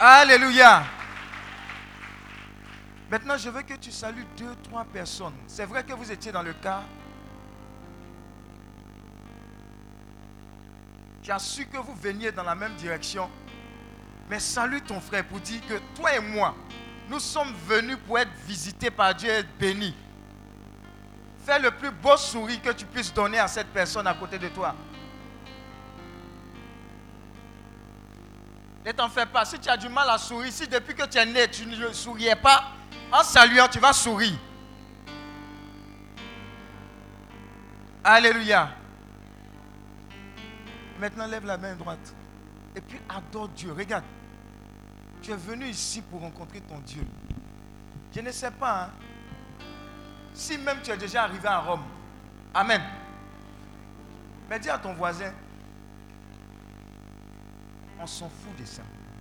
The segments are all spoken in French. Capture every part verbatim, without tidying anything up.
Alléluia. Maintenant, je veux que tu salues deux, trois personnes. C'est vrai que vous étiez dans le cas. Tu as su que vous veniez dans la même direction. Mais salue ton frère pour dire que toi et moi, nous sommes venus pour être visités par Dieu et être bénis. Fais le plus beau sourire que tu puisses donner à cette personne à côté de toi. Ne t'en fais pas. Si tu as du mal à sourire, si depuis que tu es né, tu ne souriais pas, en saluant, tu vas sourire. Alléluia. Maintenant, lève la main droite. Et puis adore Dieu. Regarde. Tu es venu ici pour rencontrer ton Dieu. Je ne sais pas. Hein, si même tu es déjà arrivé à Rome. Amen. Mais dis à ton voisin. On s'en fout de ça.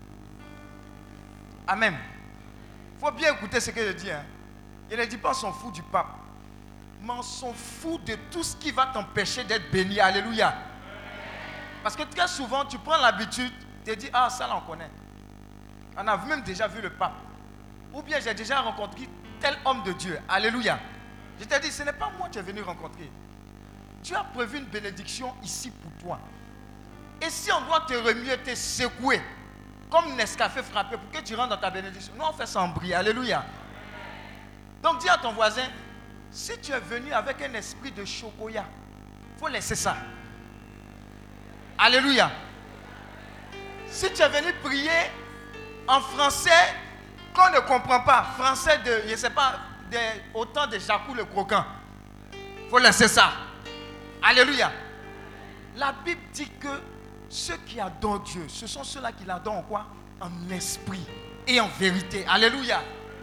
Amen. Il faut bien écouter ce que je dis. Hein. Je ne dis pas on s'en fout du pape. Mais on s'en fout de tout ce qui va t'empêcher d'être béni. Alléluia. Parce que très souvent, tu prends l'habitude de dire, ah, ça là, on connaît. On a même déjà vu le pape. Ou bien j'ai déjà rencontré tel homme de Dieu. Alléluia. Je t'ai dit, ce n'est pas moi que tu es venu rencontrer. Dieu a prévu une bénédiction ici pour toi. Et si on doit te remuer, te secouer, comme Nescafé frappé, pour que tu rentres dans ta bénédiction, nous on fait ça en bris. Alléluia. Donc dis à ton voisin, si tu es venu avec un esprit de chocolat, il faut laisser ça. Alléluia. Si tu es venu prier en français qu'on ne comprend pas, français de, je ne sais pas, de, autant de Jacou le croquant, il faut laisser ça. Alléluia. La Bible dit que ceux qui adorent Dieu, ce sont ceux-là qui l'adorent en quoi? En esprit et en vérité. Alléluia.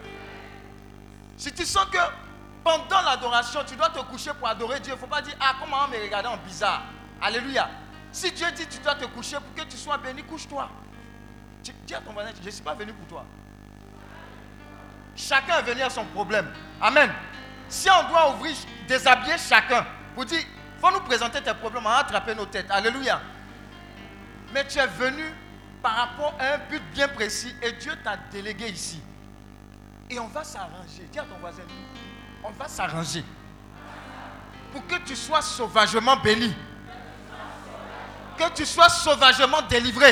Si tu sens que pendant l'adoration, tu dois te coucher pour adorer Dieu, il ne faut pas dire, ah, comment on me regarder en bizarre. Alléluia. Si Dieu dit que tu dois te coucher pour que tu sois béni, couche-toi. Tu, dis à ton voisin, je ne suis pas venu pour toi. Chacun est venu à son problème. Amen. Si on doit ouvrir, déshabiller chacun, pour dire, il faut nous présenter tes problèmes, on va attraper nos têtes. Alléluia. Mais tu es venu par rapport à un but bien précis et Dieu t'a délégué ici. Et on va s'arranger. Dis à ton voisin, on va s'arranger pour que tu sois sauvagement béni. Que tu sois sauvagement délivré.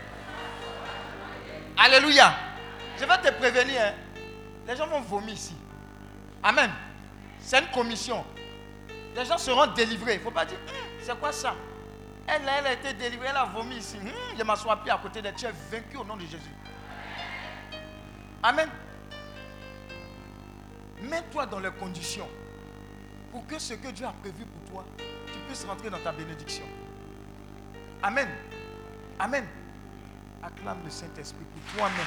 Alléluia. Je vais te prévenir. Hein. Les gens vont vomir ici. Amen. C'est une commission. Les gens seront délivrés. Il ne faut pas dire, hm, c'est quoi ça? Elle, elle a été délivrée, elle a vomi ici. Hum, je m'assois plus à côté d'elle. Tu es vaincu au nom de Jésus. Amen. Mets-toi dans les conditions pour que ce que Dieu a prévu pour toi, tu puisses rentrer dans ta bénédiction. Amen. Amen. Acclame le Saint-Esprit pour toi-même.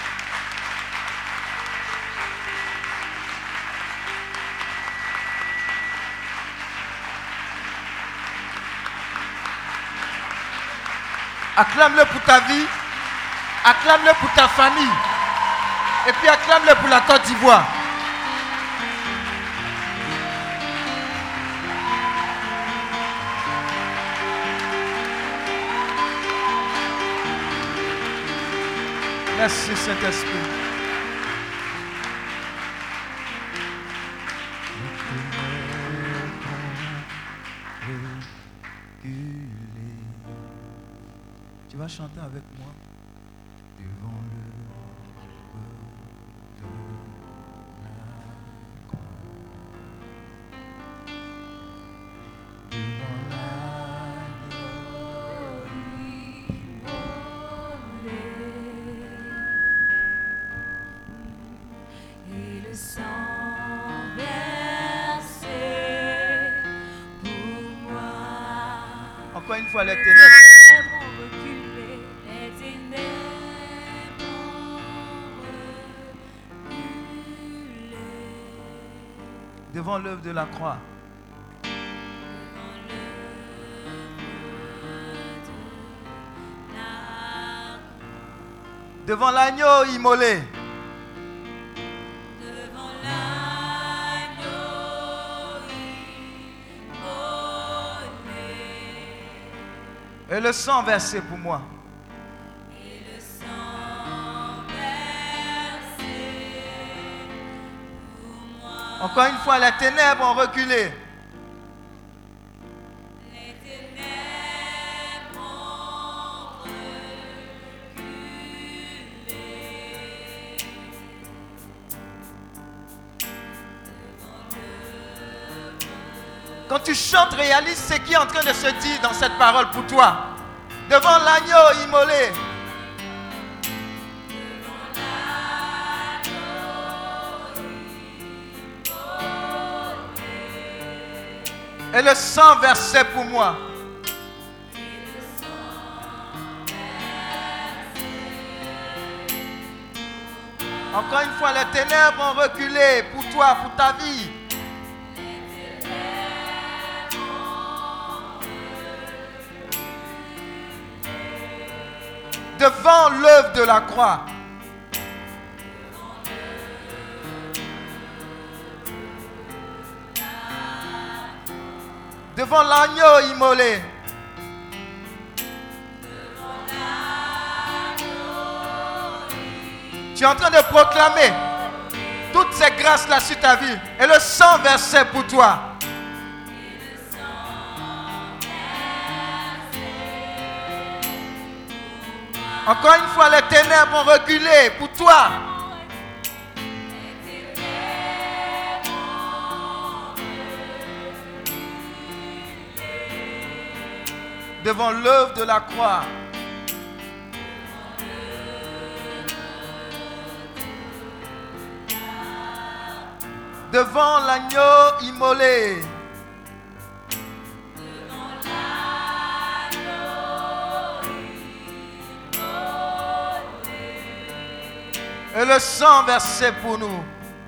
Acclame-le pour ta vie. Acclame-le pour ta famille. Et puis acclame-le pour la Côte d'Ivoire. Merci Saint-Esprit. Tu vas chanter avec moi. Devant le de la croix. Devant la gloire. Et le sang versé pour moi. Encore une fois, les ténèbres. Devant l'œuvre de la croix. Devant l'agneau immolé. Devant l'agneau immolé. Et le sang versé pour moi. Et le sang Encore une fois, les ténèbres ont reculé. Les ténèbres ont reculé. Quand tu chantes, réalise ce qui est en train de se dire dans cette parole pour toi. Devant l'agneau immolé. Et le sang versé pour moi. Encore une fois, les ténèbres ont reculé pour toi, pour ta vie. Devant l'œuvre de la croix. Devant l'agneau immolé. Tu es en train de proclamer toutes ces grâces-là sur ta vie. Et le sang versé pour toi. Encore une fois, les ténèbres ont reculé pour toi. Devant l'œuvre de la croix. Devant l'agneau immolé. Et le sang versé pour nous.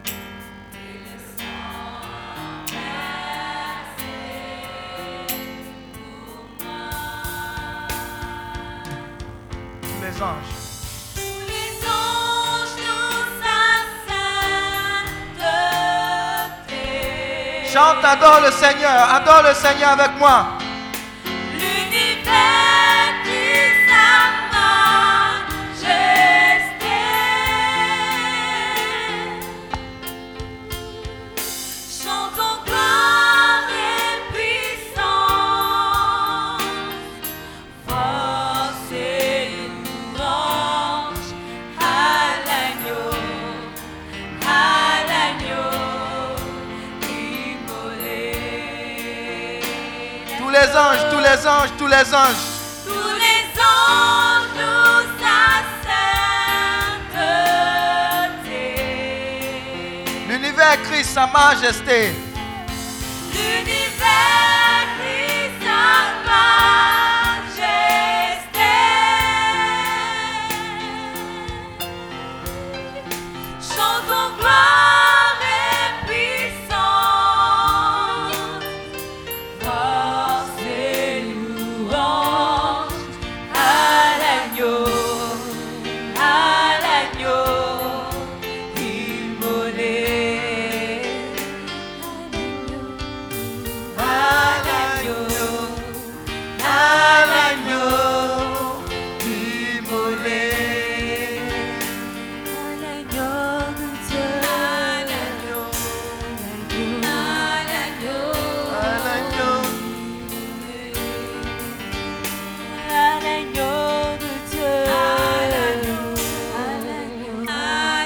Tous les anges. Tous les anges louent sa sainteté. Chante, adore le Seigneur. Adore le Seigneur avec moi. L'univers crie sa majesté. Chantons gloire et puissance, force et louange à l'agneau, à l'agneau immolé. Tous les anges, tous les anges, tous les anges. Tous les anges louent sa sainteté. L'univers crie sa majesté. L'univers crie sa majesté. Chantons gloire et puissance, force et louange à l'agneau, à l'agneau immolé. À l'agneau, à l'agneau immolé. À l'agneau de Dieu. À l'agneau, à l'agneau, À l'agneau. à l'agneau de Dieu. À l'agneau, à l'agneau, à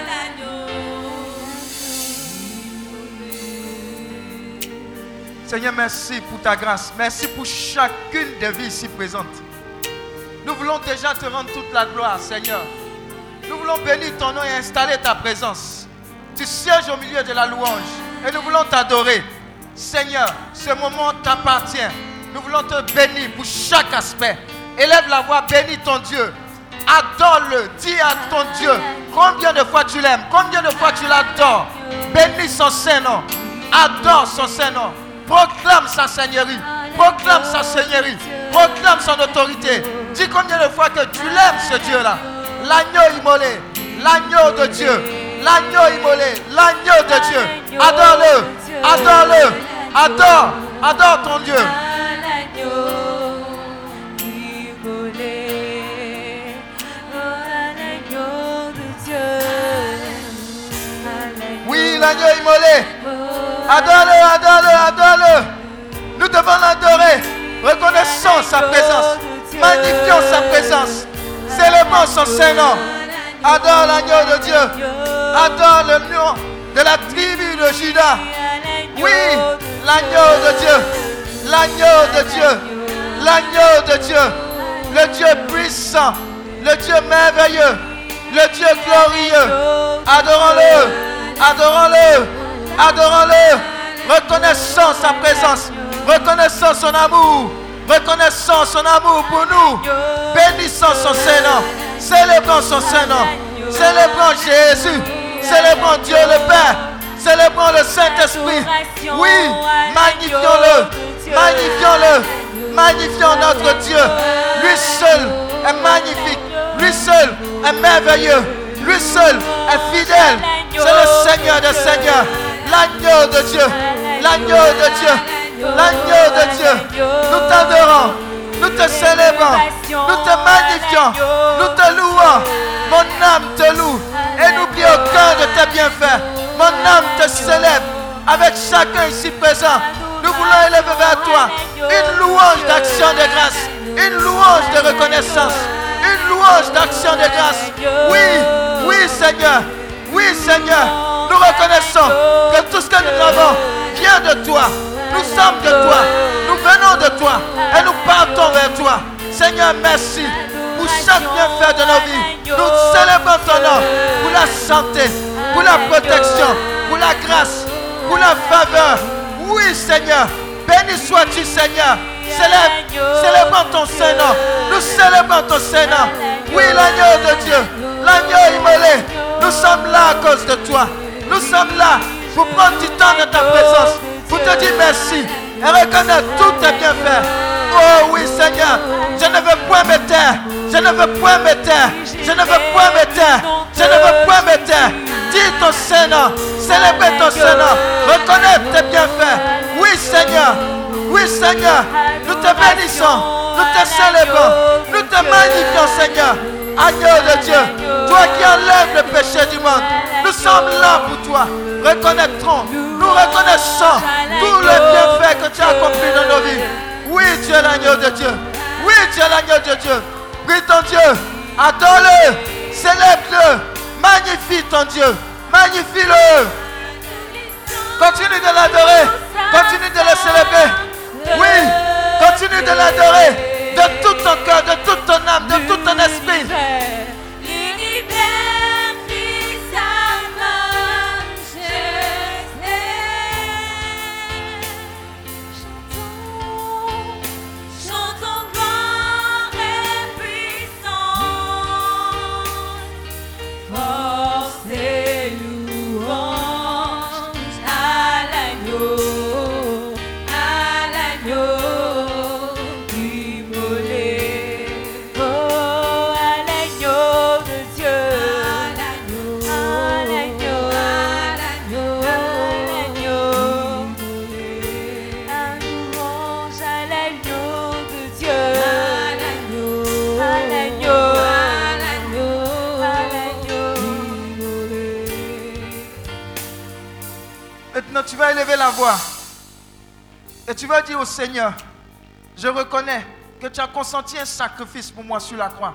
l'agneau. Seigneur, merci pour ta grâce. Merci pour chacune des vies ici présentes. Nous voulons déjà te rendre toute la gloire, Seigneur. Nous voulons bénir ton nom et installer ta présence. Tu sièges au milieu de la louange et nous voulons t'adorer. Seigneur, ce moment t'appartient. Nous voulons te bénir pour chaque aspect. Élève la voix, bénis ton Dieu. Adore-le. Dis à ton Dieu combien de fois tu l'aimes, combien de fois tu l'adores. Bénis son Saint-Nom. Adore son Saint-Nom. Proclame sa seigneurie. Proclame sa seigneurie. Proclame son autorité. Dis combien de fois que tu l'aimes, ce Dieu-là. L'agneau immolé. L'agneau de Dieu. L'agneau immolé. L'agneau de Dieu. Adore-le. Adore-le. Adore. Adore ton Dieu. À l'agneau immolé. Oh, à l'agneau de Dieu. À l'agneau. Oui, l'agneau immolé. Oh, Adore-le, adore-le, adore-le. Nous devons l'adorer. Reconnaissons sa présence. Magnifions sa présence. Célébrons son Saint-Nom. Adore l'agneau de Dieu. Adore le nom de la tribu de Juda. Oui, l'agneau de Dieu. L'agneau de Dieu. L'agneau de Dieu. Le Dieu puissant. Le Dieu merveilleux. Le Dieu glorieux. Adorons-le. Adorons-le. Adorons-le. Reconnaissons sa présence. Reconnaissons son amour. Reconnaissons son amour pour nous. Bénissons son Saint-Nom. Célébrons son Saint-Nom. Célébrons Jésus. Célébrons Dieu le Père. Célébrons le Saint-Esprit. Oui, magnifions-le. Magnifions-le. Magnifions notre Dieu. Lui seul est magnifique. Lui seul est merveilleux. Lui seul est fidèle. C'est le Seigneur des Seigneurs. L'agneau de Dieu. L'agneau de Dieu. L'agneau de Dieu. Nous t'adorons. Nous te célébrons. Nous te magnifions. Nous te louons. Mon âme te loue. Et n'oublie aucun de tes bienfaits. Mon âme te célèbre. Avec chacun ici présent, nous voulons élever vers toi une louange d'action de grâce. Une louange de reconnaissance. Une louange d'action de grâce. Oui, oui Seigneur. Oui Seigneur. Nous reconnaissons que tout ce que nous avons vient de toi. Nous sommes de toi. Nous venons de toi. Et nous partons vers toi. Seigneur, merci pour chaque bienfait de nos vies. Nous célébrons ton nom pour la santé, pour la protection, pour la grâce, pour la faveur. Oui, Seigneur. Béni sois-tu, Seigneur. Célèbre, célébrons ton Saint-Nom. Nous célébrons ton Saint-Nom. Oui, l'agneau de Dieu, l'agneau immolé. Nous sommes là à cause de toi. Nous sommes là pour prendre du temps de ta présence, pour te dire merci et reconnaître tous tes bienfaits. Oh oui, Seigneur, je ne veux point me taire. Je ne veux point me taire. Je ne veux point me taire. Je ne veux point me taire. Dis ton Saint-Nom. Célèbre ton Saint-Nom. Reconnais tes bienfaits. Oui, Seigneur. Oui, Seigneur. Nous te bénissons. Nous te célébrons. Nous te magnifions, Seigneur. Agneau de Dieu. Toi qui enlèves le péché du monde. Nous sommes là pour toi. Reconnaîtrons. Nous reconnaissons tous les bienfaits que tu as accomplis dans nos vies. Oui, tu es l'agneau de Dieu. Oui, tu es l'agneau de Dieu. Prie ton Dieu. Adore-le. Célèbre-le. Magnifie ton Dieu. Magnifie-le. Continue de l'adorer. Continue de le célébrer. Oui, continue de l'adorer. De tout ton cœur, de toute ton âme, de tout ton esprit. Tu vas élever la voix et tu vas dire au Seigneur, je reconnais que tu as consenti un sacrifice pour moi sur la croix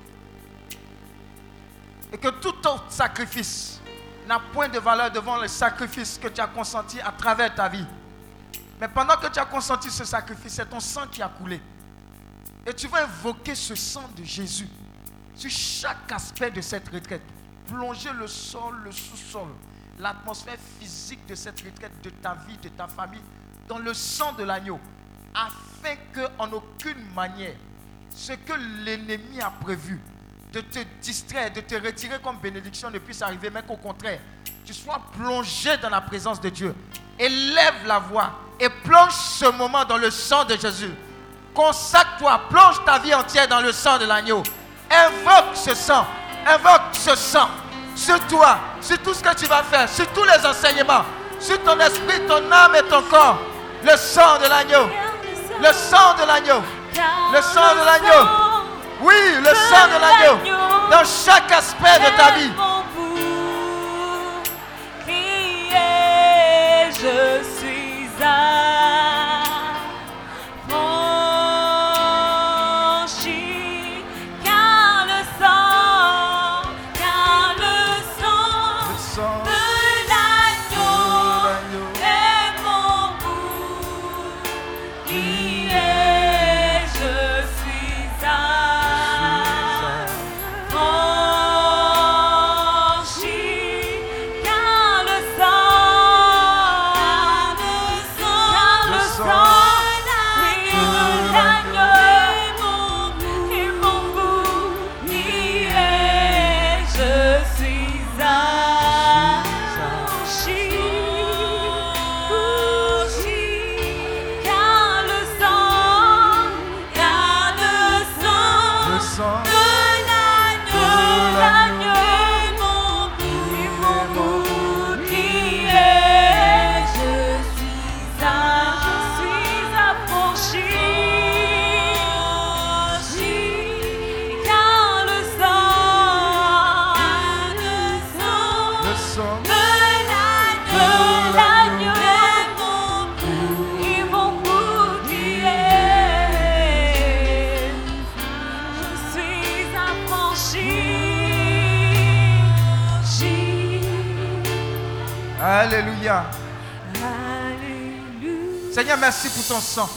et que tout autre sacrifice n'a point de valeur devant le sacrifice que tu as consenti à travers ta vie. Mais pendant que tu as consenti ce sacrifice, c'est ton sang qui a coulé et tu vas invoquer ce sang de Jésus sur chaque aspect de cette retraite. Plonger le sol, le sous-sol, l'atmosphère physique de cette retraite, de ta vie, de ta famille, dans le sang de l'agneau, afin qu'en aucune manière, ce que l'ennemi a prévu, de te distraire, de te retirer comme bénédiction ne puisse arriver, mais qu'au contraire, tu sois plongé dans la présence de Dieu. Élève la voix et plonge ce moment dans le sang de Jésus. Consacre-toi, plonge ta vie entière dans le sang de l'agneau. Invoque ce sang, invoque ce sang. Sur toi, sur tout ce que tu vas faire, sur tous les enseignements, sur ton esprit, ton âme et ton corps. Le sang de l'agneau. Le sang de l'agneau. Le sang de l'agneau. Oui, le sang de l'agneau. Dans chaque aspect de ta vie. Je qui est, je suis affranchi, car le sang, car le sang, oui, de l'agneau est mon bouclier, je suis affranchi, car le sang, car le sang Le sang de l'agneau, l'agneau est mon bouclier, mon bouclier, je suis affranchi, je suis affranchi, car le sang, le sang Le sang de l'agneau, l'agneau est mon bouclier, mon bouclier, je suis affranchi. Alléluia. Alléluia. Seigneur, merci pour ton sang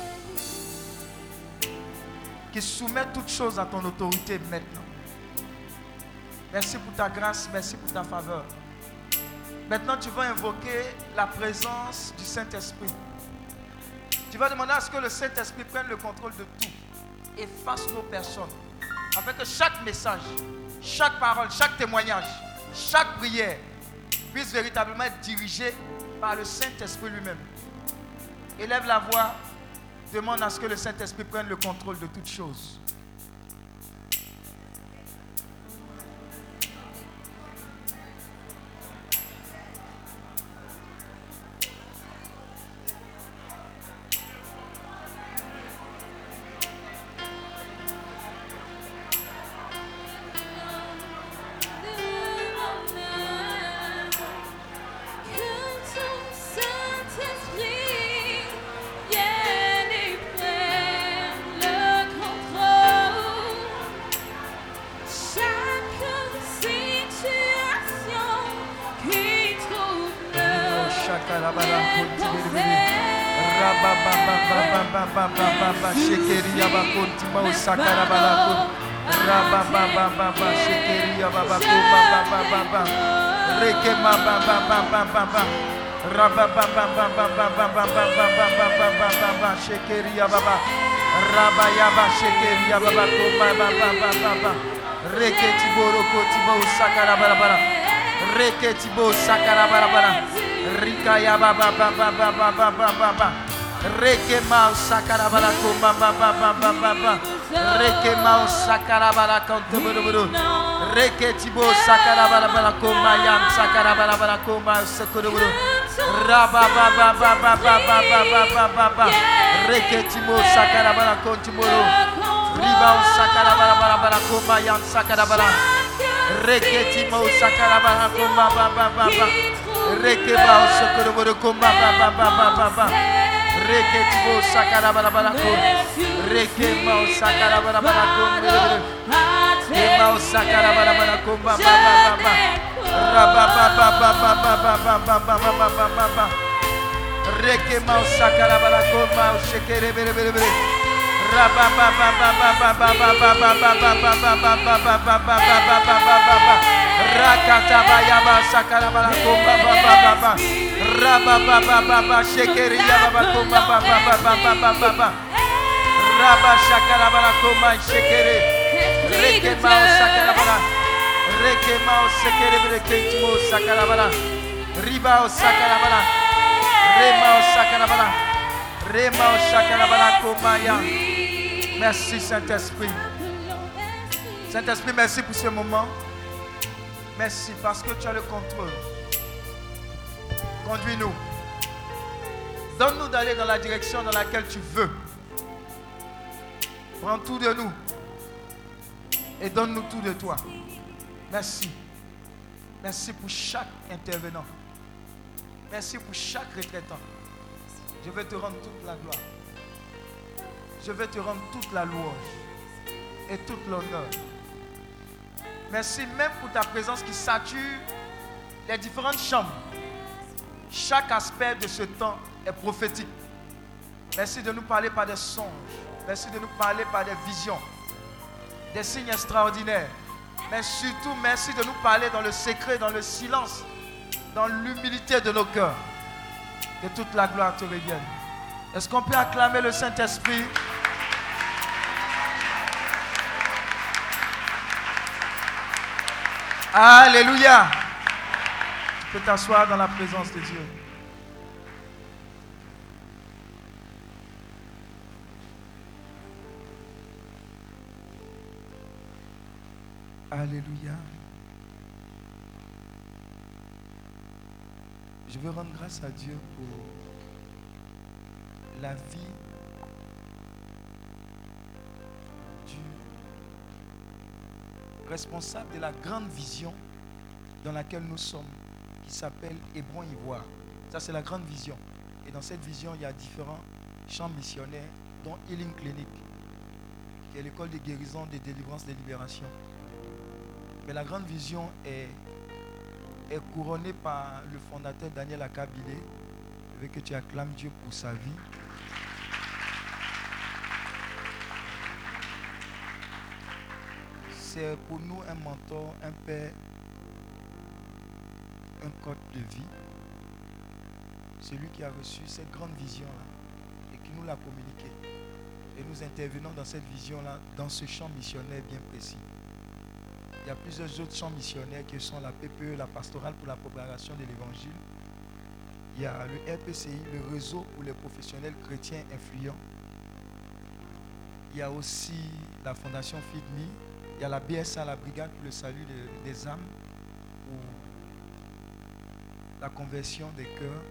qui soumet toutes choses à ton autorité maintenant. Merci pour ta grâce, merci pour ta faveur. Maintenant, tu vas invoquer la présence du Saint-Esprit. Tu vas demander à ce que le Saint-Esprit prenne le contrôle de tout, efface nos personnes, afin que chaque message, chaque parole, chaque témoignage, chaque prière puisse véritablement être dirigé par le Saint-Esprit lui-même. Élève la voix, demande à ce que le Saint-Esprit prenne le contrôle de toutes choses. Que ton Saint-Esprit vienne et prenne le contrôle. Chaque situation qui trouble Shakarabala, est Kontibiri, Rabababababababababa, Shekeria Bakontima, Sakarabala, Rabababababa, Shekeria Babababababa, Rekema Babababababa, Rabababababababababababa, Shekeria Baba, Rabayaba, Shekeria Bababababababa, Reketiboro Kotibo, Sakarabala, Reketibo, Sakarabala, Rikaya Baba Baba Baba Baba Baba, Rekema Sakarabala, Baba Baba Baba, Rekema Sakarabala, Conteburu, Reketibo, Sakarabala, Komayam, Sakarabala, Koma, Sekuru, Rabba Baba Baba Baba Baba Baba, Reketimo Sakarabala, Contiburu, Riba Sakarabala, Komayam, Sakarabala, Reketimo Sakarabala, Koma Baba Baba, Rekeba Sekuru, Koma Baba Baba Baba, Reketibo Sakarabala, Rekema Sakarabala, Rekema Sakarabala, Koma Baba Baba, Rabba Baba Baba Baba Baba Baba, Rekema Sakarabala, Koma Shekere Bere Bere Bere, Rabba Baba Baba Baba Baba Baba Baba Baba Baba, Rakata Bayaba Sakarabala, Koma Baba Baba, Rabba Baba Baba Shekere Yaba Koma Baba Baba Baba, Rabba Shakarabala, Koma Shekere, Rekema Sakarabala, Rekema Sekere Bere Ketimo Sakarabala, Riba Sakarabala, Rema Sakarabala, Rema Sakarabala Komaya. Merci Saint-Esprit. Saint-Esprit, merci pour ce moment. Merci parce que tu as le contrôle. Conduis-nous. Donne-nous d'aller dans la direction dans laquelle tu veux. Prends tout de nous. Et donne-nous tout de toi. Merci. Merci pour chaque intervenant. Merci pour chaque retraitant. Je vais te rendre toute la gloire. Je vais te rendre toute la louange et toute l'honneur. Merci même pour ta présence qui sature les différentes chambres. Chaque aspect de ce temps est prophétique. Merci de nous parler par des songes. Merci de nous parler par des visions, des signes extraordinaires. Mais surtout, merci de nous parler dans le secret, dans le silence, dans l'humilité de nos cœurs. Que toute la gloire te revienne. Est-ce qu'on peut acclamer le Saint-Esprit? Alléluia. Tu peux t'asseoir dans la présence de Dieu. Alléluia. Je veux rendre grâce à Dieu pour la vie du responsable de la grande vision dans laquelle nous sommes, qui s'appelle Hébron Ivoire. Ça, c'est la grande vision. Et dans cette vision, il y a différents champs missionnaires, dont Healing Clinic, qui est l'école de guérison, de délivrance, de libération. Mais la grande vision est, est couronnée par le fondateur Daniel Akabilé. Je veux que tu acclames Dieu pour sa vie. C'est pour nous un mentor, un père, un code de vie. Celui qui a reçu cette grande vision-là et qui nous l'a communiquée. Et nous intervenons dans cette vision-là, dans ce champ missionnaire bien précis. Il y a plusieurs autres champs missionnaires qui sont la P P E, la pastorale pour la propagation de l'évangile. Il y a le R P C I, le réseau pour les professionnels chrétiens influents. Il y a aussi la fondation Feed Me. Il y a la B S A, la brigade pour le salut des, des âmes, ou la conversion des cœurs.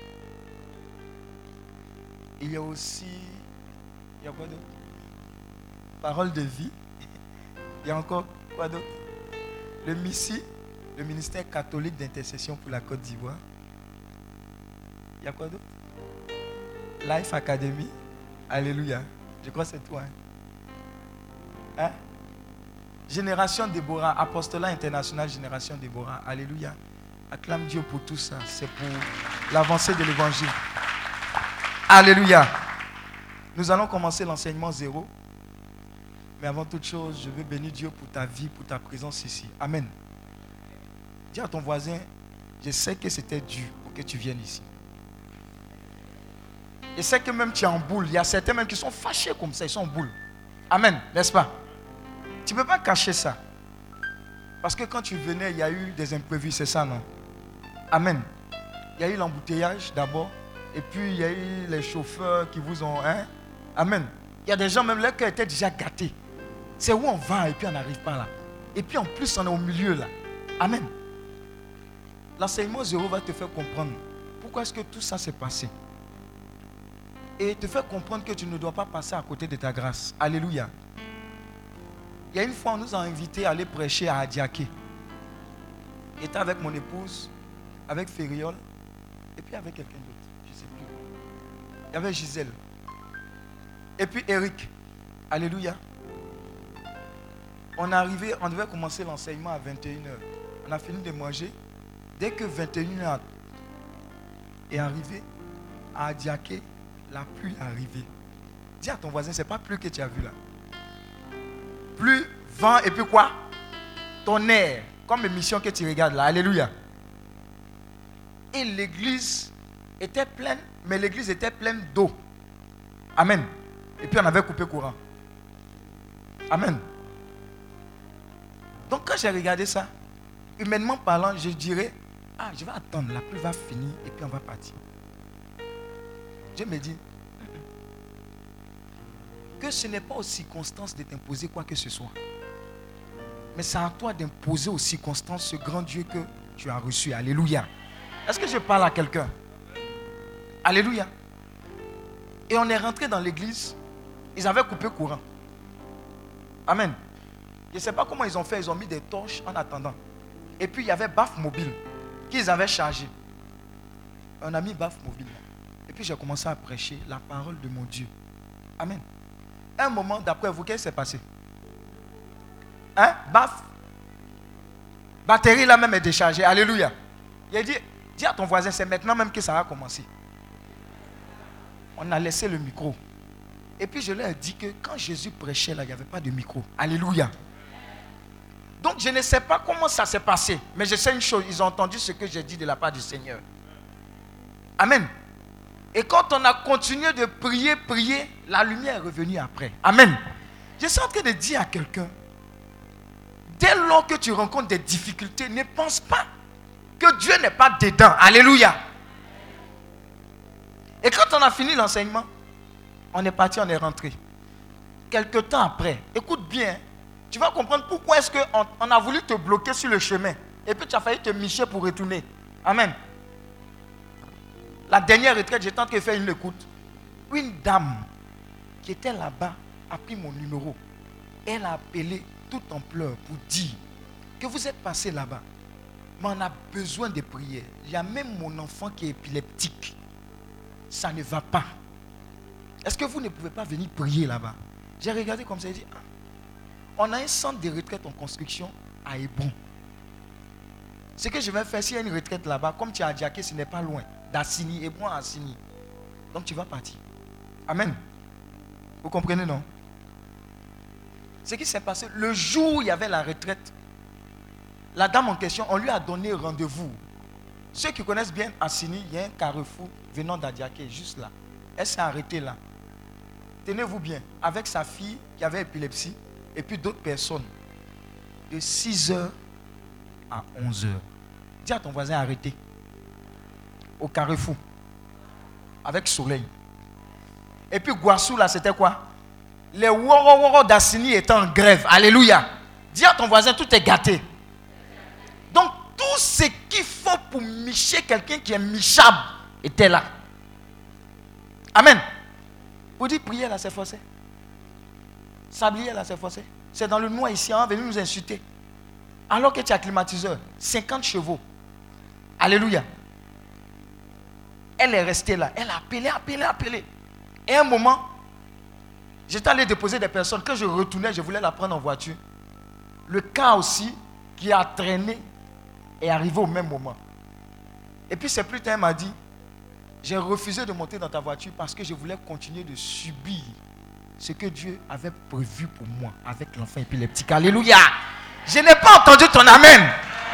Il y a aussi, il y a quoi d'autre? Parole de vie. Il y a encore quoi d'autre? Le M I C I, le ministère catholique d'intercession pour la Côte d'Ivoire. Il y a quoi d'autre? Life Academy. Alléluia. Je crois que c'est toi. Hein? Hein? Génération Déborah, apostolat international, Génération Déborah. Alléluia. Acclame Dieu pour tout ça. C'est pour l'avancée de l'évangile. Alléluia. Nous allons commencer l'enseignement zéro. Mais avant toute chose, je veux bénir Dieu pour ta vie, pour ta présence ici. Amen. Dis à ton voisin, je sais que c'était dû pour que tu viennes ici. Je sais que même tu es en boule. Il y a certains même qui sont fâchés comme ça, ils sont en boule. Amen, n'est-ce pas? Tu ne peux pas cacher ça. Parce que quand tu venais, il y a eu des imprévus, c'est ça, non? Amen. Il y a eu l'embouteillage d'abord. Et puis il y a eu les chauffeurs qui vous ont... Hein? Amen. Il y a des gens, même leur cœur était déjà gâté. C'est où on va et puis on n'arrive pas là. Et puis en plus, on est au milieu là. Amen. L'enseignement zéro va te faire comprendre pourquoi est-ce que tout ça s'est passé. Et te faire comprendre que tu ne dois pas passer à côté de ta grâce. Alléluia. Il y a une fois, on nous a invités à aller prêcher à Adiaké. J'étais avec mon épouse, avec Fériol, et puis avec quelqu'un d'autre. Je ne sais plus. Il y avait Gisèle. Et puis Eric. Alléluia. On est arrivé, on devait commencer l'enseignement à vingt et une heures. On a fini de manger. Dès que vingt et une heures est arrivé, à Adiaké, la pluie est arrivée. Dis à ton voisin, ce n'est pas pluie que tu as vu là. Pluie, vent et puis quoi? Tonnerre. Comme émission que tu regardes là. Alléluia. Et l'église était pleine, mais l'église était pleine d'eau. Amen. Et puis on avait coupé courant. Amen. Donc quand j'ai regardé ça, humainement parlant, je dirais, ah, je vais attendre, la pluie va finir et puis on va partir. Dieu me dit que ce n'est pas aux circonstances de t'imposer quoi que ce soit. Mais c'est à toi d'imposer aux circonstances ce grand Dieu que tu as reçu. Alléluia. Est-ce que je parle à quelqu'un? Alléluia. Et on est rentré dans l'église. Ils avaient coupé courant. Amen. Je ne sais pas comment ils ont fait. Ils ont mis des torches en attendant. Et puis il y avait baf mobile qu'ils avaient chargé. On a mis baf mobile. Et puis j'ai commencé à prêcher la parole de mon Dieu. Amen. Un moment d'après vous, qu'est-ce qui s'est passé? Hein? Baf. Batterie là même est déchargée. Alléluia. Il a dit, dis à ton voisin, c'est maintenant même que ça va commencer. On a laissé le micro. Et puis je leur ai dit que quand Jésus prêchait là, il n'y avait pas de micro. Alléluia. Donc je ne sais pas comment ça s'est passé. Mais je sais une chose, ils ont entendu ce que j'ai dit de la part du Seigneur. Amen. Et quand on a continué de prier, prier, la lumière est revenue après. Amen. Je suis en train de dire à quelqu'un, dès lors que tu rencontres des difficultés, ne pense pas que Dieu n'est pas dedans. Alléluia. Et quand on a fini l'enseignement, on est parti, on est rentré. Quelque temps après, écoute bien, tu vas comprendre pourquoi est-ce qu'on on a voulu te bloquer sur le chemin. Et puis tu as failli te micher pour retourner. Amen. La dernière retraite, j'ai tenté de faire une écoute. Une dame qui était là-bas a pris mon numéro. Elle a appelé tout en pleurs pour dire que vous êtes passé là-bas. Mais on a besoin de prières. Il y a même mon enfant qui est épileptique. Ça ne va pas. Est-ce que vous ne pouvez pas venir prier là-bas? J'ai regardé comme ça et dit, ah, on a un centre de retraite en construction à Hébron. Ce que je vais faire, s'il y a une retraite là-bas, comme tu as dit, ce n'est pas loin. D'Assini, Hébron à Assini. Donc tu vas partir. Amen. Vous comprenez, non? Ce qui s'est passé, le jour où il y avait la retraite, la dame en question, on lui a donné rendez-vous. Ceux qui connaissent bien Assini, il y a un carrefour venant d'Adiaké, juste là. Elle s'est arrêtée là. Tenez-vous bien, avec sa fille qui avait épilepsie, et puis d'autres personnes, de six heures à onze heures. Dis à ton voisin, arrêtez. Au carrefour, avec soleil. Et puis Guassou là, c'était quoi? Les woro woro d'Assini étaient en grève. Alléluia. Dis à ton voisin, tout est gâté. Donc tout ce qu'il faut pour micher quelqu'un qui est michable était là. Amen. Vous dites prier là, c'est forcé. Sablier là, c'est forcé. C'est dans le noir ici, on est venu nous insulter. Alors que tu as climatiseur, cinquante chevaux. Alléluia. Elle est restée là. Elle a appelé, appelé, appelé. Et à un moment, j'étais allé déposer des personnes. Quand je retournais, je voulais la prendre en voiture. Le cas aussi, qui a traîné, est arrivé au même moment. Et puis c'est plus tard, elle m'a dit, j'ai refusé de monter dans ta voiture parce que je voulais continuer de subir ce que Dieu avait prévu pour moi avec l'enfant épileptique. Alléluia. Je n'ai pas entendu ton amen.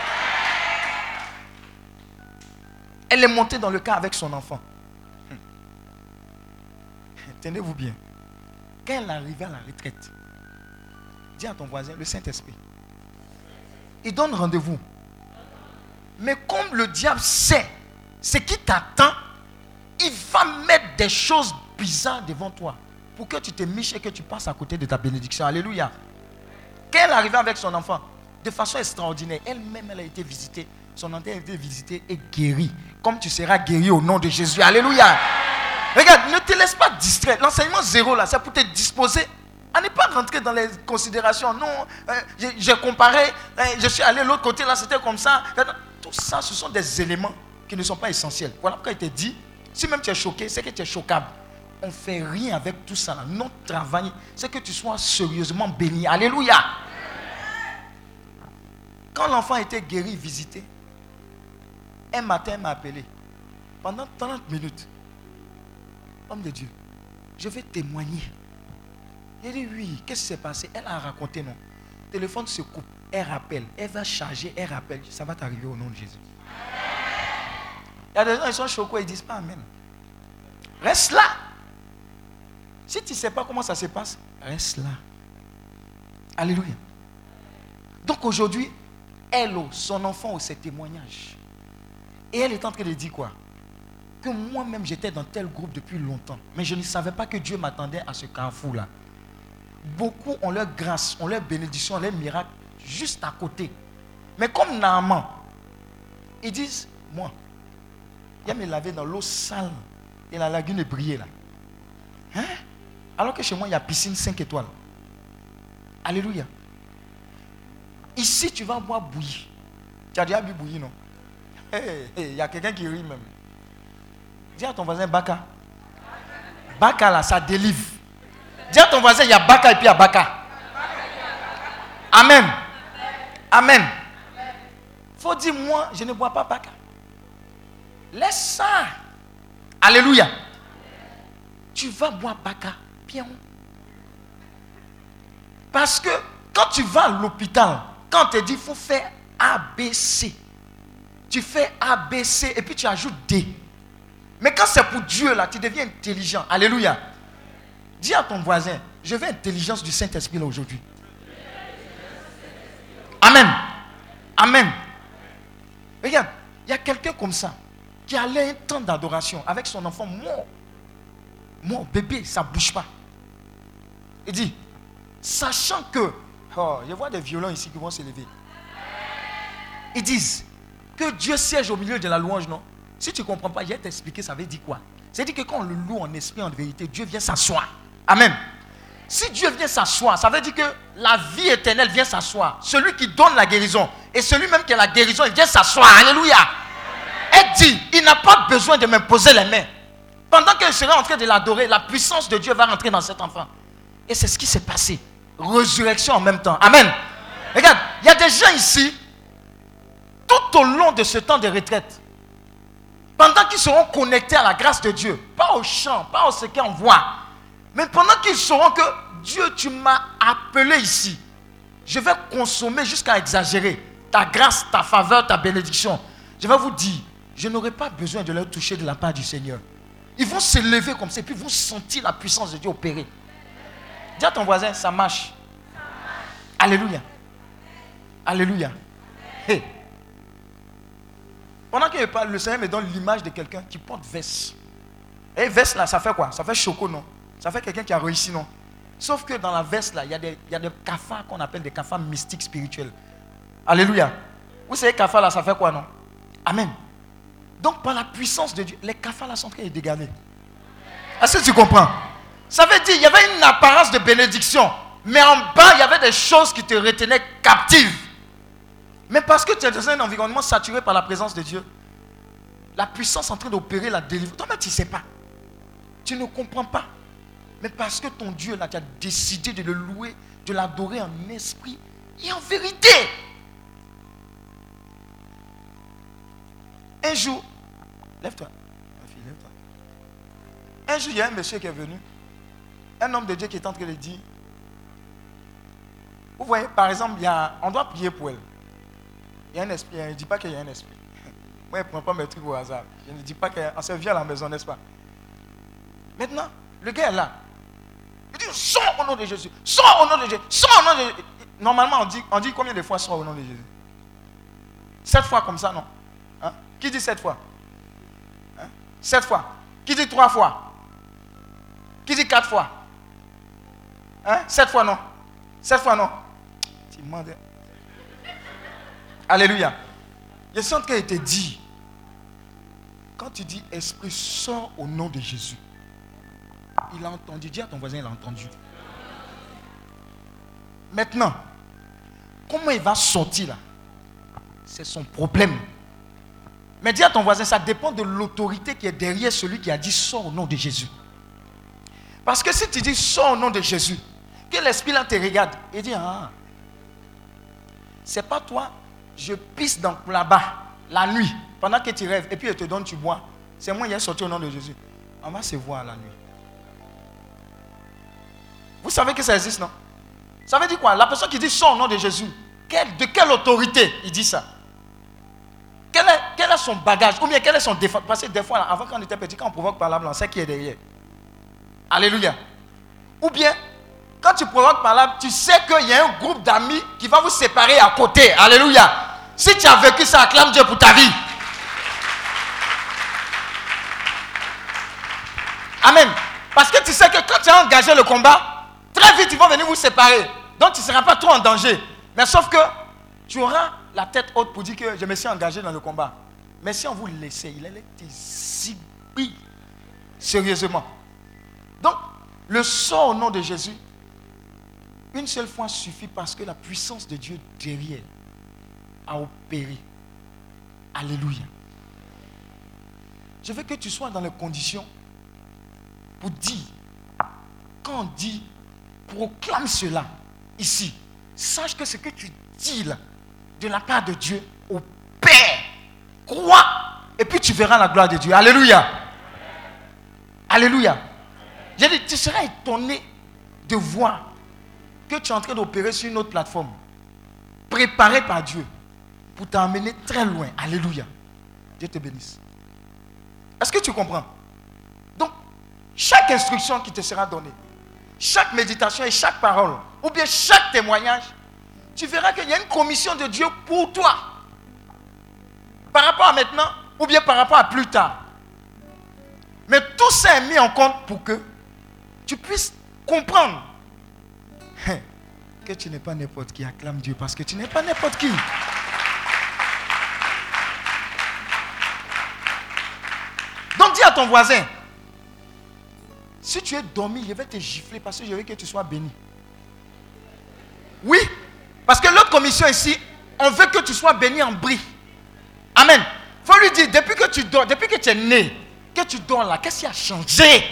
Elle est montée dans le car avec son enfant. Hum. Tenez-vous bien. Quand elle est arrivée à la retraite, dis à ton voisin, le Saint-Esprit, il donne rendez-vous. Mais comme le diable sait ce qui t'attend, il va mettre des choses bizarres devant toi pour que tu te miches et que tu passes à côté de ta bénédiction. Alléluia. Quand elle est arrivée avec son enfant, de façon extraordinaire, elle-même, elle a été visitée. Son enfant a été visité et guéri. Comme tu seras guéri au nom de Jésus. Alléluia. Regarde, ne te laisse pas distraire. L'enseignement zéro là, c'est pour te disposer à ne pas rentrer dans les considérations. Non, euh, j'ai comparé, euh, je suis allé de l'autre côté là, c'était comme ça. Tout ça, ce sont des éléments qui ne sont pas essentiels. Voilà pourquoi il te dit, si même tu es choqué, c'est que tu es choquable. On ne fait rien avec tout ça là. Notre travail, c'est que tu sois sérieusement béni. Alléluia. Quand l'enfant était guéri, visité, un matin, elle m'a appelé. Pendant trente minutes. Homme de Dieu, je vais témoigner. Il dit oui, qu'est-ce qui s'est passé? Elle a raconté non. Le téléphone se coupe, elle rappelle, elle va charger, elle rappelle. Ça va t'arriver au nom de Jésus. Il y a des gens qui sont choqués, ils disent pas amen. Reste là. Si tu ne sais pas comment ça se passe, reste là. Alléluia. Donc aujourd'hui, elle, son enfant, ses témoignages. Et elle est en train de dire quoi? Que moi-même j'étais dans tel groupe depuis longtemps. Mais je ne savais pas que Dieu m'attendait à ce carrefour-là. Beaucoup ont leur grâce, ont leur bénédiction, leur miracle juste à côté. Mais comme Naaman, ils disent, moi, il a me laver dans l'eau sale et la lagune est brillée là. Hein? Alors que chez moi, il y a piscine cinq étoiles. Alléluia. Ici, tu vas boire bouillie. Tu as déjà bu bouillie, non? Il hey, hey, y a quelqu'un qui rit même. Dis à ton voisin, Baka. Baka là, ça délivre. Dis à ton voisin, il y a Baka et puis il y a Baka. Amen. Amen. Il faut dire, moi, je ne bois pas Baka. Laisse ça. Alléluia. tu vas boire Baka, bien. Parce que quand tu vas à l'hôpital, quand on te dit qu'il faut faire A, B, C, tu fais A, B, C et puis tu ajoutes D. Mais quand c'est pour Dieu, là, tu deviens intelligent. Alléluia. Dis à ton voisin, je veux l'intelligence du Saint-Esprit là aujourd'hui. Amen. Amen. Regarde, il y a quelqu'un comme ça qui allait un temps d'adoration avec son enfant mort. Mort, bébé, ça ne bouge pas. Il dit, sachant que, oh, je vois des violons ici qui vont se lever. Ils disent que Dieu siège au milieu de la louange, non? Si tu ne comprends pas, je vais t'expliquer, ça veut dire quoi? C'est-à-dire que quand on le loue en esprit, en vérité, Dieu vient s'asseoir. Amen. Si Dieu vient s'asseoir, ça veut dire que la vie éternelle vient s'asseoir. Celui qui donne la guérison et celui même qui a la guérison, il vient s'asseoir. Alléluia. Elle dit, il n'a pas besoin de m'imposer les mains. Pendant qu'elle sera en train de l'adorer, la puissance de Dieu va rentrer dans cet enfant. Et c'est ce qui s'est passé. Résurrection en même temps. Amen. Regarde, il y a des gens ici, tout au long de ce temps de retraite, pendant qu'ils seront connectés à la grâce de Dieu, pas au chant, pas au ce qu'on voit, mais pendant qu'ils sauront que Dieu, tu m'as appelé ici, je vais consommer jusqu'à exagérer ta grâce, ta faveur, ta bénédiction. Je vais vous dire, je n'aurai pas besoin de leur toucher de la part du Seigneur. Ils vont se lever comme ça et puis ils vont sentir la puissance de Dieu opérer. Dis à ton voisin, ça marche. Ça marche. Alléluia. Alléluia. Hey. Pendant qu'il parle, le Seigneur me donne l'image de quelqu'un qui porte veste. Et veste là, ça fait quoi? Ça fait choco, non? Ça fait quelqu'un qui a réussi, non? Sauf que dans la veste là, il y a des, il y a des cafards qu'on appelle des cafards mystiques spirituels. Alléluia. Vous savez, cafards là, ça fait quoi, non? Amen. Donc par la puissance de Dieu, les cafards là sont en train de dégager. Est-ce que tu comprends? Ça veut dire qu'il y avait une apparence de bénédiction, mais en bas, il y avait des choses qui te retenaient captive. Mais parce que tu es dans un environnement saturé par la présence de Dieu, la puissance est en train d'opérer la délivrance. Toi-même, tu ne sais pas. Tu ne comprends pas. Mais parce que ton Dieu, là, tu as décidé de le louer, de l'adorer en esprit et en vérité. Un jour, lève-toi. Ma fille, lève-toi. Un jour, il y a un monsieur qui est venu. Un homme de Dieu qui est en train de dire, vous voyez, par exemple, il y a, on doit prier pour elle. Il y a un esprit, je ne dis pas qu'il y a un esprit. Moi, je ne prends pas mes trucs au hasard. Je ne dis pas qu'on se vient à la maison, n'est-ce pas? Maintenant, le gars est là. Il dit, sors au nom de Jésus. Sors au nom de Jésus. Sors au nom de Jésus. Normalement, on dit, on dit combien de fois sors au nom de Jésus? Sept fois comme ça, non? Hein? Qui dit sept fois? Hein? Sept fois. Qui dit trois fois? Qui dit quatre fois? Hein? Sept fois, non? Sept fois, non? Tu demandes. Alléluia. Je sens qu'il te dit, quand tu dis esprit, sors au nom de Jésus. Il a entendu. Dis à ton voisin, il a entendu. Maintenant, comment il va sortir là? C'est son problème. Mais dis à ton voisin, ça dépend de l'autorité qui est derrière celui qui a dit sors au nom de Jésus. Parce que si tu dis sors au nom de Jésus, que l'esprit là te regarde et dit ah, c'est pas toi, je pisse dans là-bas la nuit pendant que tu rêves et puis je te donne, tu bois. C'est moi qui ai sorti au nom de Jésus. On va se voir la nuit. Vous savez que ça existe, non? Ça veut dire quoi? La personne qui dit sors au nom de Jésus, quelle, de quelle autorité il dit ça? Quel est, quel est son bagage? Ou bien quel est son défaut? Parce que des fois, là, avant quand on était petit, quand on provoque par là, on sait qui est derrière. Alléluia. Ou bien, quand tu provoques par là, tu sais qu'il y a un groupe d'amis qui va vous séparer à côté. Alléluia. Si tu as vécu ça, acclame Dieu pour ta vie. Amen. Parce que tu sais que quand tu as engagé le combat, très vite ils vont venir vous séparer. Donc tu ne seras pas trop en danger. Mais sauf que tu auras la tête haute pour dire que je me suis engagé dans le combat. Mais si on vous laissait, il allait t'exhiber sérieusement. Donc, le sort au nom de Jésus, une seule fois suffit parce que la puissance de Dieu derrière a opéré. Alléluia. Je veux que tu sois dans les conditions pour dire, quand on dit, proclame cela ici, sache que ce que tu dis là, de la part de Dieu, opère, crois, et puis tu verras la gloire de Dieu. Alléluia. Alléluia. J'ai dit, tu seras étonné de voir que tu es en train d'opérer sur une autre plateforme, préparée par Dieu, pour t'emmener très loin. Alléluia. Dieu te bénisse. Est-ce que tu comprends? Donc, chaque instruction qui te sera donnée, chaque méditation et chaque parole, ou bien chaque témoignage, tu verras qu'il y a une commission de Dieu pour toi. Par rapport à maintenant, ou bien par rapport à plus tard. Mais tout ça est mis en compte pour que tu puisses comprendre que tu n'es pas n'importe qui. Acclame Dieu parce que tu n'es pas n'importe qui. Donc dis à ton voisin, si tu es dormi, je vais te gifler parce que je veux que tu sois béni. Oui, parce que l'autre commission ici, on veut que tu sois béni en bris. Amen. Il faut lui dire, depuis que tu dors, depuis que tu es né, que tu dors là, qu'est-ce qui a changé?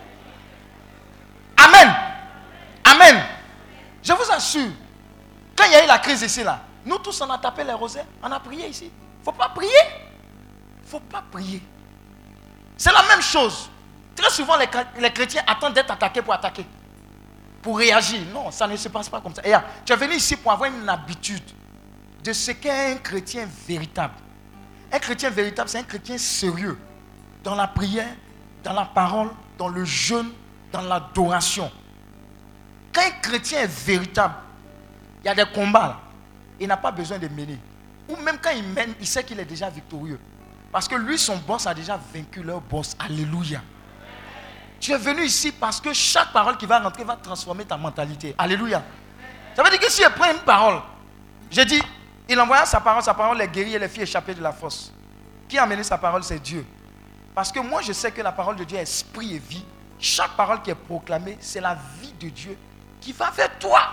Amen. Amen. Je vous assure, quand il y a eu la crise ici là, nous tous on a tapé les rosaires, on a prié ici. Il ne faut pas prier. Il ne faut pas prier. C'est la même chose. Très souvent, les, les chrétiens attendent d'être attaqués pour attaquer. Pour réagir. Non, ça ne se passe pas comme ça. Et là, tu es venu ici pour avoir une habitude de ce qu'est un chrétien véritable. Un chrétien véritable, c'est un chrétien sérieux. Dans la prière, dans la parole, dans le jeûne, dans l'adoration. Quand un chrétien est véritable, il y a des combats là. Il n'a pas besoin de mener. Ou même quand il mène, il sait qu'il est déjà victorieux. Parce que lui, son boss a déjà vaincu leur boss. Alléluia. Tu es venu ici parce que chaque parole qui va rentrer va transformer ta mentalité. Alléluia. Ça veut dire que si je prends une parole, j'ai dit, il envoya sa parole, sa parole les guérit et les fit échapper de la fosse. Qui a amené sa parole, c'est Dieu. Parce que moi, je sais que la parole de Dieu est esprit et vie. Chaque parole qui est proclamée, c'est la vie de Dieu qui va vers toi.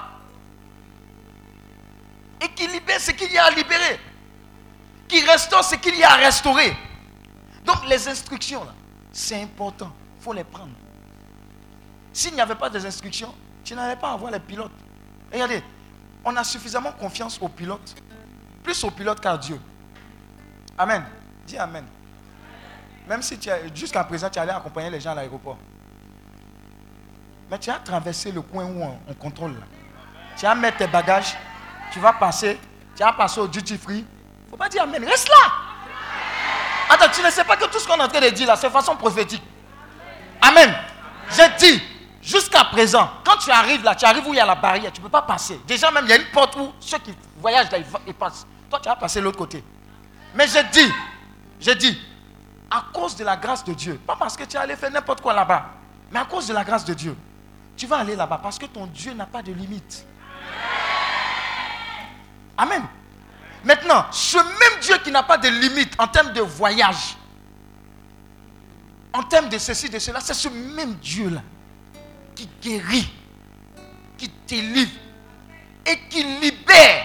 Et qui libère ce qu'il y a à libérer. Qui restaure ce qu'il y a à restaurer. Donc les instructions, là, c'est important. Il faut les prendre. S'il n'y avait pas des instructions, tu n'allais pas avoir les pilotes. Regardez, on a suffisamment confiance aux pilotes. Plus aux pilotes qu'à Dieu. Amen. Dis amen. Même si jusqu'à présent, tu allais accompagner les gens à l'aéroport. Mais tu as traversé le coin où on, on contrôle. Là. Tu vas mettre tes bagages. Tu vas passer. Tu vas passer au duty free. Il ne faut pas dire amen. Reste là. Attends, tu ne sais pas que tout ce qu'on est en train de dire là, c'est de façon prophétique. Amen. J'ai dit, jusqu'à présent, quand tu arrives là, tu arrives où il y a la barrière, tu ne peux pas passer. Déjà même, il y a une porte où ceux qui voyagent là, ils, ils passent. Toi, tu vas passer de l'autre côté. Mais j'ai dit, j'ai dit, à cause de la grâce de Dieu, pas parce que tu allais faire n'importe quoi là-bas, mais à cause de la grâce de Dieu, tu vas aller là-bas parce que ton Dieu n'a pas de limite. Amen. Maintenant, ce même Dieu qui n'a pas de limite en termes de voyage, en termes de ceci, de cela, c'est ce même Dieu-là qui guérit, qui délivre et qui libère.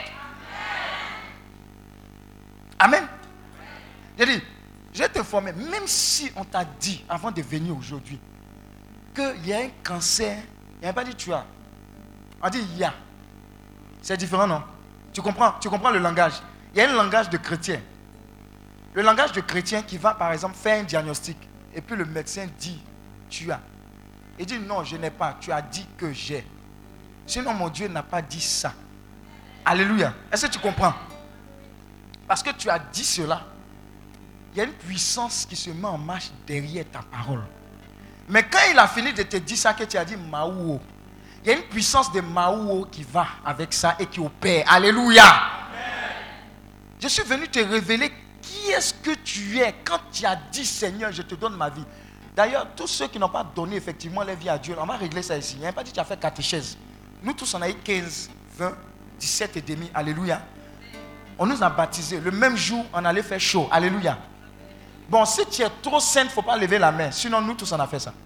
Amen. J'ai dit, je vais t'informer, même si on t'a dit avant de venir aujourd'hui qu'il y a un cancer, il n'y a pas dit tu as. On dit il y a. C'est différent, non? Tu comprends? Tu comprends le langage? Il y a un langage de chrétien. Le langage de chrétien qui va, par exemple, faire un diagnostic. Et puis le médecin dit, tu as. Il dit, non, je n'ai pas. Tu as dit que j'ai. Sinon, mon Dieu n'a pas dit ça. Alléluia. Est-ce que tu comprends? Parce que tu as dit cela. Il y a une puissance qui se met en marche derrière ta parole. Mais quand il a fini de te dire ça, que tu as dit Maouo, il y a une puissance de Maouo qui va avec ça et qui opère. Alléluia. Amen. Je suis venu te révéler qui est-ce que tu es quand tu as dit Seigneur, je te donne ma vie. D'ailleurs, tous ceux qui n'ont pas donné effectivement leur vie à Dieu, on va régler ça ici. Il n'y a pas dit que tu as fait catéchèse. Nous tous, on a eu quinze, vingt, dix-sept et demi. Alléluia. On nous a baptisés. Le même jour, on allait faire chaud. Alléluia. Bon, si tu es trop sainte, il ne faut pas lever la main. Sinon, nous tous, on a fait ça.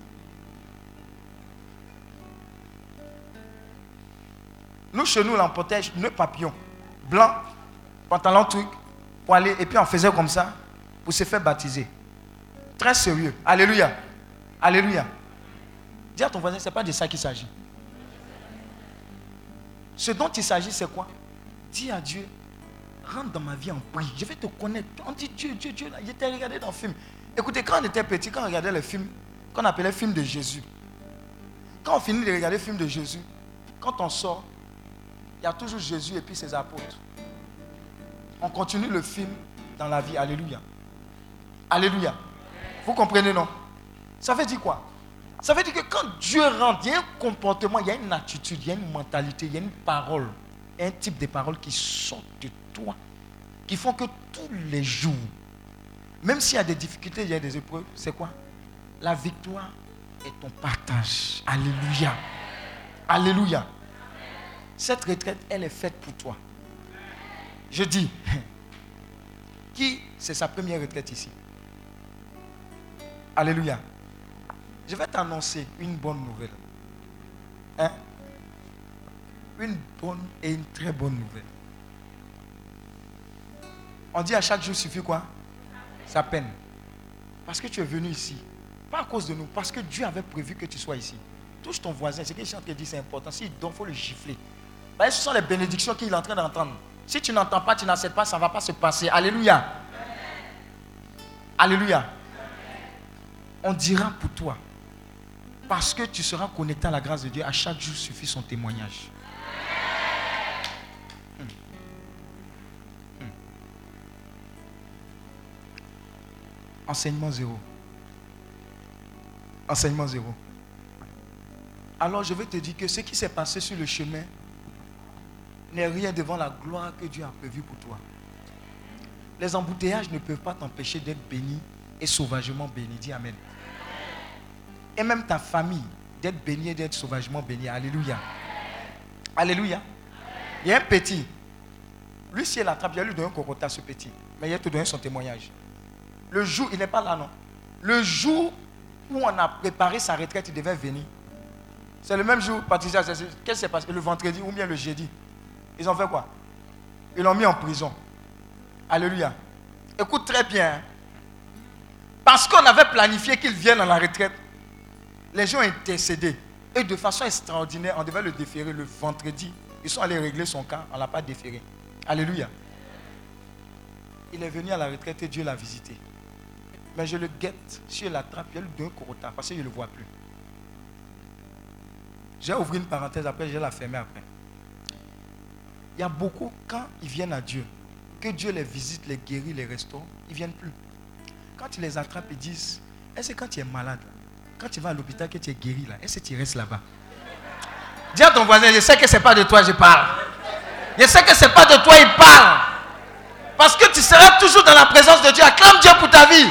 Nous, chez nous, là, on protège nos papillons. Blanc, pantalon truc, pour aller. Et puis, on faisait comme ça pour se faire baptiser. Très sérieux. Alléluia. Alléluia. Dis à ton voisin, ce n'est pas de ça qu'il s'agit. Ce dont il s'agit, c'est quoi? Dis à Dieu, rentre dans ma vie en prix. Je vais te connaître. On dit Dieu, Dieu, Dieu. Là. J'étais regardé dans le film. Écoutez, quand on était petit, quand on regardait les films, qu'on appelait film de Jésus, Quand on finit de regarder le film de Jésus, quand on sort, il y a toujours Jésus et puis ses apôtres. On continue le film dans la vie. Alléluia. Alléluia. Vous comprenez, non? Ça veut dire quoi? Ça veut dire que quand Dieu rentre, il y a un comportement, il y a une attitude, il y a une mentalité, il y a une parole, un type de parole qui sort de toi, qui font que tous les jours, même s'il y a des difficultés, il y a des épreuves, c'est quoi? La victoire est ton partage. Alléluia. Alléluia. Cette retraite, elle est faite pour toi. Je dis, qui c'est sa première retraite ici? Alléluia. Je vais t'annoncer une bonne nouvelle. Hein? Une bonne et une très bonne nouvelle. On dit à chaque jour suffit quoi? Sa peine. Parce que tu es venu ici. Pas à cause de nous, parce que Dieu avait prévu que tu sois ici. Touche ton voisin, ce que je suis en train de dire, c'est important. S'il dort, il faut le gifler. Parce que ce sont les bénédictions qu'il est en train d'entendre. Si tu n'entends pas, tu n'acceptes pas, ça ne va pas se passer. Alléluia. Alléluia. On dira pour toi, parce que tu seras connecté à la grâce de Dieu, à chaque jour suffit son témoignage. Hmm. Hmm. Enseignement zéro. Enseignement zéro. Alors je vais te dire que ce qui s'est passé sur le chemin n'est rien devant la gloire que Dieu a prévue pour toi. Les embouteillages ne peuvent pas t'empêcher d'être béni et sauvagement béni. Dis amen. Et même ta famille d'être bénie et d'être sauvagement bénie. Alléluia. Alléluia. Il y a un petit. Lui, si elle attrape, il a lui donné un cocotte à ce petit. Mais il a te donné son témoignage. Le jour, il n'est pas là, non. Le jour où on a préparé sa retraite, il devait venir. C'est le même jour, Patricia, qu'est-ce qui s'est passé? Le vendredi ou bien le jeudi. Ils ont fait quoi? Ils l'ont mis en prison. Alléluia. Écoute très bien. Parce qu'on avait planifié qu'il vienne à la retraite, les gens ont intercédé. Et de façon extraordinaire, on devait le déférer le vendredi. Ils sont allés régler son cas, on ne l'a pas déféré. Alléluia. Il est venu à la retraite et Dieu l'a visité. Mais je le guette. Si je l'attrape, je lui donne un corota parce que je ne le vois plus. J'ai ouvert une parenthèse, après je vais la fermer après. Il y a beaucoup, quand ils viennent à Dieu, que Dieu les visite, les guérit, les restaure, ils ne viennent plus. Quand ils les attrapent, ils disent, est-ce que quand tu es malade, quand tu vas à l'hôpital, que tu es guéri, là, est-ce que tu restes là-bas? Dis à ton voisin, je sais que ce n'est pas de toi je parle. Je sais que ce n'est pas de toi il parle. Parce que tu seras toujours dans la présence de Dieu. Acclame Dieu pour ta vie.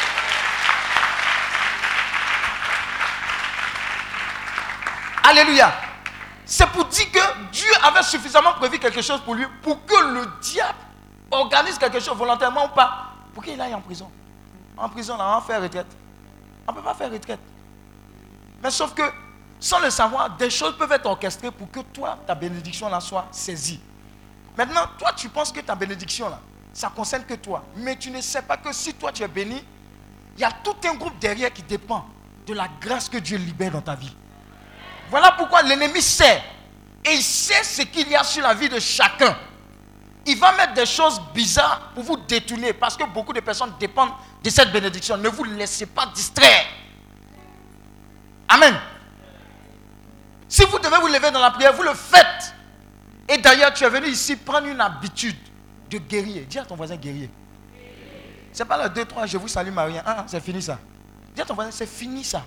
Alléluia. C'est pour dire que Dieu avait suffisamment prévu quelque chose pour lui pour que le diable organise quelque chose volontairement ou pas pour qu'il aille en prison. En prison, là, on fait retraite. On ne peut pas faire retraite. Mais sauf que, sans le savoir, des choses peuvent être orchestrées pour que toi, ta bénédiction là soit saisie. Maintenant, toi, tu penses que ta bénédiction là, ça ne concerne que toi. Mais tu ne sais pas que si toi tu es béni, il y a tout un groupe derrière qui dépend de la grâce que Dieu libère dans ta vie. Voilà pourquoi l'ennemi sait. Et il sait ce qu'il y a sur la vie de chacun. Il va mettre des choses bizarres pour vous détourner. Parce que beaucoup de personnes dépendent de cette bénédiction. Ne vous laissez pas distraire. Amen. Si vous devez vous lever dans la prière, vous le faites. Et d'ailleurs, tu es venu ici prendre une habitude de guerrier. Dis à ton voisin guerrier. Ce n'est pas le deux trois, je vous salue Marie. Ah, c'est fini ça. Dis à ton voisin, c'est fini ça.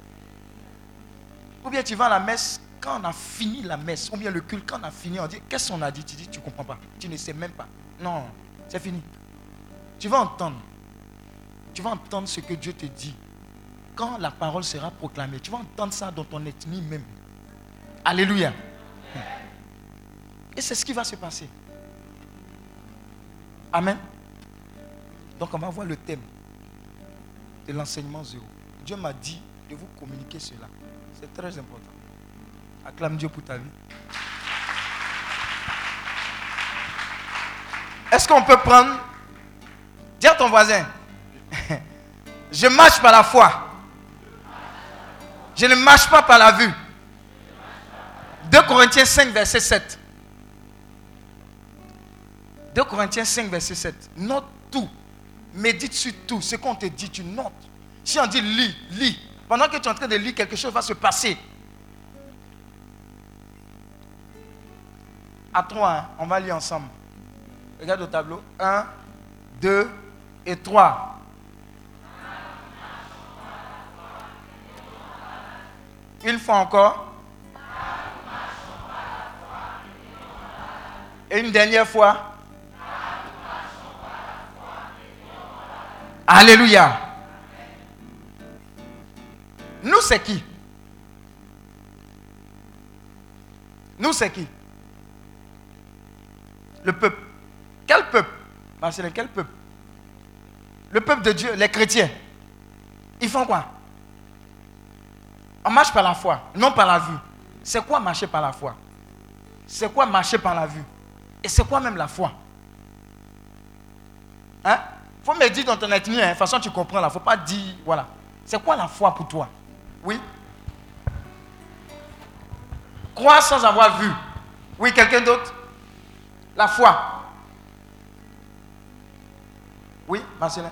Ou bien tu vas à la messe, quand on a fini la messe, ou bien le culte, quand on a fini, on dit, qu'est-ce qu'on a dit? Tu dis, tu ne comprends pas. Tu ne sais même pas. Non, c'est fini. Tu vas entendre. Tu vas entendre ce que Dieu te dit. Quand la parole sera proclamée, tu vas entendre ça dans ton ethnie même. Alléluia. Et c'est ce qui va se passer. Amen. Donc on va voir le thème de l'enseignement zéro. Dieu m'a dit de vous communiquer cela. C'est très important. Acclame Dieu pour ta vie. Est-ce qu'on peut prendre... Dis à ton voisin, je marche par la foi. Je ne marche pas par la vue. deux Corinthiens cinq, verset sept. deux Corinthiens cinq, verset sept. Note tout. Médite sur tout. Ce qu'on te dit, tu notes. Si on dit lis, lis. Pendant que tu es en train de lire, quelque chose va se passer. À trois, hein, on va lire ensemble. Regarde au tableau. Un, deux et trois. Une fois encore. Et une dernière fois. Alléluia. Nous, c'est qui? Nous, c'est qui? Le peuple. Quel peuple? Marcelin, quel peuple? Le peuple de Dieu, les chrétiens. Ils font quoi? On marche par la foi, non par la vue. C'est quoi marcher par la foi? C'est quoi marcher par la vue? Et c'est quoi même la foi? Hein? Il faut me dire dans ton ethnie, hein, de toute façon tu comprends là. Il ne faut pas dire, voilà. C'est quoi la foi pour toi? Oui? Croire sans avoir vu. Oui, quelqu'un d'autre? La foi. Oui, Marcelin?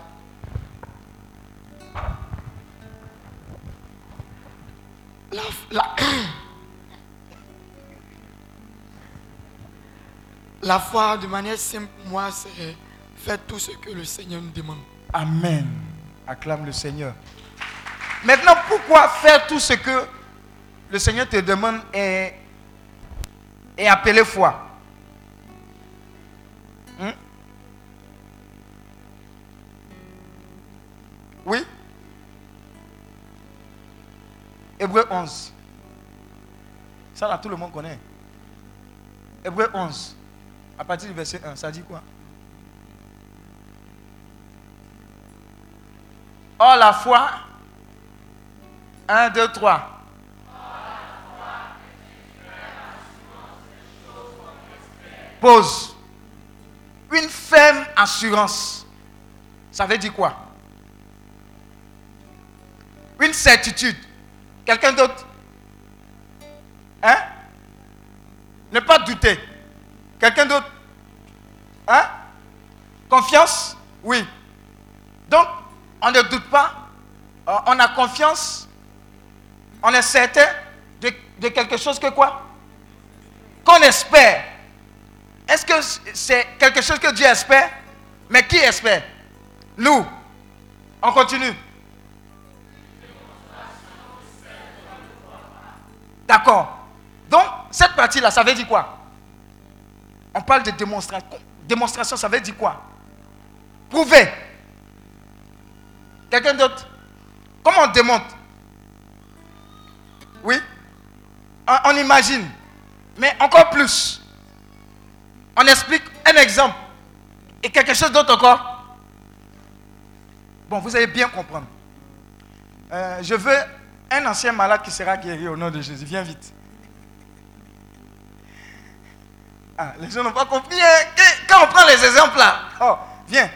La, la, la foi, de manière simple, moi, c'est faire tout ce que le Seigneur nous demande. Amen. Acclame le Seigneur. Maintenant, pourquoi faire tout ce que le Seigneur te demande est, est appelé foi? Hmm? Oui? Hébreu onze. Ça là, tout le monde connaît. Hébreu onze. À partir du verset un, ça dit quoi? Or la foi. un, deux, trois. Pause. Une ferme assurance. Ça veut dire quoi? Une certitude. Quelqu'un d'autre? Hein? Ne pas douter. Quelqu'un d'autre? Hein? Confiance? Oui. Donc, on ne doute pas. On a confiance. On est certain de, de quelque chose que quoi? Qu'on espère. Est-ce que c'est quelque chose que Dieu espère? Mais qui espère? Nous. On continue. D'accord. Donc, cette partie-là, ça veut dire quoi? On parle de démonstration. Démonstration, ça veut dire quoi? Prouver. Quelqu'un d'autre? Comment on démontre? Oui? On, on imagine. Mais encore plus. On explique un exemple. Et quelque chose d'autre encore. Bon, vous allez bien comprendre. Euh, je veux un ancien malade qui sera guéri au nom de Jésus. Viens vite. Ah, les gens n'ont pas compris. Hein? Quand on prend les exemples là. Oh, viens.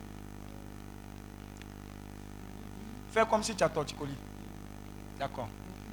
Fais comme si tu as torticolis. D'accord.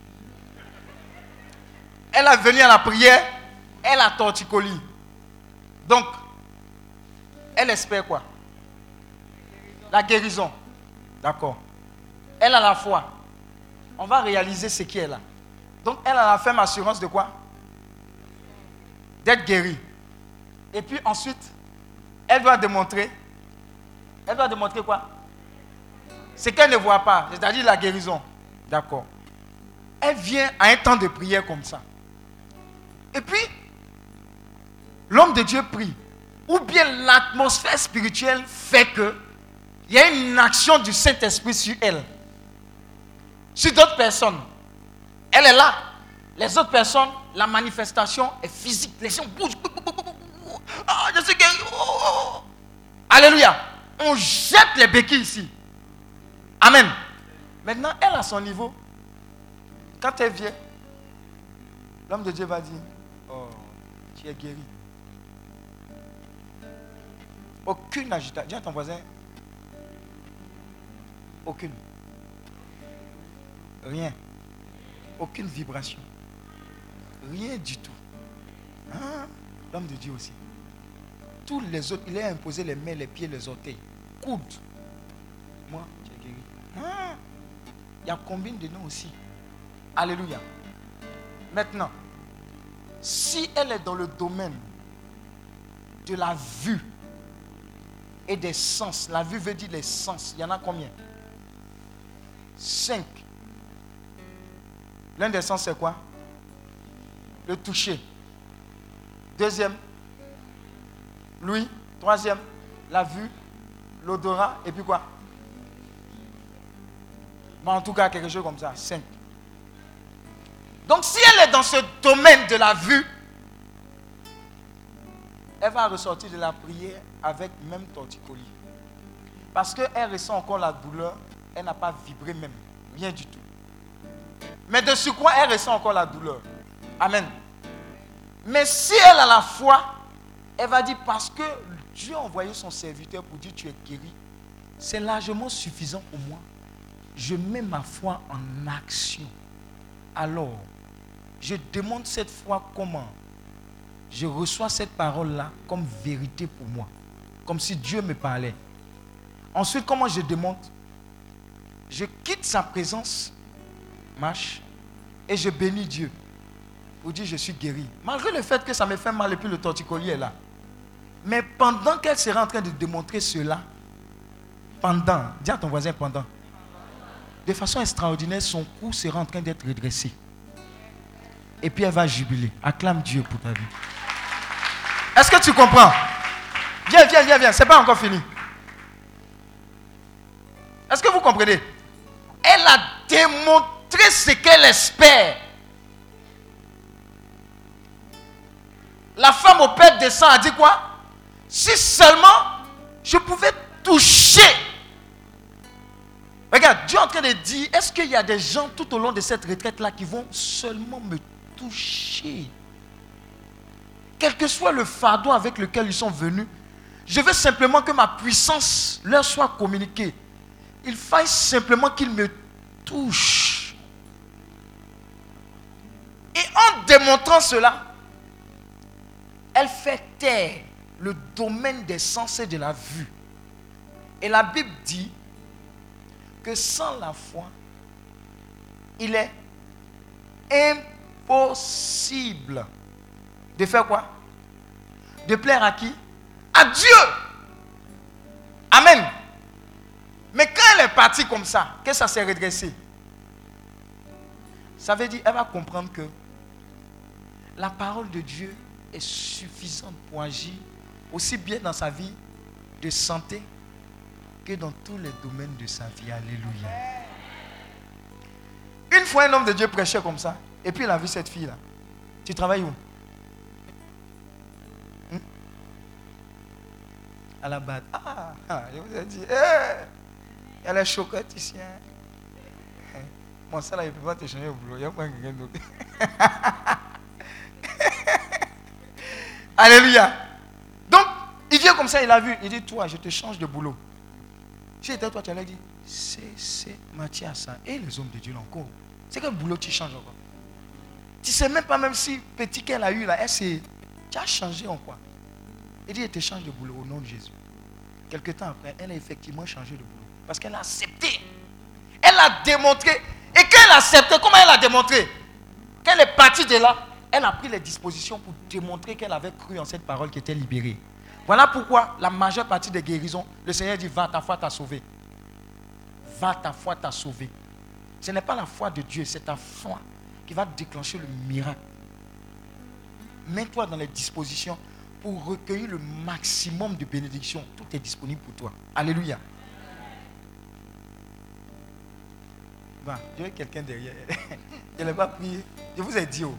Elle est venue à la prière. Elle a torticolis. Donc, elle espère quoi? La guérison. D'accord. Elle a la foi. On va réaliser ce qui est là. Donc, elle a la ferme assurance de quoi? D'être guérie. Et puis ensuite, elle doit démontrer. Elle doit démontrer quoi? Ce qu'elle ne voit pas, c'est-à-dire la guérison. D'accord. Elle vient à un temps de prière comme ça. Et puis, l'homme de Dieu prie. Ou bien l'atmosphère spirituelle fait que il y a une action du Saint-Esprit sur elle. Sur d'autres personnes. Elle est là. Les autres personnes, la manifestation est physique. Les gens bougent. Ah, je suis guéri. Oh. Alléluia. On jette les béquilles ici. Amen. Maintenant, elle a son niveau. Quand elle vient, l'homme de Dieu va dire, oh, tu es guéri. Aucune agitation. Dis à ton voisin, aucune. Rien. Aucune vibration. Rien du tout. Hein? L'homme de Dieu aussi. Tous les autres, il a imposé les mains, les pieds, les orteils. Coude. Moi, tu es guéri. Hein? Il y a combien de noms aussi? Alléluia. Maintenant, si elle est dans le domaine de la vue et des sens. La vue veut dire les sens. Il y en a combien? Cinq. L'un des sens, c'est quoi? Le toucher. Deuxième, l'ouïe. Troisième, la vue, l'odorat. Et puis quoi? Bon, en tout cas, quelque chose comme ça. Cinq. Donc, si elle est dans ce domaine de la vue, elle va ressortir de la prière avec même torticolis. Parce qu'elle ressent encore la douleur, elle n'a pas vibré même. Rien du tout. Mais de surcroît, elle ressent encore la douleur. Amen. Mais si elle a la foi, elle va dire parce que Dieu a envoyé son serviteur pour dire tu es guéri, c'est largement suffisant pour moi. Je mets ma foi en action. Alors, je demande cette foi comment? Je reçois cette parole-là comme vérité pour moi. Comme si Dieu me parlait. Ensuite, comment je demande? Je quitte sa présence, marche, et je bénis Dieu. Pour dire je suis guéri. Malgré le fait que ça me fait mal et puis le torticolis est là. Mais pendant qu'elle sera en train de démontrer cela, pendant, dis à ton voisin pendant, de façon extraordinaire, son cou sera en train d'être redressé. Et puis elle va jubiler. Acclame Dieu pour ta vie. Est-ce que tu comprends? Viens, viens, viens, viens. C'est pas encore fini. Est-ce que vous comprenez? Elle a démontré ce qu'elle espère. La femme au père descend a dit quoi? Si seulement je pouvais toucher. Regarde, Dieu est en train de dire, est-ce qu'il y a des gens tout au long de cette retraite-là qui vont seulement me toucher? Quel que soit le fardeau avec lequel ils sont venus, je veux simplement que ma puissance leur soit communiquée. Il faille simplement qu'ils me touchent. Et en démontrant cela, elle fait taire le domaine des sens et de la vue. Et la Bible dit que sans la foi, il est impossible de faire quoi? De plaire à qui? À Dieu. Amen. Mais quand elle est partie comme ça, que ça s'est redressé, ça veut dire qu'elle va comprendre que la parole de Dieu est suffisante pour agir aussi bien dans sa vie de santé que dans tous les domaines de sa vie. Alléluia. Une fois un homme de Dieu prêchait comme ça, et puis il a vu cette fille-là. Tu travailles où? Hmm? À la base. Ah, ah, je vous ai dit, hey, elle est choquante ici. Hein? Bon, ça là, il ne peut pas te changer au boulot. Il n'y a pas quelqu'un d'autre. Alléluia. Donc, il vient comme ça, il a vu. Il dit, toi, je te change de boulot. Si j'étais toi, tu allais dire, c'est Mathias. Et les hommes de Dieu encore. C'est quel boulot tu changes encore? Tu ne sais même pas, même si petit qu'elle a eu là, elle s'est, tu as changé en quoi? Il dit, elle te change de boulot au nom de Jésus. Quelque temps après, elle a effectivement changé de boulot. Parce qu'elle a accepté. Elle a démontré. Et quand elle a accepté, comment elle a démontré? Quand elle est partie de là, elle a pris les dispositions pour démontrer qu'elle avait cru en cette parole qui était libérée. Voilà pourquoi la majeure partie des guérisons, le Seigneur dit, va, ta foi t'a sauvé. Va, ta foi t'a sauvé. Ce n'est pas la foi de Dieu, c'est ta foi qui va déclencher le miracle. Mets-toi dans les dispositions pour recueillir le maximum de bénédictions. Tout est disponible pour toi. Alléluia. Va, il y a quelqu'un derrière. Je n'ai pas prié. Je vous ai dit. Oh.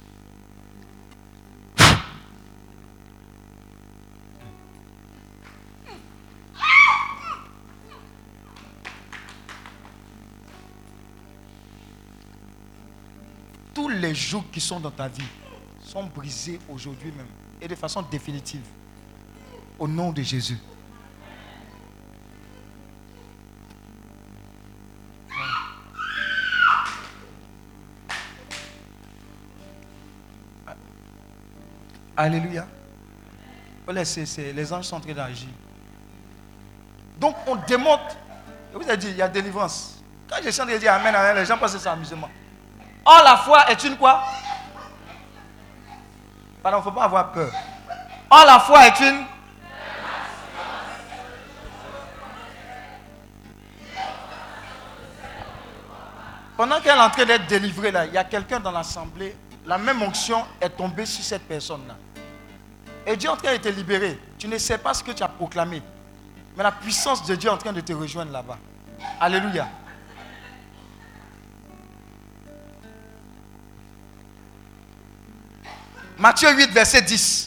Tous les jours qui sont dans ta vie sont brisés aujourd'hui même et de façon définitive au nom de Jésus. Alléluia. Voilà, c'est, c'est, les anges sont en train d'agir. Donc on démontre. Je vous ai dit, il y a délivrance. Quand je chante et je dis Amen, Amen, les gens pensent que c'est amusement. Or la foi est une quoi? Pardon, il ne faut pas avoir peur. Or, la foi est une... Pendant qu'elle est en train d'être délivrée, là, il y a quelqu'un dans l'assemblée, la même onction est tombée sur cette personne-là. Et Dieu est en train de te libérer. Tu ne sais pas ce que tu as proclamé. Mais la puissance de Dieu est en train de te rejoindre là-bas. Alléluia. Matthieu huit, verset dix.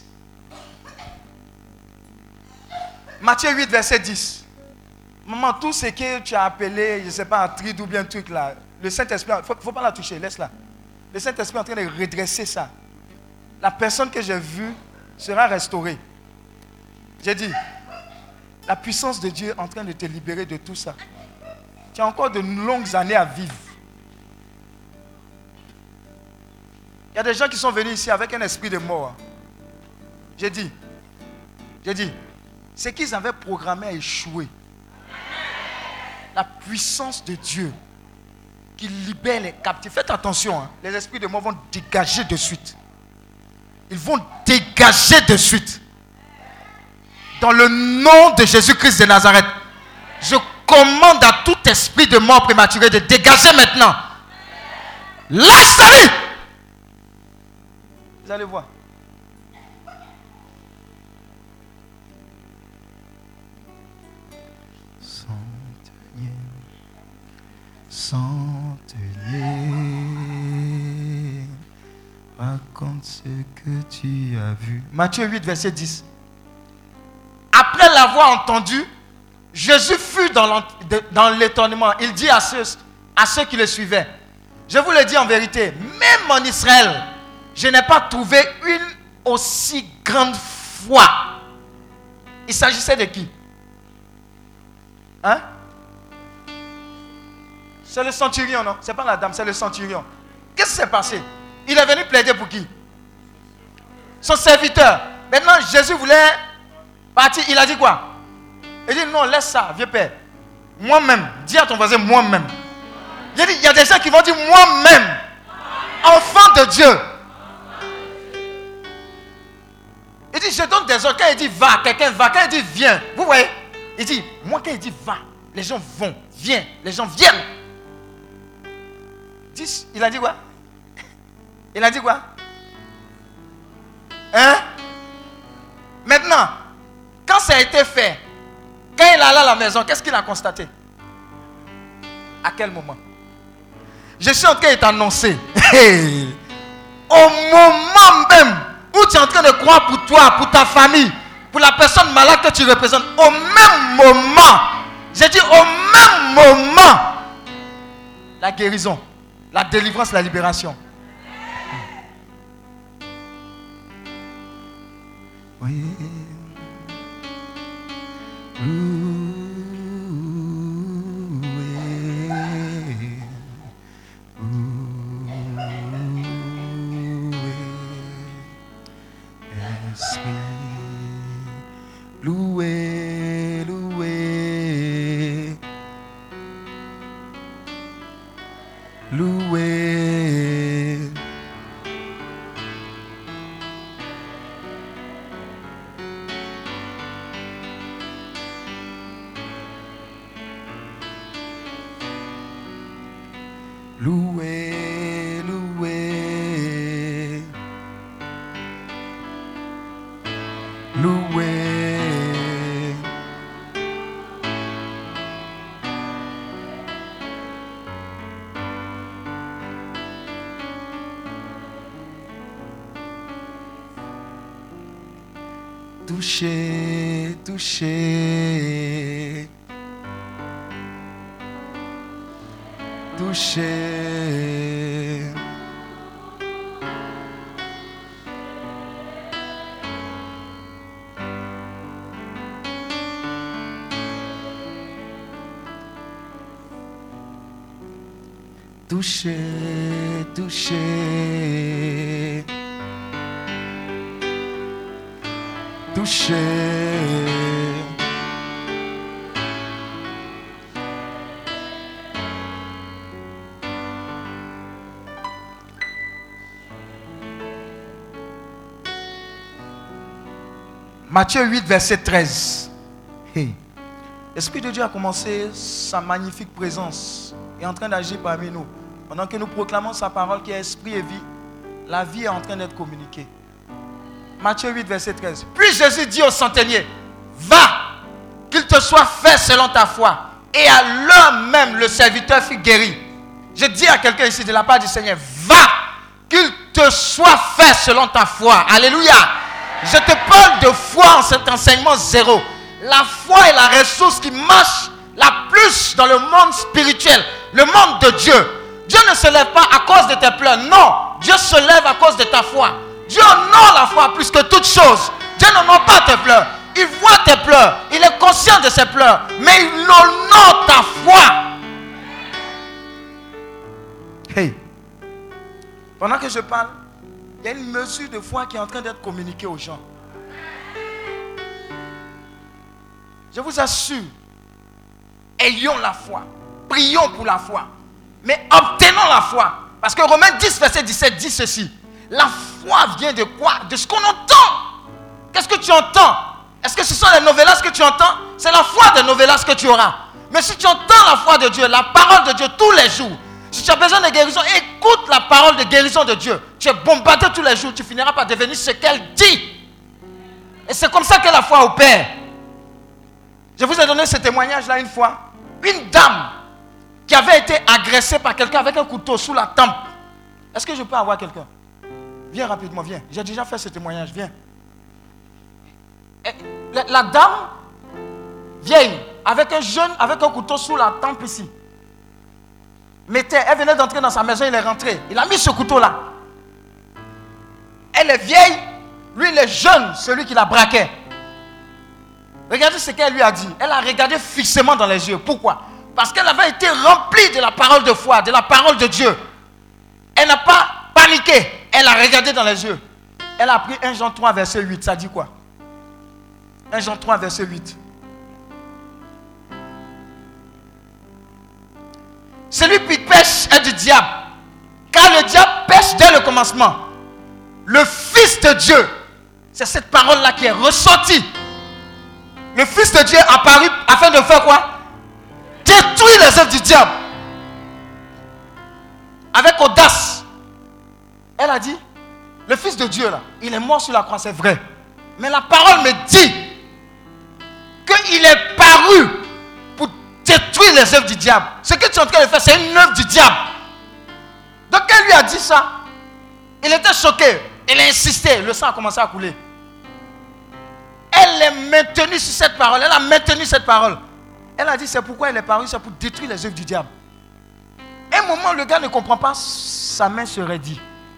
Matthieu huit, verset dix. Maman, tout ce que tu as appelé, je ne sais pas, un tride ou bien un truc là, le Saint-Esprit, il ne faut, faut pas la toucher, laisse-la. Le Saint-Esprit est en train de redresser ça. La personne que j'ai vue sera restaurée. J'ai dit, la puissance de Dieu est en train de te libérer de tout ça. Tu as encore de longues années à vivre. Il y a des gens qui sont venus ici avec un esprit de mort. J'ai dit, j'ai dit, ce qu'ils avaient programmé a échoué. La puissance de Dieu qui libère les captifs. Faites attention, hein, les esprits de mort vont dégager de suite. Ils vont dégager de suite. Dans le nom de Jésus-Christ de Nazareth, je commande à tout esprit de mort prématuré de dégager maintenant. Lâche sa vie. Vous allez voir. Centenier, centenier, raconte ce que tu as vu. Matthieu huit, verset dix. Après l'avoir entendu, Jésus fut dans l'étonnement. Il dit à ceux, à ceux qui le suivaient, je vous le dis en vérité, même en Israël, je n'ai pas trouvé une aussi grande foi. Il s'agissait de qui? Hein? C'est le centurion, non? C'est pas la dame, c'est le centurion. Qu'est-ce qui s'est passé? Il est venu plaider pour qui? Son serviteur. Maintenant, Jésus voulait partir. Il a dit quoi? Il dit non, laisse ça, vieux père. Moi-même, dis à ton voisin, moi-même. Il dit, il y a des gens qui vont dire moi-même, enfant de Dieu. Il dit, je donne des ordres. Quand il dit va, quelqu'un va. Quand il dit viens, vous voyez? Il dit, moi quand il dit va, les gens vont. Viens, les gens viennent. dix, il a dit quoi? Il a dit quoi? Hein? Maintenant, quand ça a été fait, quand il est allé à la maison, qu'est-ce qu'il a constaté? À quel moment? Je suis en train de t'annoncer. Hey, au moment même où tu es en train de croire pour toi, pour ta famille, pour la personne malade que tu représentes, au même moment, j'ai dit au même moment, la guérison, la délivrance, la libération. Oui. Loué, loué, loué. Loué, loué, loué. Touché, touché, touché. Touché, touché. Touché. Matthieu huit, verset treize. Hey. L'Esprit de Dieu a commencé sa magnifique présence et est en train d'agir parmi nous. Pendant que nous proclamons sa parole qui est esprit et vie, la vie est en train d'être communiquée. Matthieu huit, verset treize. Puis Jésus dit au centenier, va, qu'il te soit fait selon ta foi. Et à l'heure même, le serviteur fut guéri. Je dis à quelqu'un ici de la part du Seigneur, va, qu'il te soit fait selon ta foi. Alléluia. Je te parle de foi en cet enseignement zéro. La foi est la ressource qui marche la plus dans le monde spirituel, le monde de Dieu. Dieu ne se lève pas à cause de tes pleurs. Non, Dieu se lève à cause de ta foi. Dieu honore la foi plus que toute chose. Dieu n'honore pas tes pleurs. Il voit tes pleurs. Il est conscient de ses pleurs. Mais il honore ta foi. Hey. Pendant que je parle, il y a une mesure de foi qui est en train d'être communiquée aux gens. Je vous assure, ayons la foi. Prions pour la foi. Mais obtenons la foi. Parce que Romains dix, verset dix-sept dit ceci. La foi vient de quoi? De ce qu'on entend. Qu'est-ce que tu entends? Est-ce que ce sont les novellas que tu entends? C'est la foi des novellas que tu auras. Mais si tu entends la foi de Dieu, la parole de Dieu tous les jours, si tu as besoin de guérison, écoute la parole de guérison de Dieu. Tu es bombardé tous les jours, tu finiras par devenir ce qu'elle dit. Et c'est comme ça que la foi opère. Je vous ai donné ce témoignage-là une fois. Une dame qui avait été agressée par quelqu'un avec un couteau sous la tempe. Est-ce que je peux avoir quelqu'un? Viens rapidement, viens. J'ai déjà fait ce témoignage, viens. Et la, la dame, vieille, avec un jeune, avec un couteau sous la tempe ici. Mettait, elle venait d'entrer dans sa maison, il est rentré. Il a mis ce couteau-là. Elle est vieille, lui il est jeune, celui qui la braquait. Regardez ce qu'elle lui a dit. Elle a regardé fixement dans les yeux. Pourquoi? Parce qu'elle avait été remplie de la parole de foi, de la parole de Dieu. Elle n'a pas paniqué. Elle a regardé dans les yeux. Elle a pris un Jean trois, verset huit. Ça dit quoi? un Jean trois, verset huit. Celui qui pêche est du diable. Car le diable pêche dès le commencement. Le Fils de Dieu, c'est cette parole-là qui est ressortie. Le Fils de Dieu est apparu afin de faire quoi? Détruire les œuvres du diable. Avec audace. Elle a dit, le Fils de Dieu là, il est mort sur la croix, c'est vrai. Mais la parole me dit qu'il est paru pour détruire les œuvres du diable. Ce que tu es en train de faire, c'est une œuvre du diable. Donc elle lui a dit ça. Il était choqué. Il a insisté. Le sang a commencé à couler. Elle est maintenue sur cette parole. Elle a maintenu cette parole. Elle a dit, c'est pourquoi elle est parue, c'est pour détruire les œuvres du diable. À un moment, le gars ne comprend pas, sa main se raidit.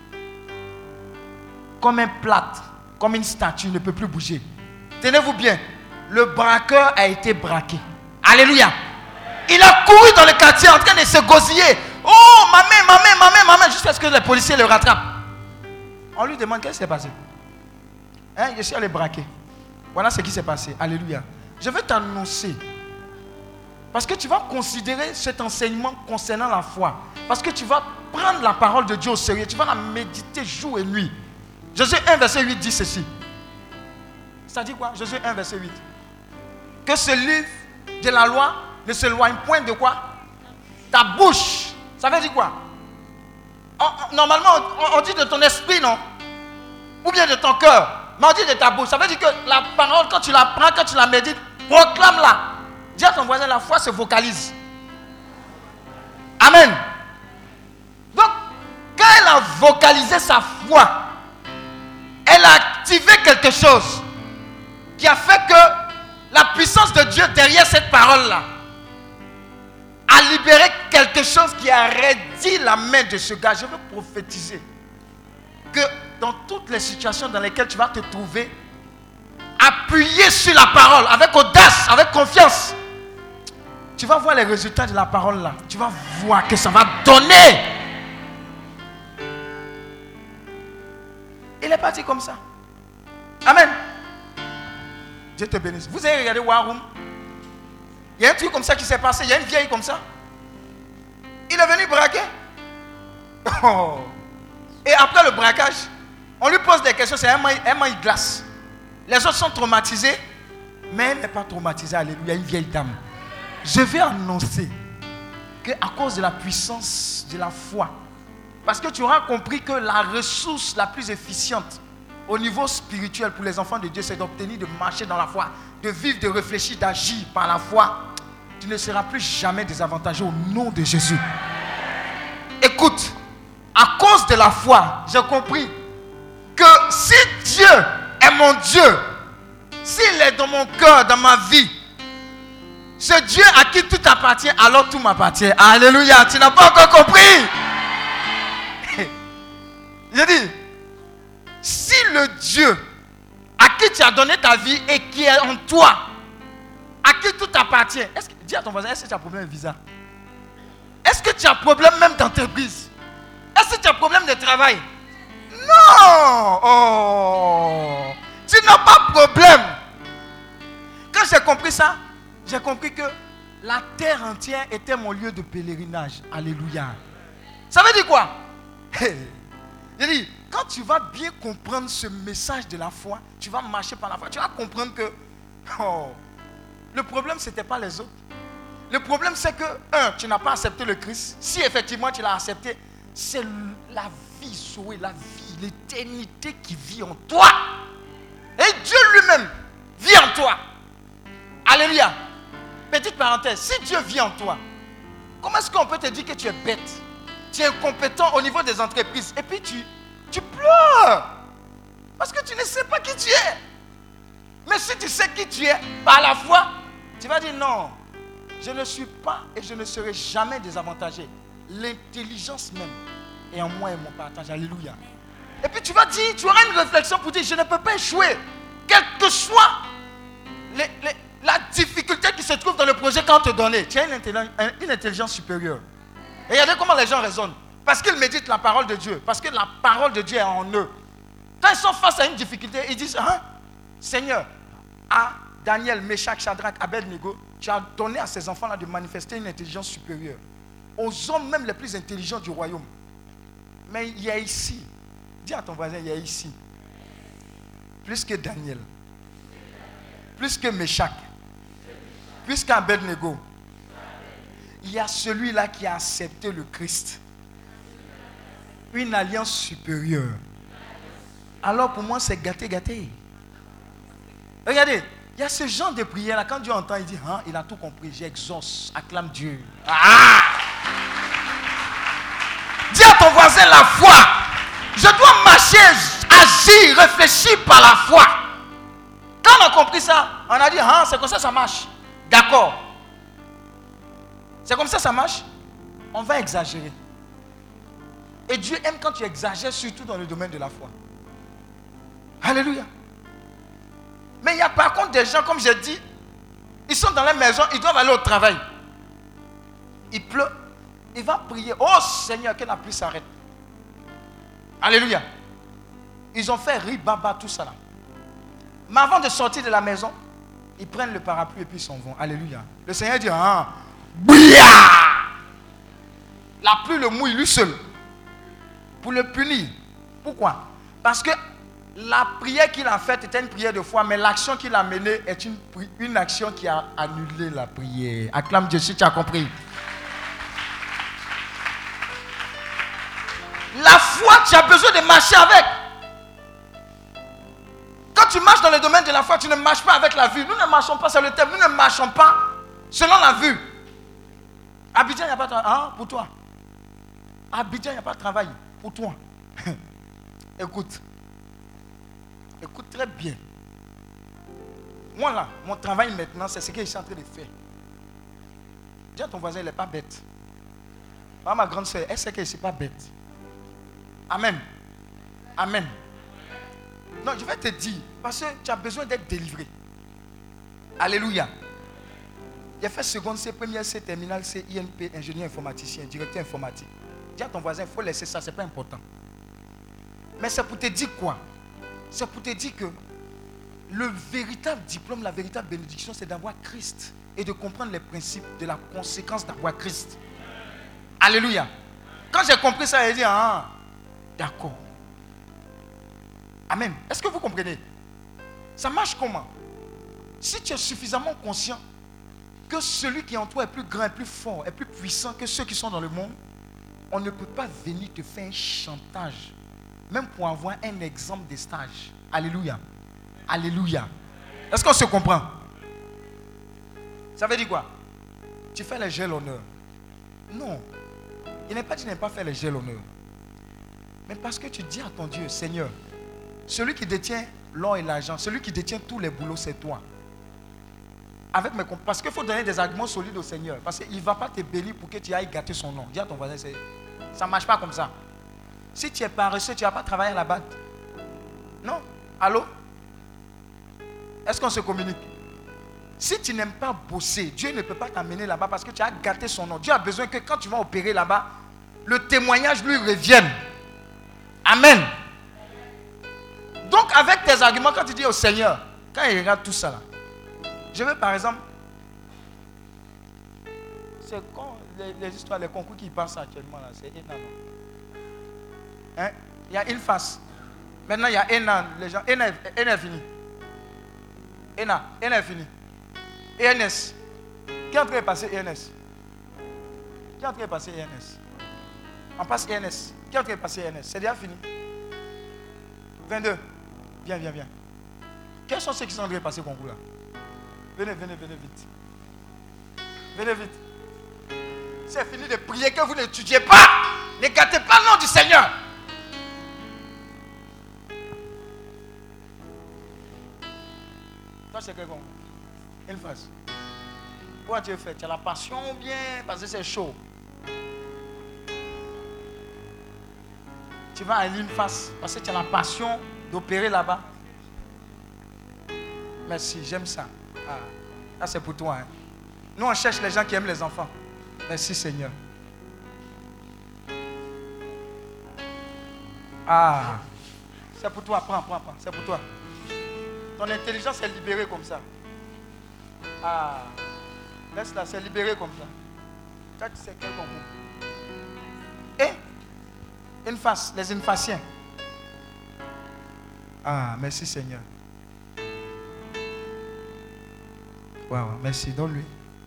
Comme un plâtre, comme une statue, ne peut plus bouger. Tenez-vous bien, le braqueur a été braqué. Alléluia. Il a couru dans le quartier en train de se gosiller. Oh, ma main, ma main, ma main, ma main, jusqu'à ce que les policiers le rattrapent. On lui demande, qu'est-ce qui s'est passé? Hein, je suis allé braquer. Voilà ce qui s'est passé. Alléluia. Je vais t'annoncer. Parce que tu vas considérer cet enseignement concernant la foi. Parce que tu vas prendre la parole de Dieu au sérieux. Tu vas la méditer jour et nuit. Jésus un, verset huit dit ceci. Ça dit quoi? Jésus un, verset huit. Que ce livre de la loi ne s'éloigne point de quoi? Ta bouche. Ça veut dire quoi? On, normalement, on, on dit de ton esprit, non? Ou bien de ton cœur. Mais on dit de ta bouche. Ça veut dire que la parole, quand tu la prends, quand tu la médites, proclame-la. Dis à ton voisin, la foi se vocalise. Amen. Donc, quand elle a vocalisé sa foi, elle a activé quelque chose qui a fait que la puissance de Dieu derrière cette parole-là a libéré quelque chose qui a raidi la main de ce gars. Je veux prophétiser que dans toutes les situations dans lesquelles tu vas te trouver, appuyé sur la parole, avec audace, avec confiance, tu vas voir les résultats de la parole là. Tu vas voir que ça va donner. Il est parti comme ça. Amen. Dieu te bénisse. Vous avez regardé War Room? Il y a un truc comme ça qui s'est passé. Il y a une vieille comme ça. Il est venu braquer. Oh. Et après le braquage, on lui pose des questions. C'est un main, un main glace. Les autres sont traumatisés, mais elle n'est pas traumatisée. Alléluia, une vieille dame. Je vais annoncer qu'à cause de la puissance de la foi, parce que tu auras compris que la ressource la plus efficiente au niveau spirituel pour les enfants de Dieu, c'est d'obtenir, de marcher dans la foi, de vivre, de réfléchir, d'agir par la foi. Tu ne seras plus jamais désavantagé au nom de Jésus. Écoute, à cause de la foi, j'ai compris que si Dieu est mon Dieu, s'il est dans mon cœur, dans ma vie, ce Dieu à qui tout appartient, alors tout m'appartient. Alléluia, tu n'as pas encore compris. J'ai dit, si le Dieu à qui tu as donné ta vie et qui est en toi, à qui tout appartient, est-ce que, dis à ton voisin, est-ce que tu as problème de visa? Est-ce que tu as problème même d'entreprise? Est-ce que tu as problème de travail? Non! Oh! Tu n'as pas de problème. Quand j'ai compris ça, j'ai compris que la terre entière était mon lieu de pèlerinage. Alléluia. Ça veut dire quoi? J'ai dit, quand tu vas bien comprendre ce message de la foi, tu vas marcher par la foi, tu vas comprendre que oh, le problème, ce n'était pas les autres. Le problème, c'est que, un, tu n'as pas accepté le Christ. Si effectivement tu l'as accepté, c'est la vie sauvée, la vie, l'éternité qui vit en toi. Et Dieu lui-même vit en toi. Alléluia. Petite parenthèse, si Dieu vit en toi, comment est-ce qu'on peut te dire que tu es bête? Tu es incompétent au niveau des entreprises. Et puis tu, tu pleures. Parce que tu ne sais pas qui tu es. Mais si tu sais qui tu es, par la foi, tu vas dire non. Je ne suis pas et je ne serai jamais désavantagé. L'intelligence même est en moi et mon partage. Alléluia. Et puis tu vas dire, tu auras une réflexion pour dire, je ne peux pas échouer. Quelle que soit les, les, la difficulté qui se trouve dans le projet qu'on te donne. Tu as une intelligence, une intelligence supérieure. Et regardez comment les gens raisonnent. Parce qu'ils méditent la parole de Dieu. Parce que la parole de Dieu est en eux. Quand ils sont face à une difficulté, ils disent, hein, Seigneur, à Daniel, Meshach, Shadrach, Abednego, tu as donné à ces enfants-là de manifester une intelligence supérieure. Aux hommes même les plus intelligents du royaume. Mais il y a ici, dis à ton voisin, il y a ici, plus que Daniel, plus que Meshach, plus qu'Abednego, il y a celui-là qui a accepté le Christ. Une alliance supérieure. Alors pour moi, c'est gâté, gâté. Regardez, il y a ce genre de prière là, quand Dieu entend, il dit, hein, il a tout compris, j'exauce, acclame Dieu. Ah! Dis à ton voisin la foi. Je dois marcher, agir, réfléchir par la foi. Quand on a compris ça, on a dit, hein, c'est comme ça ça marche. D'accord. C'est comme ça ça marche. On va exagérer. Et Dieu aime quand tu exagères, surtout dans le domaine de la foi. Alléluia. Mais il y a par contre des gens, comme j'ai dit, ils sont dans la maison, ils doivent aller au travail. Il pleut, il va prier. Oh Seigneur, que la pluie s'arrête. Alléluia. Ils ont fait ribaba, tout ça là. Mais avant de sortir de la maison, ils prennent le parapluie et puis ils s'en vont. Alléluia. Le Seigneur dit, ah, bouya! La pluie le mouille lui seul. Pour le punir. Pourquoi? Parce que la prière qu'il a faite était une prière de foi, mais l'action qu'il a menée est une, une action qui a annulé la prière. Acclame Dieu si tu as compris. La foi, tu as besoin de marcher avec. Quand tu marches dans le domaine de la foi, tu ne marches pas avec la vue. Nous ne marchons pas sur le thème. Nous ne marchons pas selon la vue. Abidjan, il n'y a pas de travail. Hein, pour toi. Abidjan, il n'y a pas de travail. Pour toi. Écoute. Écoute très bien. Moi là, mon travail maintenant, c'est ce que je suis en train de faire. Dis à ton voisin, il n'est pas bête. Moi, ma grande soeur, elle sait que je ne suis pas bête. Amen. Amen. Non, je vais te dire, parce que tu as besoin d'être délivré. Alléluia. J'ai fait seconde C, première C, terminale C, I N P, ingénieur informaticien, directeur informatique. Dis à ton voisin, il faut laisser ça, ce n'est pas important. Mais c'est pour te dire quoi? C'est pour te dire que le véritable diplôme, la véritable bénédiction, c'est d'avoir Christ et de comprendre les principes de la conséquence d'avoir Christ. Alléluia. Quand j'ai compris ça, j'ai dit, ah, d'accord. Amen. Est-ce que vous comprenez? Ça marche comment? Si tu es suffisamment conscient que celui qui est en toi est plus grand, est plus fort, est plus puissant que ceux qui sont dans le monde, on ne peut pas venir te faire un chantage, même pour avoir un exemple de stage. Alléluia. Alléluia. Est-ce qu'on se comprend? Ça veut dire quoi? Tu fais les jeux l'honneur. Non. Il n'est pas dit de ne pas faire les jeux l'honneur. Mais parce que tu dis à ton Dieu, Seigneur, celui qui détient l'or et l'argent, celui qui détient tous les boulots, c'est toi. Avec mes comp- parce qu'il faut donner des arguments solides au Seigneur. Parce qu'il ne va pas te bénir pour que tu ailles gâter son nom. Dis à ton voisin, c'est... ça ne marche pas comme ça. Si tu es paresseux, tu ne vas pas travailler à la batte. Non. Allô? Est-ce qu'on se communique? Si tu n'aimes pas bosser, Dieu ne peut pas t'amener là-bas parce que tu as gâté son nom. Dieu a besoin que quand tu vas opérer là-bas, le témoignage lui revienne. Amen. Donc avec tes arguments, quand tu dis au Seigneur, quand il regarde tout ça là, je veux par exemple, c'est quand les, les histoires, les concours qui passent actuellement là, c'est énorme. Hein? Il y a une face. Maintenant il y a un an, les gens, un an est fini. Un an, un an est fini. E N S. Qui est en train de passer E N S? Qui est en train de passer E N S? On passe E N S. Qui est en train de passer E N S? C'est déjà fini. vingt-deux. Viens, viens, viens. Quels sont ceux qui sont en train de passer le concours là? Venez, venez, venez vite. Venez vite. C'est fini de prier que vous n'étudiez pas. Ne gâtez pas le nom du Seigneur. Toi, c'est quel concours? Une face. Pourquoi tu es fait? Tu as la passion ou bien parce que c'est chaud? Tu vas à une face parce que tu as la passion d'opérer là-bas. Merci, j'aime ça. Ah, là c'est pour toi. Hein. Nous on cherche les gens qui aiment les enfants. Merci Seigneur. Ah, c'est pour toi, prends, prends, prends, c'est pour toi. Ton intelligence est libérée comme ça. Ah, laisse-la, c'est libéré comme ça. Ça, tu sais quel concours. Et une face, les infaciens. Ah, merci Seigneur. Waouh, merci, donne-lui.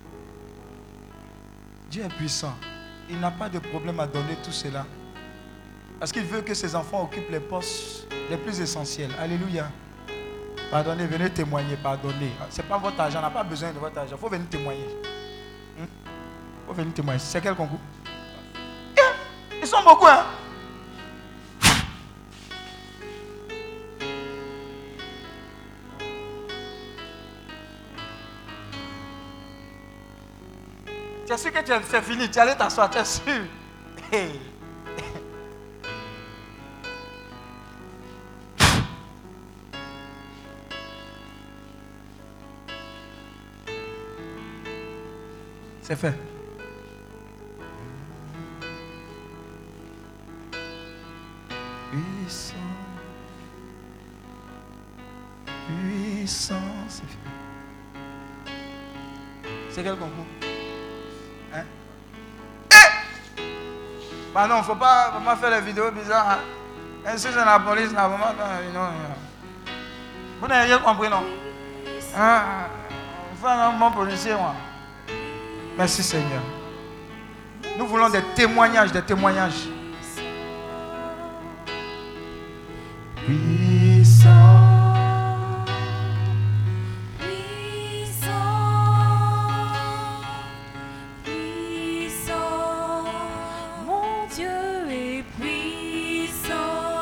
Dieu est puissant. Il n'a pas de problème à donner tout cela. Parce qu'il veut que ses enfants occupent les postes les plus essentiels. Alléluia. Pardonnez, venez témoigner, pardonnez. Ce n'est pas votre argent, on n'a pas besoin de votre argent. Il faut venir témoigner. Il hmm? faut venir témoigner. C'est quel concours? Eh, ils sont beaucoup, hein? Tu es sûr que c'est fini, tu allais t'asseoir, tu es sûr? Hey. C'est fait. Puissant. Puissant. C'est fait. C'est quel concours? Hein? Eh! Bah non, faut pas, faut pas faire les vidéos bizarres. Hein? Ainsi, c'est la police, là, vraiment. Non, non. Vous n'avez rien compris, non? Hein? Faut un bon policier, moi. Merci Seigneur. Nous voulons des témoignages, des témoignages. Puissant. Puissant. Puissant. Mon Dieu est puissant.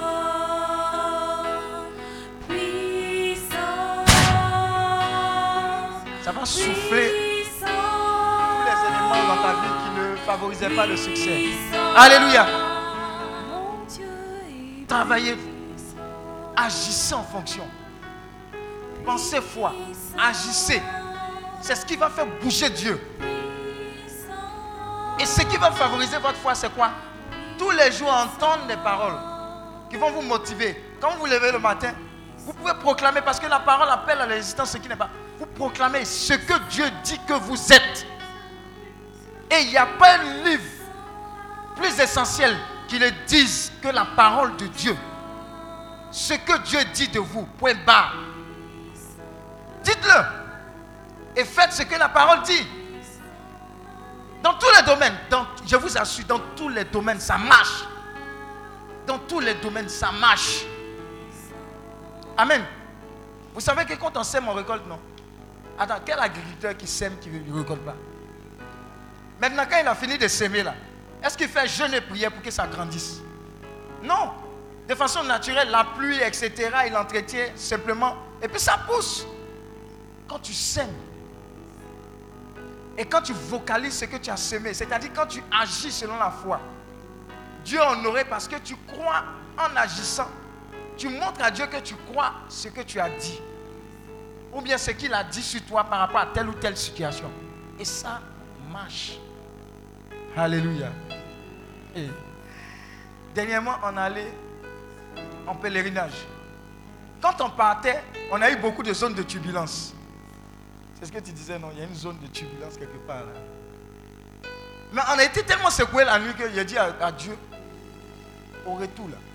Puissant. Ça va souffler dans ta vie qui ne favorisait pas le succès. Alléluia. Travaillez, agissez en fonction. Pensez foi, agissez. C'est ce qui va faire bouger Dieu. Et ce qui va favoriser votre foi, c'est quoi? Tous les jours entendre des paroles qui vont vous motiver. Quand vous vous levez le matin, vous pouvez proclamer, parce que la parole appelle à l'existence ce qui n'est pas. Vous proclamez ce que Dieu dit que vous êtes. Et il n'y a pas un livre plus essentiel qui le dise que la parole de Dieu. Ce que Dieu dit de vous, point barre. Dites-le. Et faites ce que la parole dit. Dans tous les domaines, dans, je vous assure, dans tous les domaines, ça marche. Dans tous les domaines, ça marche. Amen. Vous savez que quand on sème, on récolte, non? Attends, quel agriculteur qui sème qui ne récolte pas? Maintenant, quand il a fini de s'aimer là, est-ce qu'il fait jeûne et prière pour que ça grandisse? Non. De façon naturelle, la pluie, et cetera, il entretient simplement. Et puis ça pousse. Quand tu sèmes, et quand tu vocalises ce que tu as semé, c'est-à-dire quand tu agis selon la foi, Dieu est honoré parce que tu crois en agissant. Tu montres à Dieu que tu crois ce que tu as dit. Ou bien ce qu'il a dit sur toi par rapport à telle ou telle situation. Et ça marche. Alléluia. Et dernièrement, on allait en pèlerinage. Quand on partait, on a eu beaucoup de zones de turbulence. C'est ce que tu disais, non? Il y a une zone de turbulence quelque part là. Mais on a été tellement secoué la nuit que j'ai dit à, à Dieu, au retour là,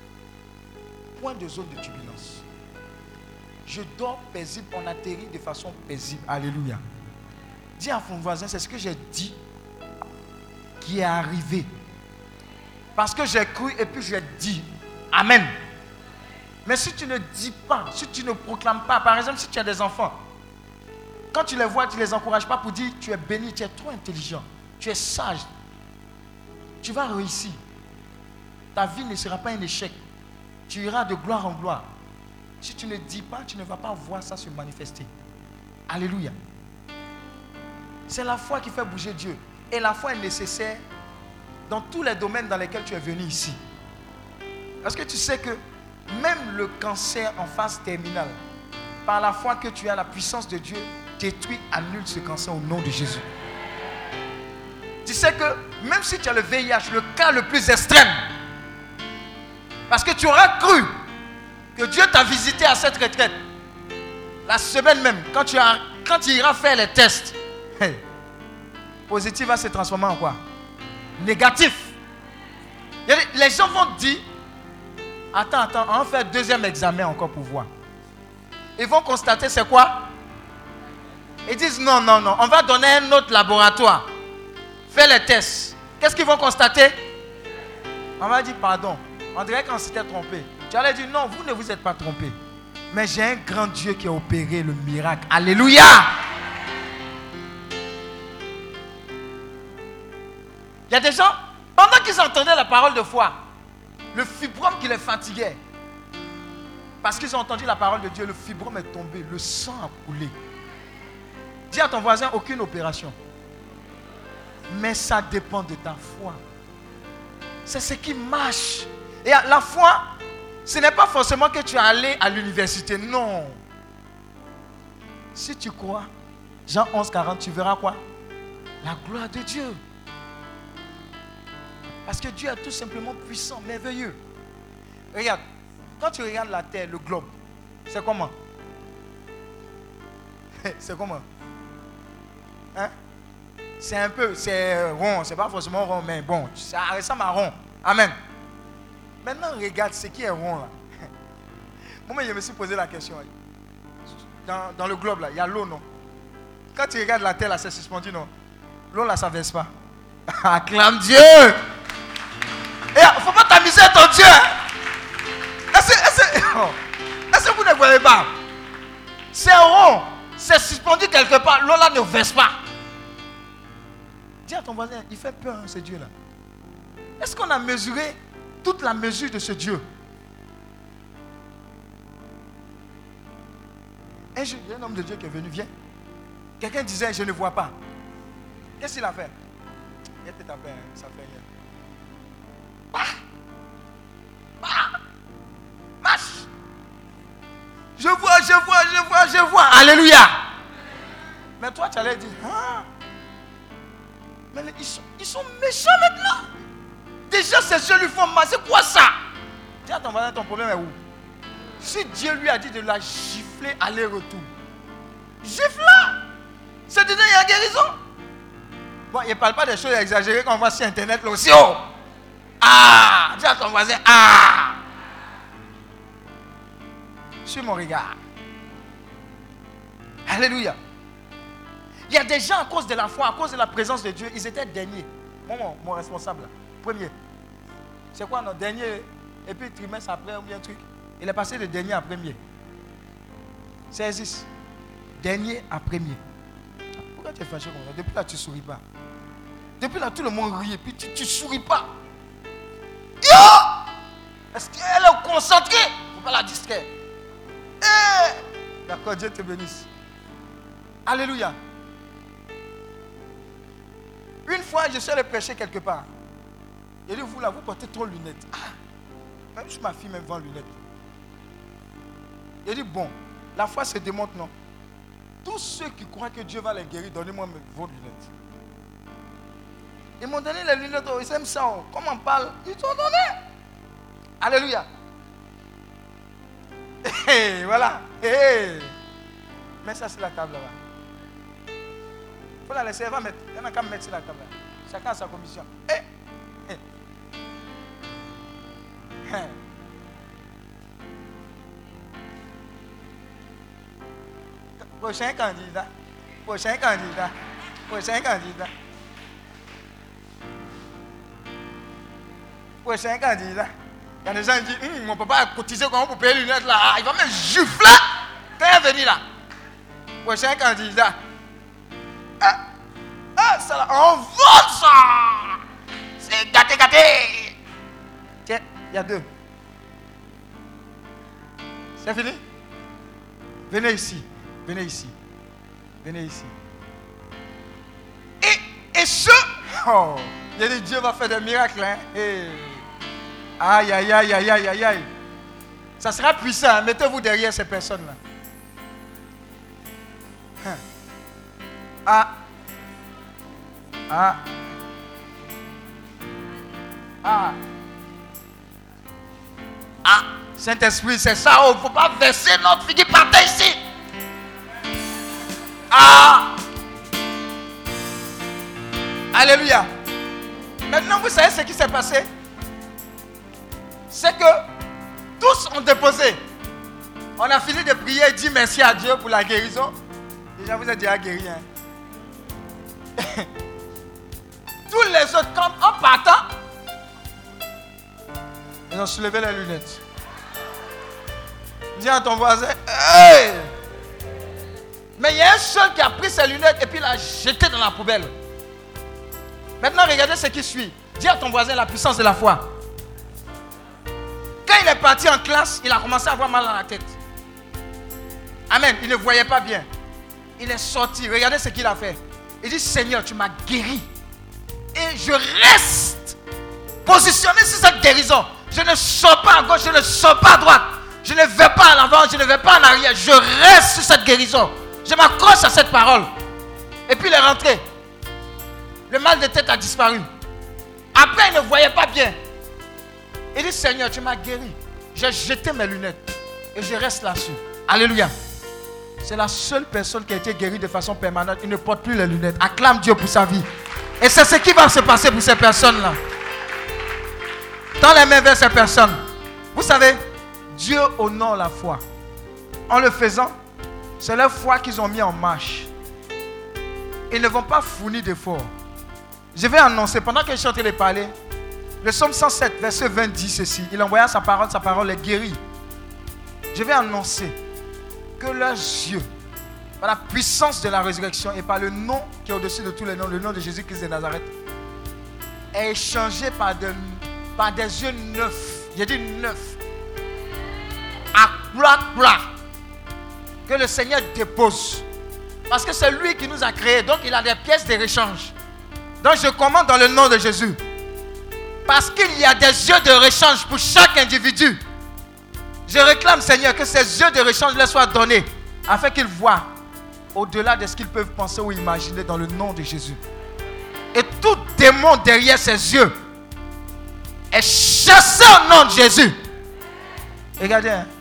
point de zone de turbulence. Je dors paisible, on atterrit de façon paisible. Alléluia. Dis à ton voisin, c'est ce que j'ai dit qui est arrivé. Parce que j'ai cru et puis j'ai dit. Amen. Mais si tu ne dis pas, si tu ne proclames pas, par exemple, si tu as des enfants, quand tu les vois, tu ne les encourages pas pour dire tu es béni, tu es trop intelligent, tu es sage, tu vas réussir. Ta vie ne sera pas un échec. Tu iras de gloire en gloire. Si tu ne dis pas, tu ne vas pas voir ça se manifester. Alléluia. C'est la foi qui fait bouger Dieu. Et la foi est nécessaire dans tous les domaines dans lesquels tu es venu ici. Parce que tu sais que même le cancer en phase terminale, par la foi que tu as, la puissance de Dieu détruit, annule ce cancer au nom de Jésus. Tu sais que même si tu as le V I H, le cas le plus extrême, parce que tu auras cru que Dieu t'a visité à cette retraite, la semaine même, quand tu, as, quand tu iras faire les tests, hey, positif va se transformer en quoi? Négatif. Les gens vont te dire, attends, attends, on va faire deuxième examen encore pour voir. Ils vont constater c'est quoi? Ils disent non, non, non, on va donner un autre laboratoire. Fais les tests. Qu'est-ce qu'ils vont constater? On va dire pardon. On dirait qu'on s'était trompé. Tu allais dire non, vous ne vous êtes pas trompé. Mais j'ai un grand Dieu qui a opéré le miracle. Alléluia! Il y a des gens, pendant qu'ils entendaient la parole de foi, le fibrome qui les fatiguait, parce qu'ils ont entendu la parole de Dieu, le fibrome est tombé, le sang a coulé. Dis à ton voisin, aucune opération. Mais ça dépend de ta foi. C'est ce qui marche. Et la foi, ce n'est pas forcément que tu es allé à l'université. Non. Si tu crois, Jean onze, quarante, tu verras quoi? La gloire de Dieu. Parce que Dieu est tout simplement puissant, merveilleux. Regarde, quand tu regardes la terre, le globe, c'est comment? C'est comment? Hein? C'est un peu, c'est rond, c'est pas forcément rond, mais bon, ça ressemble à rond. Amen. Maintenant, regarde ce qui est rond là. Moi, je me suis posé la question. Dans, dans le globe là, il y a l'eau, non? Quand tu regardes la terre là, c'est suspendu, non? L'eau là, ça ne verse pas. Acclame Dieu! Il ne faut pas t'amuser à ton Dieu. Est-ce, est-ce, est-ce que vous ne voyez pas? C'est rond, c'est suspendu quelque part. L'eau là ne verse pas. Dis à ton voisin, il fait peur, hein, ce Dieu là. Est-ce qu'on a mesuré toute la mesure de ce Dieu? Un, jour, il y a un homme de Dieu qui est venu, viens. Quelqu'un disait, je ne vois pas. Qu'est-ce qu'il a fait? Il a peut-être tapé, hein, ça fait rien. Bah, bah, marche. Je vois, je vois, je vois, je vois. Alléluia. Mais toi, tu allais dire, ah, mais ils sont, ils sont méchants maintenant. Déjà, ces yeux lui font mal. C'est quoi ça? Dis à ton voisin, ton problème est où? Si Dieu lui a dit de la gifler aller-retour, gifle-la. C'est dedans, il y a guérison. Bon, il ne parle pas des choses exagérées qu'on voit sur Internet là aussi. Oh! Ah! Dis à ton voisin, ah! Suis mon regard. Alléluia. Il y a des gens à cause de la foi, à cause de la présence de Dieu, ils étaient derniers. Mon, mon, mon responsable, là, premier. C'est quoi notre dernier? Et puis trimestre après, ou bien un truc. Il est passé de dernier à premier. Ça existe. Dernier à premier. Pourquoi tu es fâché comme ça? Depuis là, tu ne souris pas. Depuis là, tout le monde rit et puis tu ne souris pas. Yo! Est-ce qu'elle est concentrée? Il ne faut pas la distraire. Eh! D'accord, Dieu te bénisse. Alléluia. Une fois, je suis allé prêcher quelque part. Il dit, vous là, vous portez trop de lunettes. Ah, même si ma fille me vend lunettes. Il dit, bon, la foi se démontre, non? Tous ceux qui croient que Dieu va les guérir, donnez-moi vos lunettes. Ils m'ont donné les lunettes, oh, ils aiment ça. Oh. Comme on parle, ils t'ont donné. Alléluia. Hey, voilà. Hey. Mets ça sur la table là-bas. Il faut la laisser, elle va mettre. Elle n'a qu'à mettre sur la table là. Chacun a sa commission. Hey. Hey. Hey. Prochain candidat. Prochain candidat. Prochain candidat. Prochain candidat. Il y a des gens qui disent, hm, mon papa a cotisé comment pour payer les lunettes là. Ah, il va me gifler. Quand il est venu là. Prochain candidat. Ah, ah ça là, on vote ça. C'est gâté, gâté. Tiens, il y a deux. C'est fini? Venez ici. Venez ici. Venez ici. Et, et ce, oh, il a dit Dieu va faire des miracles. Hein? Hey. Aïe, aïe, aïe, aïe, aïe, aïe, aïe. Ça sera puissant. Hein? Mettez-vous derrière ces personnes-là. Hein. Ah. Ah. Ah. Ah. Saint-Esprit, c'est ça. Il ne faut pas verser notre fille par terre ici. Ah! Alléluia. Maintenant, vous savez ce qui s'est passé? C'est que tous ont déposé. On a fini de prier et dit merci à Dieu pour la guérison. Déjà, vous êtes déjà guéri. Hein? Tous les autres, comme en partant, ils ont soulevé les lunettes. Dis à ton voisin, hey! Mais il y a un seul qui a pris ses lunettes et puis l'a jeté dans la poubelle. Maintenant, regardez ce qui suit. Dis à ton voisin la puissance de la foi. Quand il est parti en classe, il a commencé à avoir mal à la tête. Amen. Il ne voyait pas bien. Il est sorti. Regardez ce qu'il a fait. Il dit, Seigneur, tu m'as guéri. Et je reste positionné sur cette guérison. Je ne sors pas à gauche, je ne sors pas à droite. Je ne vais pas à l'avant, je ne vais pas en arrière. Je reste sur cette guérison. Je m'accroche à cette parole. Et puis il est rentré. Le mal de tête a disparu. Après, il ne voyait pas bien. Il dit, Seigneur, tu m'as guéri. J'ai jeté mes lunettes. Et je reste là-dessus. Alléluia. C'est la seule personne qui a été guérie de façon permanente. Il ne porte plus les lunettes. Acclame Dieu pour sa vie. Et c'est ce qui va se passer pour ces personnes-là. Tends les mains vers ces personnes. Vous savez, Dieu honore la foi. En le faisant, c'est leur foi qu'ils ont mis en marche. Ils ne vont pas fournir d'efforts. Je vais annoncer, pendant que je suis en train de parler, le psaume cent sept, verset vingt dit ceci. Il envoya sa parole, sa parole est guérie. Je vais annoncer que leurs yeux, par la puissance de la résurrection et par le nom qui est au-dessus de tous les noms, le nom de Jésus-Christ de Nazareth, est échangé par, de, par des yeux neufs. J'ai dit neufs. À plat, plat. Que le Seigneur dépose. Parce que c'est lui qui nous a créés. Donc il a des pièces de rechange. Donc je commande dans le nom de Jésus. Parce qu'il y a des yeux de rechange pour chaque individu. Je réclame, Seigneur, que ces yeux de rechange leur soient donnés. Afin qu'ils voient au-delà de ce qu'ils peuvent penser ou imaginer dans le nom de Jésus. Et tout démon derrière ces yeux est chassé au nom de Jésus. Regardez. Hein.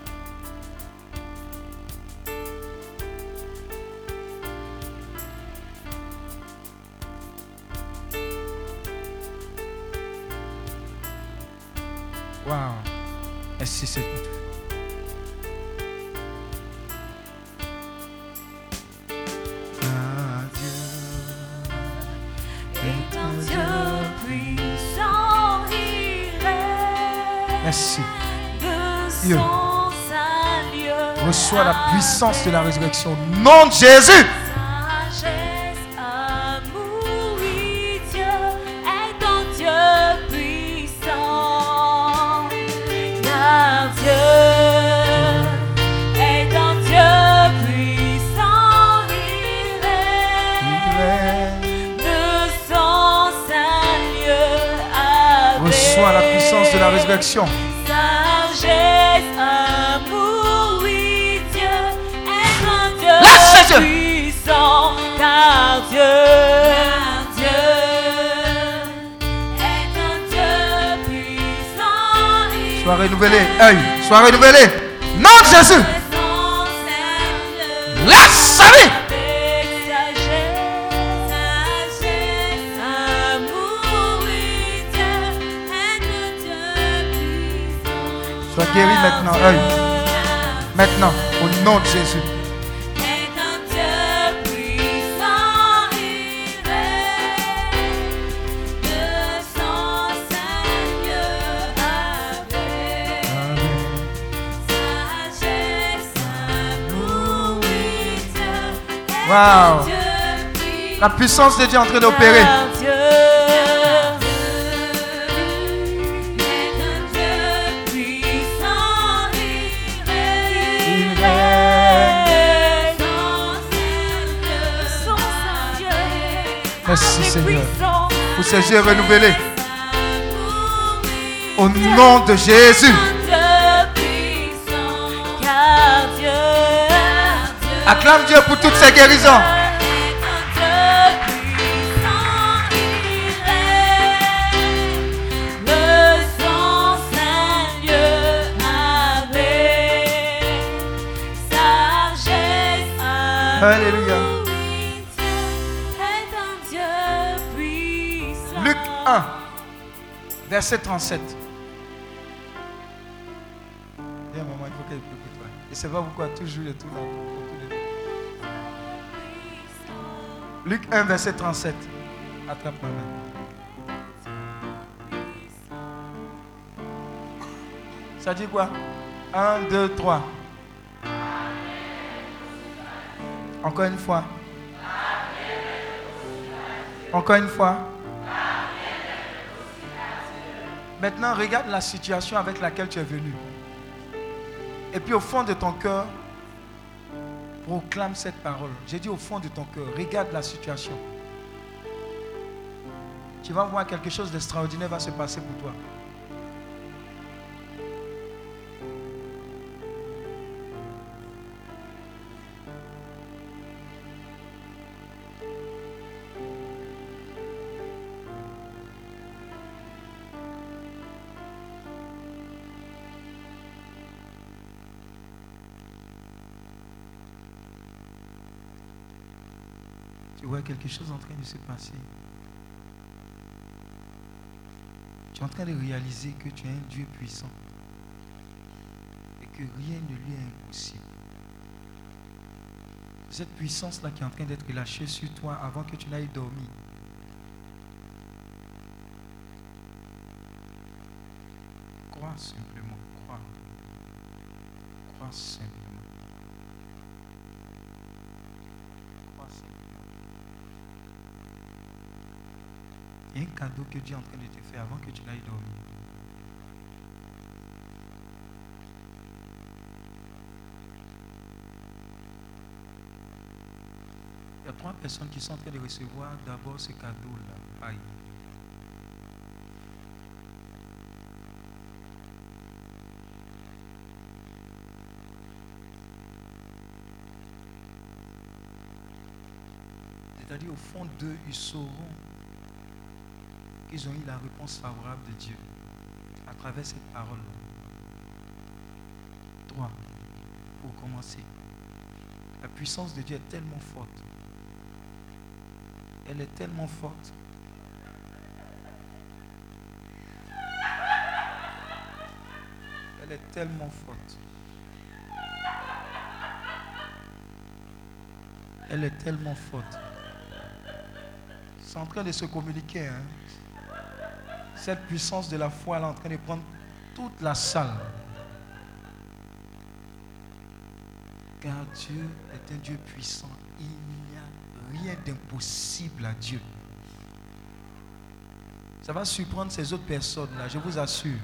Wow. Merci Seigneur. Merci. de Dieu. son saint lieu. Reçois la puissance de la résurrection. Au nom de Jésus. Sagesse, amour, oui, Dieu est un Dieu puissant. Car Dieu est un Dieu puissant. Il est de son saint lieu avec Reçois la puissance de la résurrection. sagesse, amour, oui, Dieu est un Dieu Lâche Jésus. puissant, car Dieu, Dieu est un Dieu puissant. Il Sois renouvelé. Œil. Sois renouvelé. Nom de Jésus. est son Seigneur. Lâche sa vie. Avec sagesse, sagesse, amour, oui, Dieu est un Dieu puissant. Sois guéri maintenant. Œil. Maintenant. Au nom de Jésus. Est un Dieu puissant, il est de son Seigneur avec sagesse, amour, oui, Dieu est Wow. un Dieu puissant. La puissance de Dieu est en train d'opérer. Dieu est un Dieu puissant, il est, il est son Seigneur. Merci, Seigneur. Puissant. Pour ces yeux renouvelés. Amour, oui, Au Dieu nom de Jésus. est un Dieu puissant, car Dieu, Dieu Acclame Dieu pour toutes ces guérisons. est un Dieu puissant, il est de son saint lieu avec sagesse. Alléluia. Amour, oui, Dieu est un Dieu puissant. Luc un, verset trente-sept. Viens, maman, il faut qu'elle écoute. Ouais. Et c'est pas pourquoi toujours et tout là. pour tous les- Luc un, verset trente-sept. Attrape ma main. Ça dit quoi? un, deux, trois. Encore une fois. Encore une fois. Maintenant, regarde la situation avec laquelle tu es venu. Et puis au fond de ton cœur, proclame cette parole. J'ai dit au fond de ton cœur, regarde la situation. Tu vas voir quelque chose d'extraordinaire va se passer pour toi. Tu vois quelque chose en train de se passer. Tu es en train de réaliser que tu es un Dieu puissant et que rien ne lui est impossible. Cette puissance-là qui est en train d'être relâchée sur toi avant que tu n'ailles dormir. Crois simplement, crois. Crois simplement. Crois simplement. Il y a un cadeau que Dieu est en train de te faire avant que tu n'ailles dormir. Il y a trois personnes qui sont en train de recevoir d'abord ce cadeau-là. Aïe. C'est-à-dire au fond d'eux, ils sauront qu'ils ont eu la réponse favorable de Dieu à travers cette parole. Trois, pour commencer, la puissance de Dieu est tellement forte. Elle est tellement forte. Elle est tellement forte. Elle est tellement forte. C'est en train de se communiquer. Hein. Cette puissance de la foi elle est en train de prendre toute la salle. Car Dieu est un Dieu puissant. Il n'y a rien d'impossible à Dieu. Ça va surprendre ces autres personnes-là, je vous assure.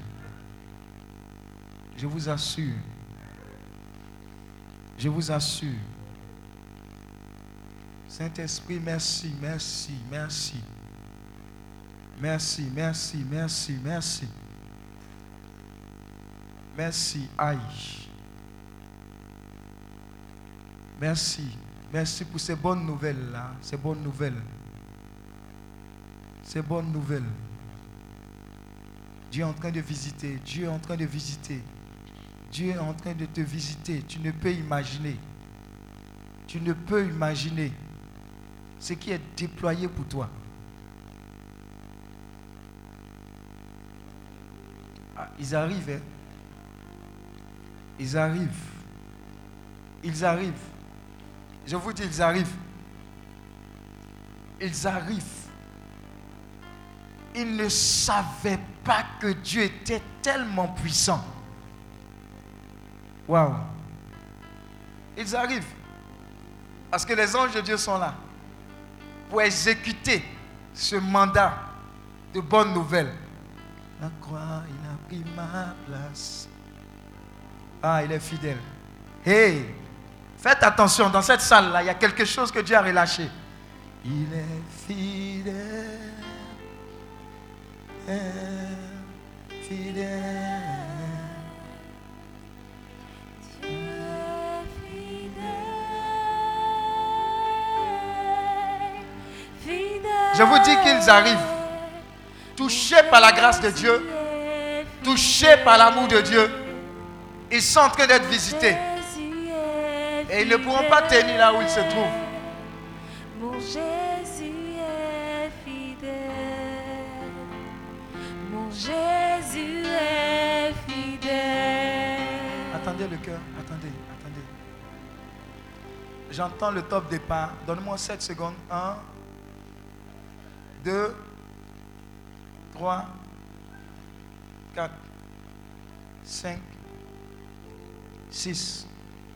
Je vous assure. Je vous assure. Saint-Esprit, merci, merci, merci. Merci, merci, merci, merci. Merci, aïe. Merci, merci pour ces bonnes nouvelles-là, ces bonnes nouvelles. Ces bonnes nouvelles. Dieu est en train de visiter, Dieu est en train de visiter. Dieu est en train de te visiter. Tu ne peux imaginer. Tu ne peux imaginer ce qui est déployé pour toi. Ah, ils arrivent, hein? Ils arrivent. Ils arrivent. Je vous dis, ils arrivent. Ils arrivent. Ils ne savaient pas que Dieu était tellement puissant. Waouh. Ils arrivent. Parce que les anges de Dieu sont là pour exécuter ce mandat de bonnes nouvelles. La croix, il a pris ma place. Ah, il est fidèle. Hey, faites attention, dans cette salle-là, il y a quelque chose que Dieu a relâché. Il est fidèle. Fidèle. Je vous dis qu'ils arrivent, touchés par la grâce de Dieu, touchés par l'amour de Dieu. Ils sont en train d'être visités. Et ils ne pourront pas tenir là où ils se trouvent. Mon Jésus est fidèle. Mon Jésus est fidèle. Attendez le cœur, attendez, attendez. J'entends le top départ. Donne-moi sept secondes. un, deux, trois, quatre, cinq, six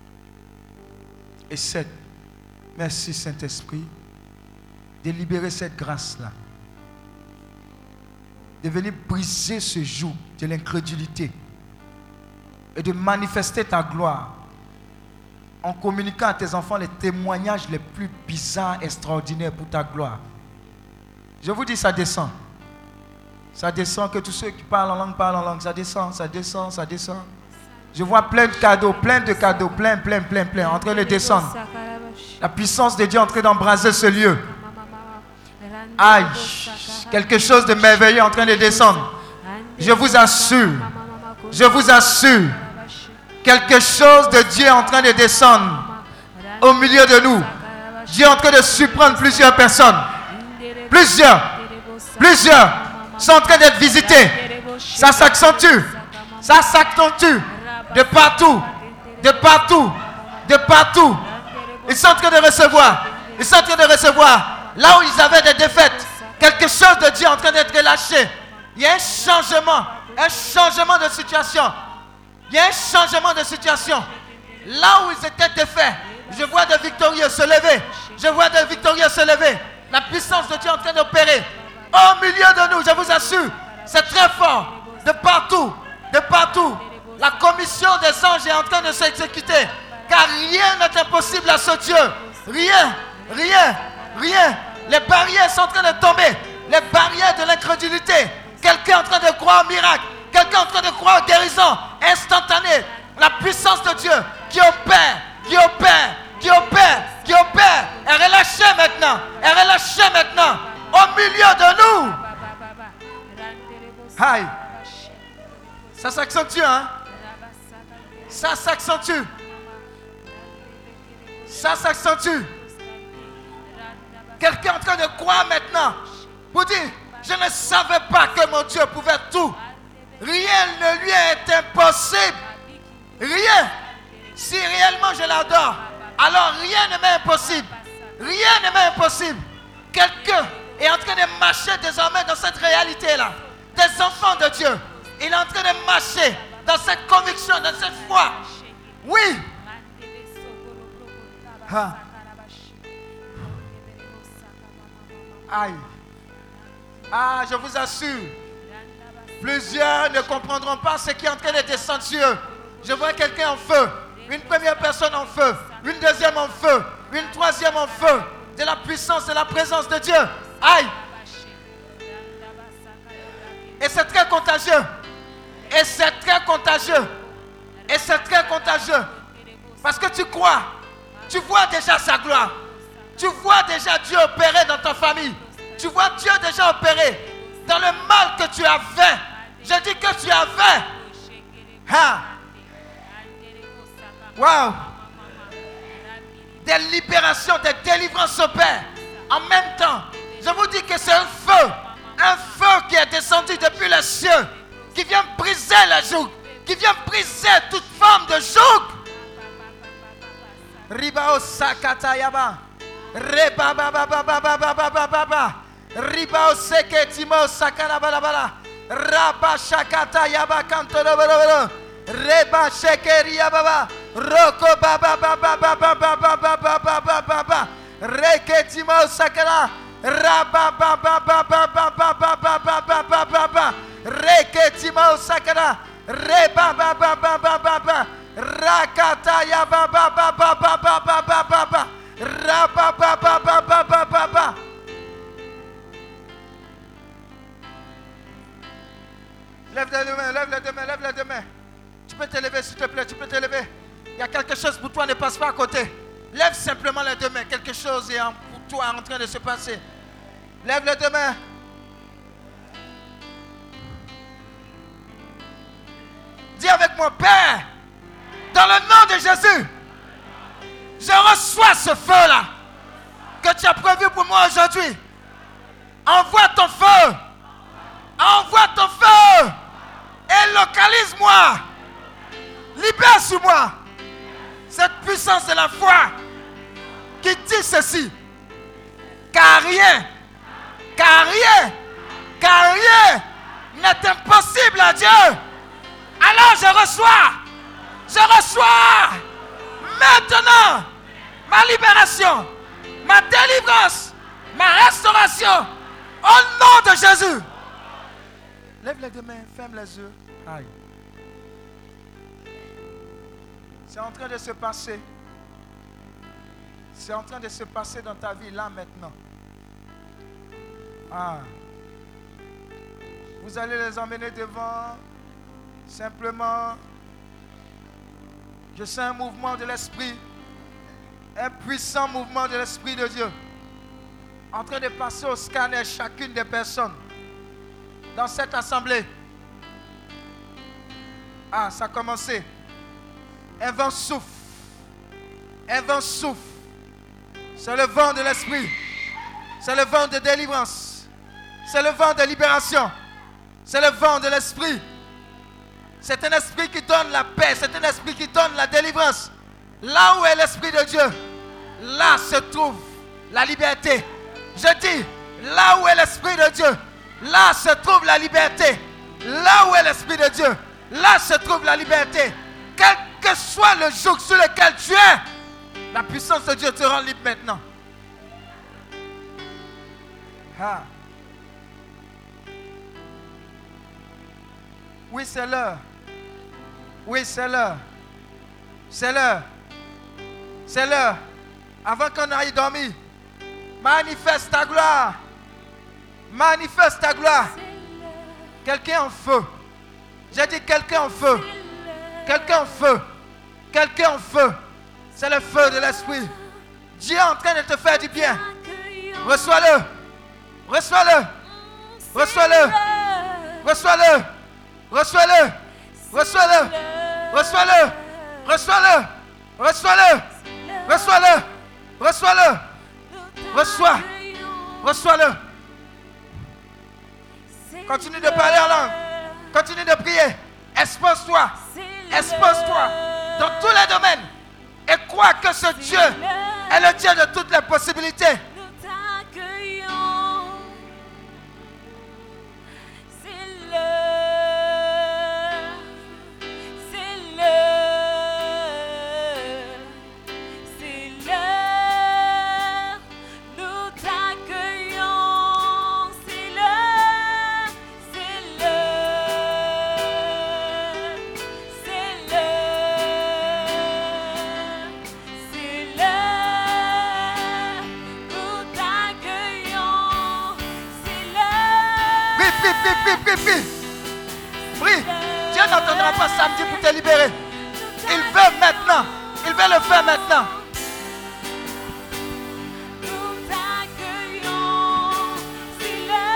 et sept. Merci Saint-Esprit de libérer cette grâce-là. De venir briser ce joug de l'incrédulité et de manifester ta gloire en communiquant à tes enfants les témoignages les plus bizarres, extraordinaires pour ta gloire. Je vous dis, ça descend. Ça descend, que tous ceux qui parlent en langue parlent en langue. Ça descend, ça descend, ça descend. Je vois plein de cadeaux, plein de cadeaux, plein, plein, plein, plein, en train de descendre. La puissance de Dieu est en train d'embraser ce lieu. Aïe, quelque chose de merveilleux est en train de descendre. Je vous assure, je vous assure, quelque chose de Dieu est en train de descendre au milieu de nous. Dieu est en train de surprendre plusieurs personnes. Plusieurs, plusieurs sont en train d'être visités. Ça s'accentue, ça s'accentue de partout, de partout, de partout. Ils sont en train de recevoir, ils sont en train de recevoir. Là où ils avaient des défaites, quelque chose de Dieu est en train d'être relâché. Il y a un changement, un changement de situation. Il y a un changement de situation. Là où ils étaient défaits, je vois des victorieux se lever. Je vois des victorieux se lever. La puissance de Dieu est en train d'opérer au milieu de nous, je vous assure. C'est très fort. De partout, de partout. La commission des anges est en train de s'exécuter. Car rien n'est impossible à ce Dieu. Rien, rien, rien. Les barrières sont en train de tomber. Les barrières de l'incrédulité. Quelqu'un est en train de croire au miracle. Quelqu'un est en train de croire aux guérisons instantanées. La puissance de Dieu qui opère, qui opère, qui opère, qui opère, est relâchée maintenant. Est relâchée maintenant. Au milieu de nous. Aïe. Ça s'accentue, hein? Ça s'accentue. Ça s'accentue. Quelqu'un est en train de croire maintenant. Pour dire, je ne savais pas que mon Dieu pouvait tout. Rien ne lui est impossible. Rien. Si réellement je l'adore, alors rien ne m'est impossible. Rien ne m'est impossible. Quelqu'un est en train de marcher désormais dans cette réalité-là. Des enfants de Dieu, Il est en train de marcher dans cette conviction, dans cette foi. Oui. Ah. Aïe. Ah, je vous assure, plusieurs ne comprendront pas ce qui est en train de descendre sur eux. Je vois quelqu'un en feu, une première personne en feu, une deuxième en feu, une troisième en feu. De la puissance, de la présence de Dieu. Aïe. Et c'est très contagieux. Et c'est très contagieux. Et c'est très contagieux. Parce que tu crois, tu vois déjà sa gloire. Tu vois déjà Dieu opérer dans ta famille. Tu vois Dieu déjà opérer dans le mal que tu avais. Je dis que tu avais. Ha. Wow. Des libérations, des délivrances s'opèrent en même temps. Je vous dis que c'est un feu. Un feu qui est descendu depuis les cieux. Qui vient briser le joug. Qui vient briser toute forme de joug. Ribao sakatayaba. Reba baba baba baba baba baba. Ribao seketimo sakana bala bala. Raba shakata yaba kantoro bolo. Reba shekeria baba. Roko baba baba baba baba baba baba baba. Reketimo sakana. Raba baba baba baba baba baba baba. Reketimo sakana. Reba baba baba baba. Rakata yaba baba baba baba baba. Raba baba baba baba. Lève les deux mains, lève les deux mains, lève les deux mains. Tu peux te lever s'il te plaît, tu peux te lever. Il y a quelque chose pour toi, ne passe pas à côté. Lève simplement les deux mains, quelque chose est en, pour toi en train de se passer. Lève les deux mains. Dis avec moi, Père, dans le nom de Jésus, je reçois ce feu-là que tu as prévu pour moi aujourd'hui. Envoie ton feu. Envoie ton feu. Et localise-moi. Libère sur moi cette puissance de la foi qui dit ceci. Car rien, car rien, car rien n'est impossible à Dieu. Alors je reçois, je reçois maintenant ma libération, ma délivrance, ma restauration au nom de Jésus. Lève les deux mains, ferme les yeux. Aïe. C'est en train de se passer. C'est en train de se passer dans ta vie là maintenant. Ah. Vous allez les emmener devant. Simplement. Je sens un mouvement de l'esprit. Un puissant mouvement de l'esprit de Dieu. En train de passer au scanner chacune des personnes. Dans cette assemblée. Ah, ça a commencé. Un vent souffle. Un vent souffle. C'est le vent de l'esprit. C'est le vent de délivrance. C'est le vent de libération. C'est le vent de l'esprit. C'est un esprit qui donne la paix. C'est un esprit qui donne la délivrance. Là où est l'esprit de Dieu, là se trouve la liberté. Je dis, là où est l'esprit de Dieu, là se trouve la liberté. Là où est l'esprit de Dieu, là se trouve la liberté. Quel que soit le joug sur lequel tu es, la puissance de Dieu te rend libre maintenant. Ah. Oui, c'est l'heure. Oui, c'est l'heure. C'est l'heure. C'est l'heure. Avant qu'on aille dormir, manifeste ta gloire. Manifeste ta gloire. Quelqu'un en feu. J'ai dit quelqu'un en feu. Quelqu'un en feu. Quelqu'un en feu. C'est le feu de l'esprit. Dieu est en train de te faire du bien. Reçois-le. Reçois-le. Reçois-le. Reçois-le. Reçois-le. Reçois-le. Reçois-le. Reçois-le. Reçois-le. Reçois-le. Reçois-le. Reçois. Reçois-le. Continue de parler en langue. Continue de prier. Expose-toi. Expose-toi dans tous les domaines. Et crois que ce Dieu est le Dieu de toutes les possibilités. Nous t'accueillons. C'est l'heure. prie, prie, prie, prie, prie. Prie. Dieu n'entendra pas samedi pour te libérer. Il veut maintenant. Il veut le faire maintenant. Nous t'accueillons, si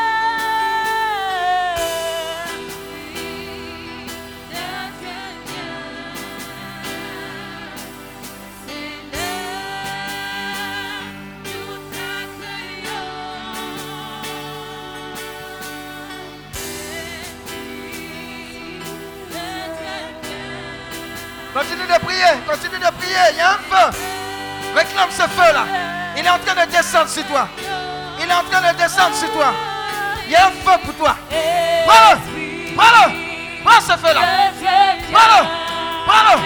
Continue de prier, continue de prier. Il y a un feu. Réclame ce feu-là. Il est en train de descendre sur toi. Il est en train de descendre sur toi. Il y a un feu pour toi. Prends-le. Prends-le. Prends ce feu-là. Prends-le. Prends-le.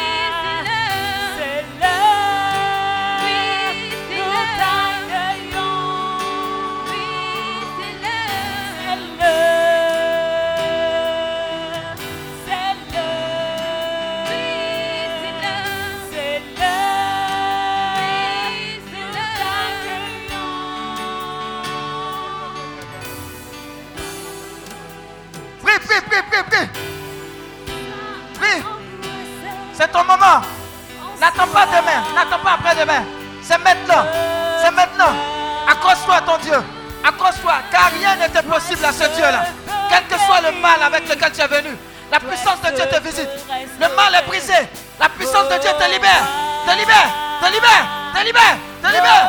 C'est ton moment. N'attends pas demain. N'attends pas après-demain. C'est maintenant. C'est maintenant. Accroche-toi à ton Dieu. Accroche-toi. Car rien n'était possible à ce Dieu-là. Quel que soit le mal avec lequel tu es venu, la puissance de Dieu te visite. Le mal est brisé. La puissance de Dieu te libère. Te libère. Te libère. Te libère. Te libère.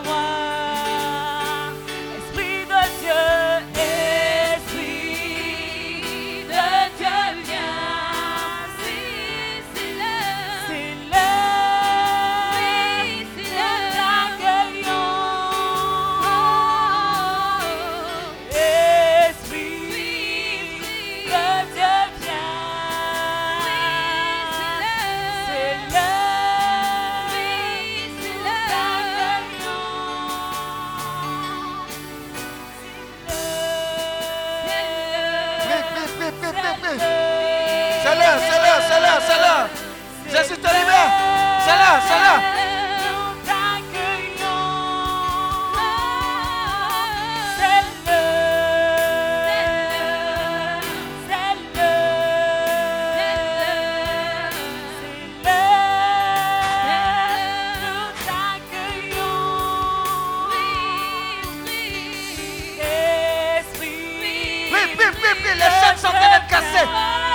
Esprit de Dieu. C'est l'heure, c'est l'heure, c'est l'heure, c'est l'heure. Jésus te libère. C'est l'heure, c'est l'heure. Nous t'accueillons. C'est l'heure. C'est l'heure. C'est l'heure. Nous t'accueillons. Esprit. Prie, prie, prie, prie. Les chaînes sont en train d'être cassées.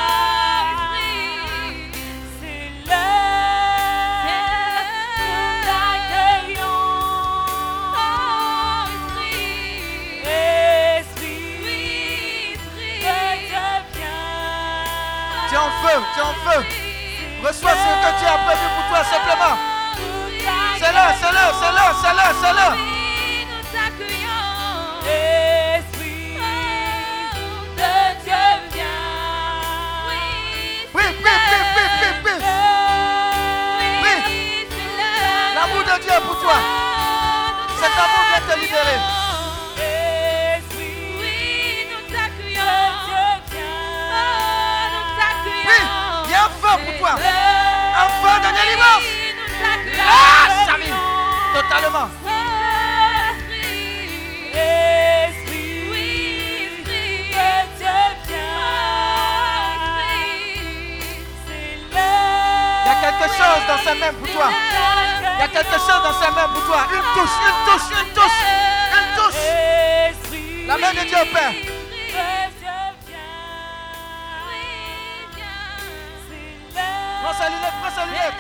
Tu es en feu, tu es en feu. Reçois ce que Dieu a prévu pour toi simplement. C'est là, c'est là, c'est là, c'est là, c'est là. Nous t'accueillons. Esprit de Dieu viens. Prie, prie, prie, prie, prie, prie. Prie. L'amour de Dieu est pour toi. Cet amour vient te libérer. Pour toi, un feu de délivrance. Ah, Samy, totalement. Il y a quelque chose dans sa main pour toi. Il y a quelque chose dans sa main pour toi. Une touche, une touche, une touche, une touche. La main de Dieu, Père. Prends sa lunette, prends sa lunette.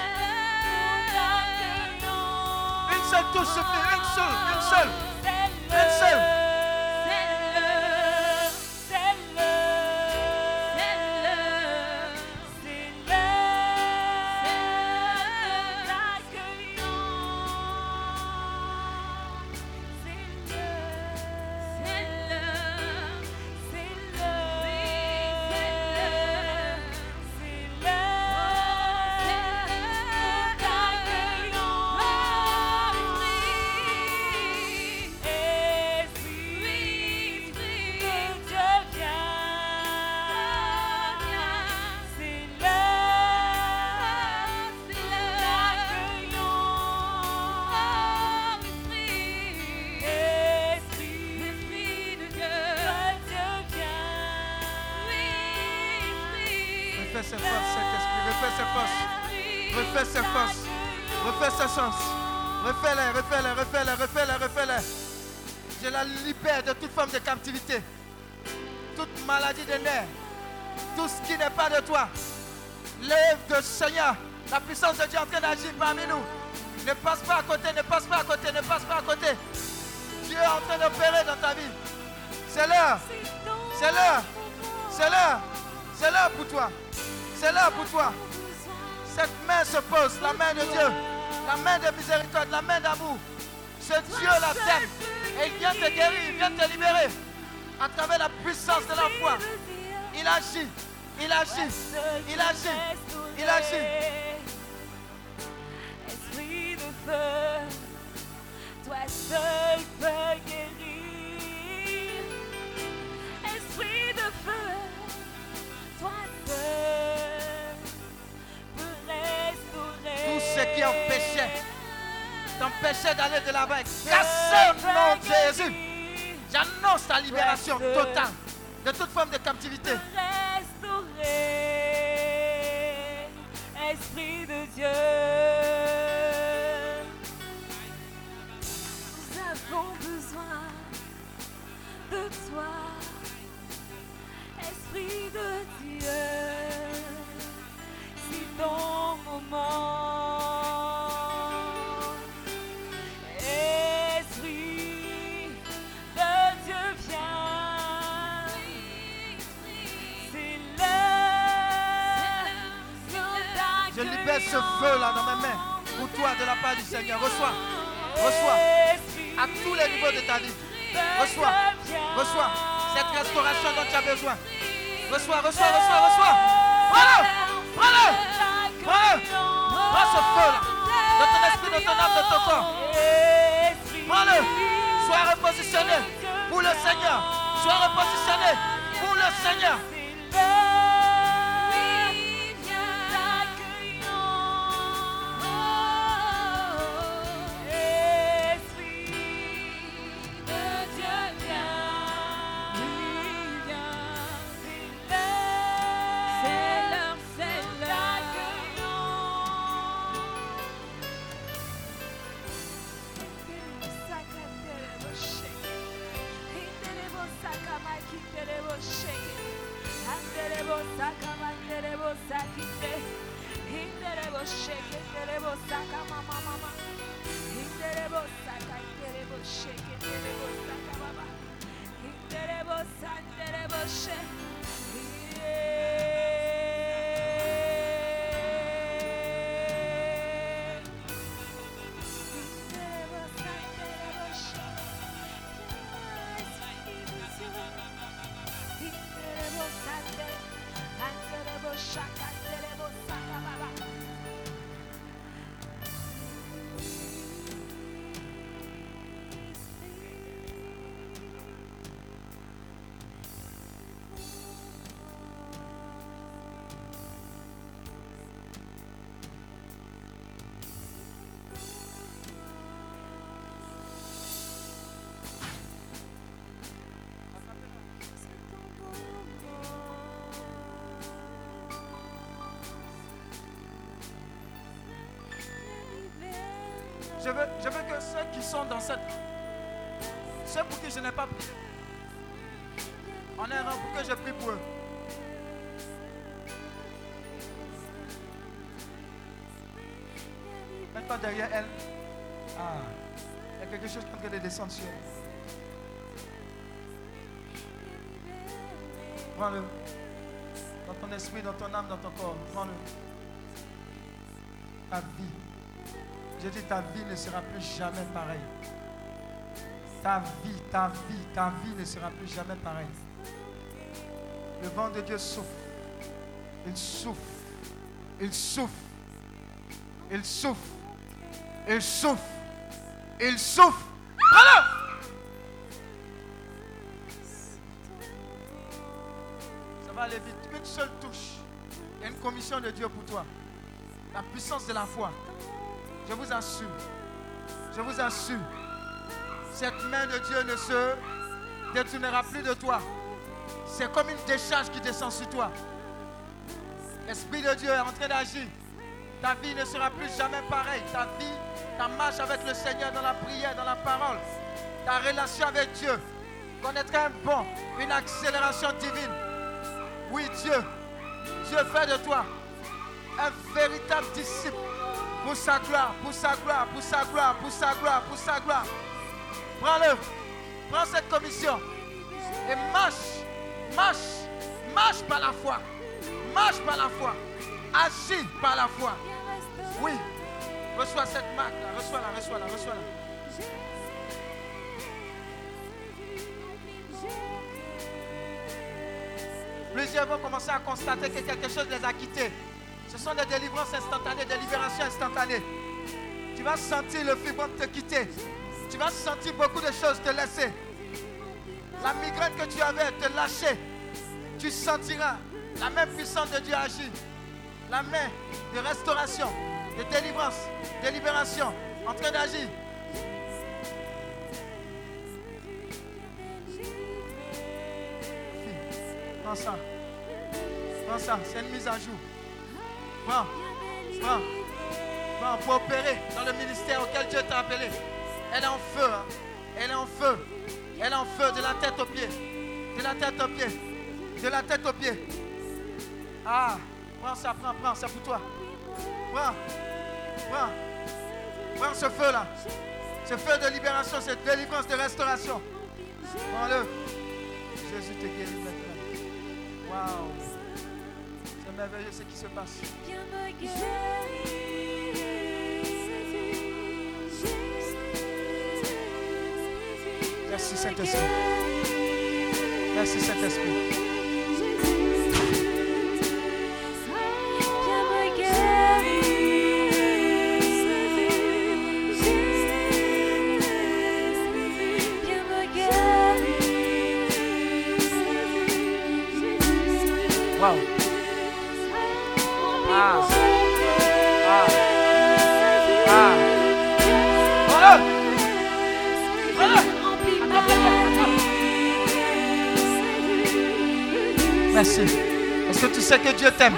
Une seule touche suffit, une seule, une seule, une seule. ses forces, Saint-Esprit. Refais ses forces. Refais ses forces. Refais ses sens. Refais-les, refais-les, refais-les, refais-les, refais-les. Je la libère de toute forme de captivité. Toute maladie de nerfs. Tout ce qui n'est pas de toi. Lève de Seigneur. La puissance de Dieu est en train d'agir parmi nous. Ne passe pas à côté, ne passe pas à côté, ne passe pas à côté. Dieu est en train d'opérer dans ta vie. C'est l'heure. C'est l'heure. C'est l'heure. C'est l'heure pour toi. C'est l'heure pour toi. Cette main se pose, la main de Dieu. La main de miséricorde, la main d'amour. Ce Dieu la t'aime. Et il vient te guérir, il vient te libérer. À travers la puissance de la foi. Il agit. Il agit. Il agit. Il agit. Esprit de feu, toi seul peux guérir. Esprit de feu, toi seul peux restaurer. Tout ce qui empêchait, t'empêchait d'aller de l'avant, cassé au nom de Jésus. J'annonce ta libération totale de toute forme de captivité. Restaurer, Esprit de Dieu. Nous avons besoin de toi, Esprit de Dieu. C'est ton moment. Esprit de Dieu, viens. C'est l'heure de Je libère ce feu là dans mes mains pour toi de la part du Seigneur. Reçois, reçois à tous les niveaux de ta vie. Reçois, reçois cette restauration dont tu as besoin. Reçois, reçois, reçois, reçois. Prends-le, prends-le, prends-le. Prends ce feu là, de ton esprit, de ton âme, de ton corps. Prends-le. Sois repositionné pour le Seigneur. Sois repositionné pour le Seigneur. Je veux, je veux que ceux qui sont dans cette... Ceux pour qui je n'ai pas prié, en un rang pour que je prie pour eux. Mets-toi derrière elle. Ah, il y a quelque chose qui est en train de descendre sur elle. Prends-le. Dans ton esprit, dans ton âme, dans ton corps. Prends-le. Ta vie. Je dis, ta vie ne sera plus jamais pareille. Ta vie, ta vie, ta vie ne sera plus jamais pareille. Le vent de Dieu souffle. Il souffle. Il souffle. Il souffle. Il souffle. Il souffle. Prends-le. Ça va aller vite. Une seule touche. Il y a une commission de Dieu pour toi. La puissance de la foi. Je vous assure, je vous assure, cette main de Dieu ne se détournera plus de toi. C'est comme une décharge qui descend sur toi. L'Esprit de Dieu est en train d'agir. Ta vie ne sera plus jamais pareille. Ta vie, ta marche avec le Seigneur dans la prière, dans la parole, ta relation avec Dieu connaîtra un bond, une accélération divine. Oui, Dieu, Dieu fait de toi un véritable disciple pour sa gloire, pour sa gloire, pour sa gloire, pour sa gloire, pour sa gloire. Prends-le, prends cette commission et marche, marche, marche par la foi, marche par la foi, agis par la foi. Oui, reçois cette marque-là, reçois-la, reçois-la, reçois-la. Plusieurs vont commencer à constater que quelque chose les a quittés. Ce sont des délivrances instantanées, des libérations instantanées. Tu vas sentir le fibrome te quitter. Tu vas sentir beaucoup de choses te laisser. La migraine que tu avais te lâcher. Tu sentiras la même puissance de Dieu agir. La main de restauration, de délivrance, de libération en train d'agir. Prends ça. Prends ça. C'est une mise à jour. Prends. Prends. Prends pour opérer dans le ministère auquel Dieu t'a appelé. Elle est en feu. Hein. Elle est en feu. Elle est en feu de la tête aux pieds. De la tête aux pieds. De la tête aux pieds. Ah. Prends ça. Prends. Prends. C'est pour toi. Prends. Prends. Prends ce feu-là. Ce feu de libération. Cette délivrance de restauration. Prends-le. Jésus te guérit maintenant. Waouh, c'est merveilleux ce qui se passe. Merci Saint-Esprit. Merci Saint-Esprit. Wow. Ah. Ah. Ah. Voilà. Voilà. Merci. Est-ce que tu sais que Dieu t'aime?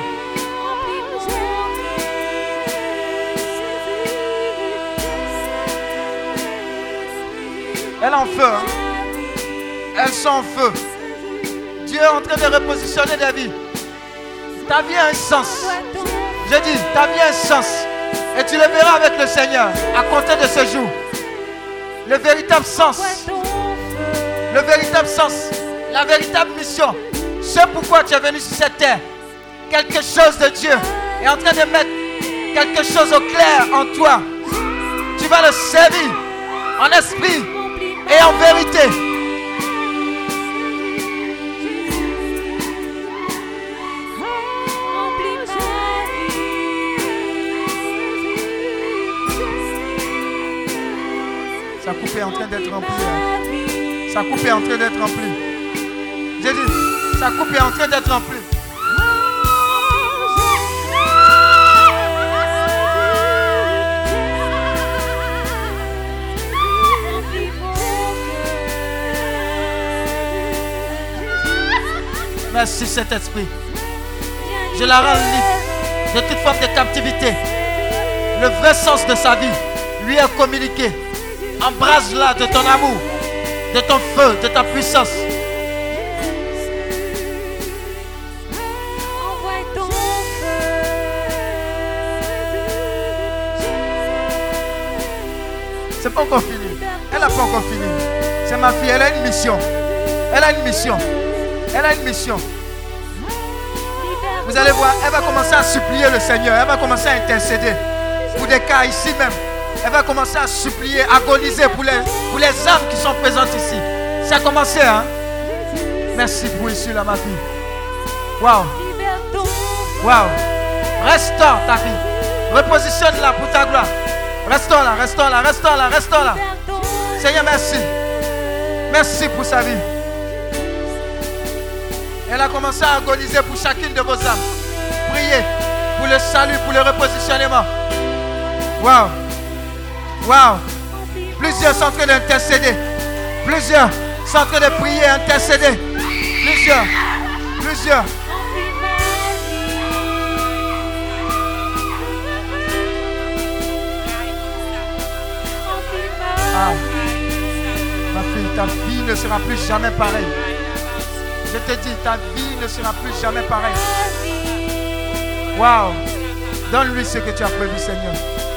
Elle est en feu. Hein? Elles sont en feu. Dieu est en train de repositionner des vies. Ta vie a un sens. Je dis, ta vie a un sens. Et tu le verras avec le Seigneur à compter de ce jour. Le véritable sens. Le véritable sens. La véritable mission. Ce pourquoi tu es venu sur cette terre. Quelque chose de Dieu est en train de mettre quelque chose au clair en toi. Tu vas le servir en esprit et en vérité. Sa coupe est en train d'être remplie. Hein. Sa coupe est en train d'être remplie. J'ai dit, sa coupe est en train d'être remplie. Merci Saint-Esprit. Je la rends libre de toute forme de captivité. Le vrai sens de sa vie lui est communiqué. Embrase-la de ton amour, de ton feu, de ta puissance. C'est pas encore fini. Elle n'a pas encore fini. C'est ma fille, elle a une mission. Elle a une mission. Elle a une mission. Vous allez voir, elle va commencer à supplier le Seigneur. Elle va commencer à intercéder pour des cas ici même. Elle va commencer à supplier, agoniser pour les, pour les âmes qui sont présentes ici. Ça a commencé, hein? Merci pour ici, là, ma fille. Waouh. Waouh. Restaure ta fille. Repositionne-la pour ta gloire. Restaure-la, restaure-la, restaure-la, restaure-la. Seigneur, merci. Merci pour sa vie. Elle a commencé à agoniser pour chacune de vos âmes. Priez pour le salut, pour le repositionnement. Waouh. Waouh. Plusieurs sont en train d'intercéder. Plusieurs sont en train de prier, intercéder. Plusieurs. Plusieurs. Ah. Ma fille, ta vie ne sera plus jamais pareille. Je te dis, ta vie ne sera plus jamais pareille. Waouh. Donne-lui ce que tu as prévu, Seigneur.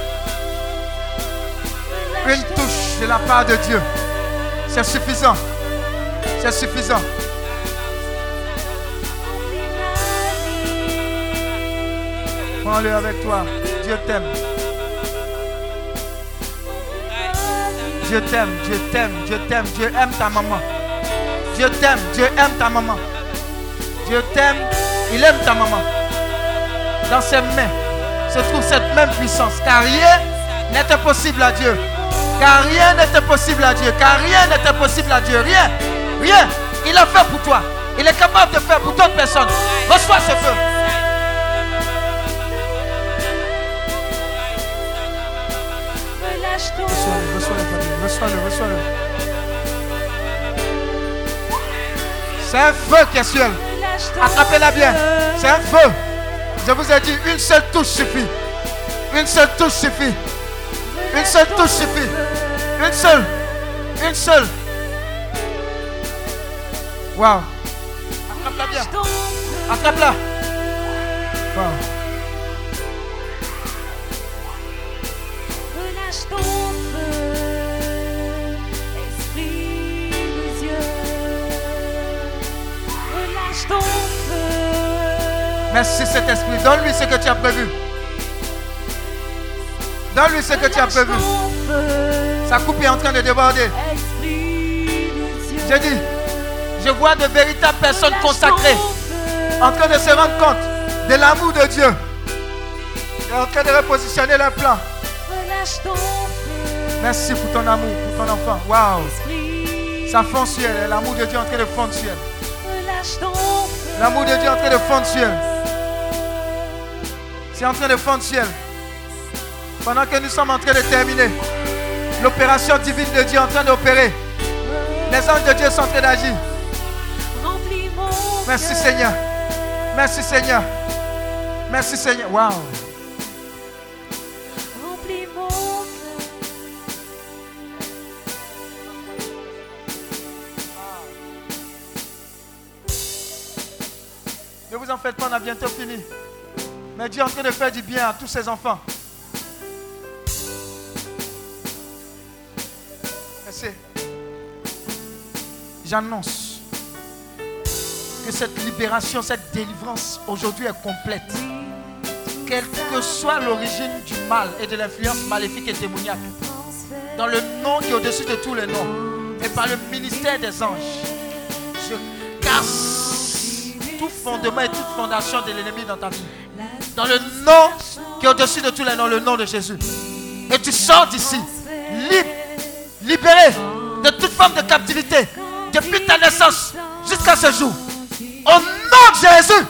Une touche de la part de Dieu. C'est suffisant. C'est suffisant. Prends-le avec toi. Dieu t'aime. Dieu t'aime, Dieu t'aime, Dieu t'aime, Dieu aime ta maman. Dieu t'aime, Dieu aime ta maman. Dieu t'aime, il aime ta maman. Dans ses mains se trouve cette même puissance. Car rien n'est impossible à Dieu. Car rien n'est impossible à Dieu. Car rien n'est impossible à Dieu. Rien, rien. Il a fait pour toi. Il est capable de faire pour d'autres personnes. Reçois ce feu. Reçois-le, reçois-le, reçois-le, reçois-le. C'est un feu qui est sur elle. Attrapez-la bien. C'est un feu. Je vous ai dit, une seule touche suffit. Une seule touche suffit. Une seule touche suffit. Une seule. Une seule. Waouh. Attrape-la bien. Attrape-la. Waouh. Relâche ton feu, esprit des yeux. Relâche ton feu. Merci Saint-Esprit. Donne-lui ce que tu as prévu. Donne-lui ce que tu as prévu. Sa coupe est en train de déborder. J'ai dit, je vois de véritables personnes consacrées en train de se rendre compte de l'amour de Dieu et en train de repositionner leur plan. Merci pour ton amour, pour ton enfant. Waouh! Ça fond sur elle. L'amour de Dieu est en train de fondre sur elle. L'amour de Dieu est en train de fondre sur elle. C'est en train de fondre sur elle. Pendant que nous sommes en train de terminer, l'opération divine de Dieu est en train d'opérer. Les anges de Dieu sont en train d'agir. Merci Seigneur. Merci Seigneur. Merci Seigneur. Waouh! Ne vous en faites pas, on a bientôt fini. Mais Dieu est en train de faire du bien à tous ses enfants. Merci. J'annonce que cette libération, cette délivrance aujourd'hui est complète. Quelle que soit l'origine du mal et de l'influence maléfique et démoniaque, dans le nom qui est au-dessus de tous les noms, et par le ministère des anges, je casse tout fondement et toute fondation de l'ennemi dans ta vie. Dans le nom qui est au-dessus de tous les noms, le nom de Jésus. Et tu sors d'ici, libre, libéré de toute forme de captivité, depuis ta naissance jusqu'à ce jour. Au nom de Jésus.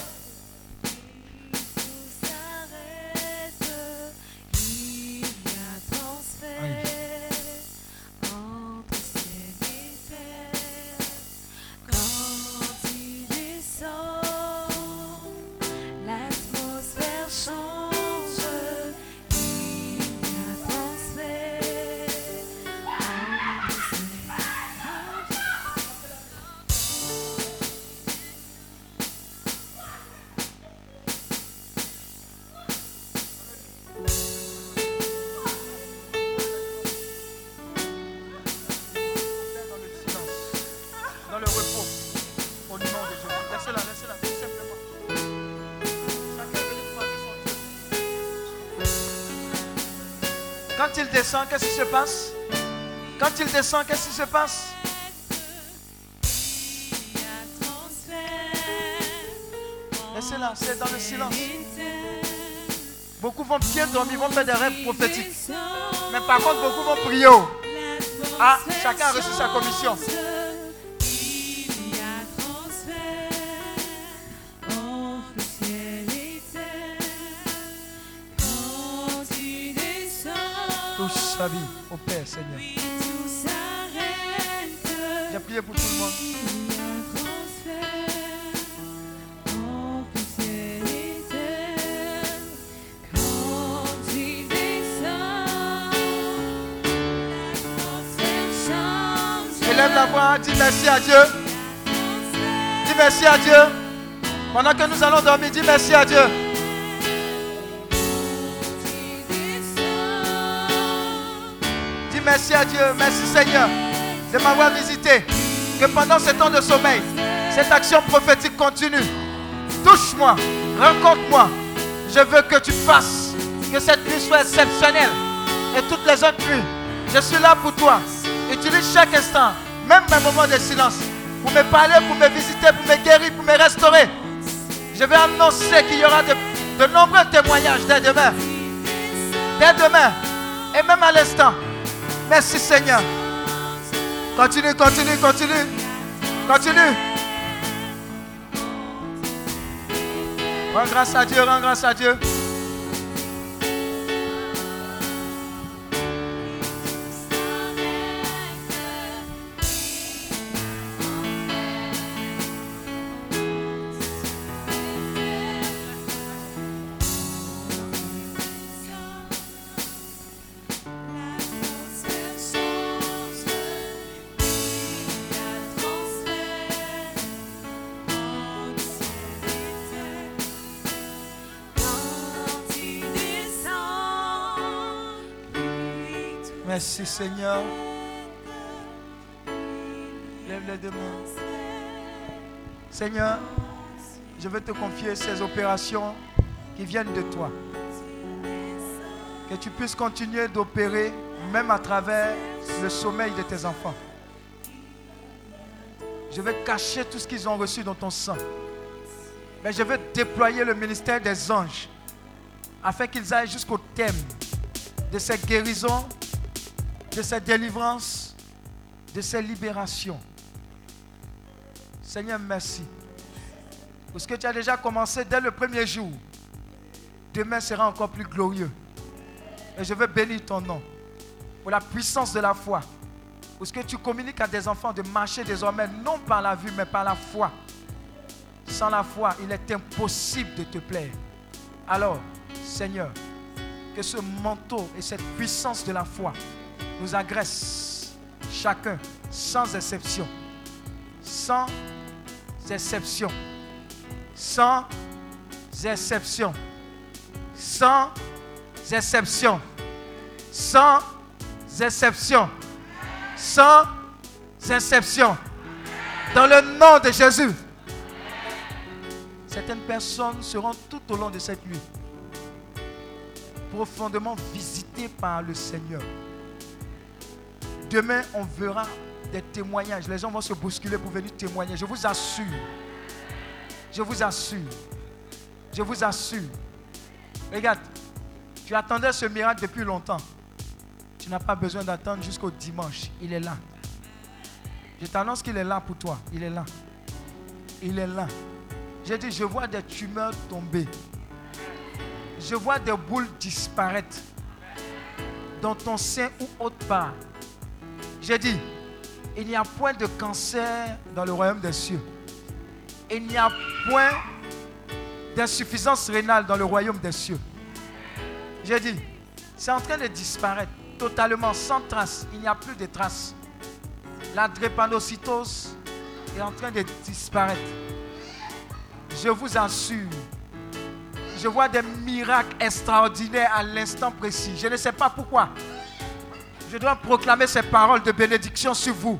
Quand il descend, qu'est-ce qui se passe? Quand il descend, qu'est-ce qui se passe? Laissez-la, c'est dans le silence. Beaucoup vont bien dormir, vont faire des rêves prophétiques. Mais par contre, beaucoup vont prier. Ah, chacun a reçu sa commission. Touche sa vie au Père, Seigneur. J'ai prié pour tout le monde. Lève la voix, dis merci à Dieu. Dis merci à Dieu. Pendant que nous allons dormir, dis merci à Dieu. Dis merci à Dieu. Merci Seigneur de m'avoir visité. Que pendant ce temps de sommeil, cette action prophétique continue. Touche-moi, rencontre-moi. Je veux que tu fasses que cette nuit soit exceptionnelle. Et toutes les autres nuits, je suis là pour toi. Utilise chaque instant, même mes moments de silence, pour me parler, pour me visiter, pour me guérir, pour me restaurer. Je vais annoncer qu'il y aura de, de nombreux témoignages dès demain. Dès demain. Et même à l'instant. Merci Seigneur. Continue, continue, continue. Continue. Rends grâce à Dieu, rends grâce à Dieu. Merci Seigneur. Lève les deux mains. Seigneur, je veux te confier ces opérations qui viennent de toi. Que tu puisses continuer d'opérer même à travers le sommeil de tes enfants. Je vais cacher tout ce qu'ils ont reçu dans ton sang. Mais je vais déployer le ministère des anges afin qu'ils aillent jusqu'au thème de cette guérison, de cette délivrance, de cette libération. Seigneur, merci. Pour ce que tu as déjà commencé dès le premier jour, demain sera encore plus glorieux. Et je veux bénir ton nom pour la puissance de la foi. Pour ce que tu communiques à des enfants de marcher désormais non par la vue mais par la foi. Sans la foi, il est impossible de te plaire. Alors, Seigneur, que ce manteau et cette puissance de la foi nous agressent chacun sans exception. Sans exception. Sans exception. Sans exception. Sans exception. Sans exception. Dans le nom de Jésus. Certaines personnes seront tout au long de cette nuit profondément visitées par le Seigneur. Demain, on verra des témoignages. Les gens vont se bousculer pour venir témoigner. Je vous assure. Je vous assure. Je vous assure. Regarde, tu attendais ce miracle depuis longtemps. Tu n'as pas besoin d'attendre jusqu'au dimanche. Il est là. Je t'annonce qu'il est là pour toi. Il est là. Il est là. J'ai dit, je vois des tumeurs tomber. Je vois des boules disparaître dans ton sein ou autre part. J'ai dit, il n'y a point de cancer dans le royaume des cieux. Il n'y a point d'insuffisance rénale dans le royaume des cieux. J'ai dit, c'est en train de disparaître totalement, sans trace. Il n'y a plus de traces. La drépanocytose est en train de disparaître. Je vous assure, je vois des miracles extraordinaires à l'instant précis. Je ne sais pas pourquoi. Je dois proclamer ces paroles de bénédiction sur vous.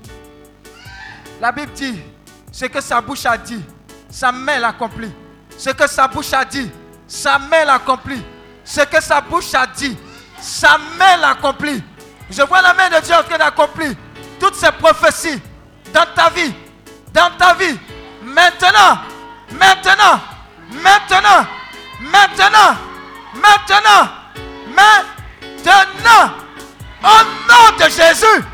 La Bible dit, ce que sa bouche a dit, sa main l'accomplit. Ce que sa bouche a dit, sa main l'accomplit. Ce que sa bouche a dit, sa main l'accomplit. Je vois la main de Dieu en train d'accomplir toutes ces prophéties dans ta vie, dans ta vie. Maintenant, maintenant, maintenant, maintenant, maintenant, maintenant, au nom de Jésus.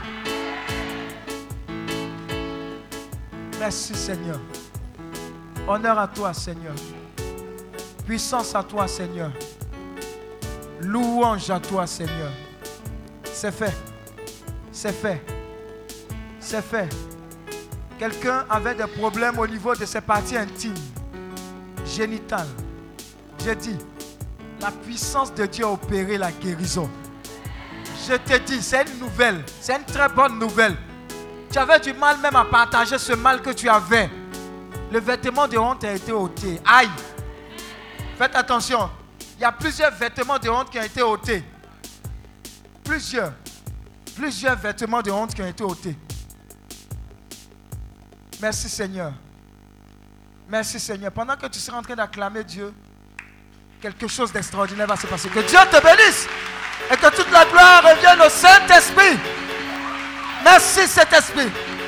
Merci Seigneur. Honneur à toi Seigneur. Puissance à toi Seigneur. Louange à toi Seigneur. C'est fait. C'est fait. C'est fait. Quelqu'un avait des problèmes au niveau de ses parties intimes, génitales. J'ai dit, la puissance de Dieu a opéré la guérison. Je te dis, c'est une nouvelle. C'est une très bonne nouvelle. Tu avais du mal même à partager ce mal que tu avais. Le vêtement de honte a été ôté. Aïe. Faites attention. Il y a plusieurs vêtements de honte qui ont été ôtés. Plusieurs. Plusieurs vêtements de honte qui ont été ôtés. Merci Seigneur. Merci Seigneur. Pendant que tu seras en train d'acclamer Dieu, quelque chose d'extraordinaire va se passer. Que Dieu te bénisse. Et que toute la gloire revienne au Saint-Esprit. Merci Saint-Esprit.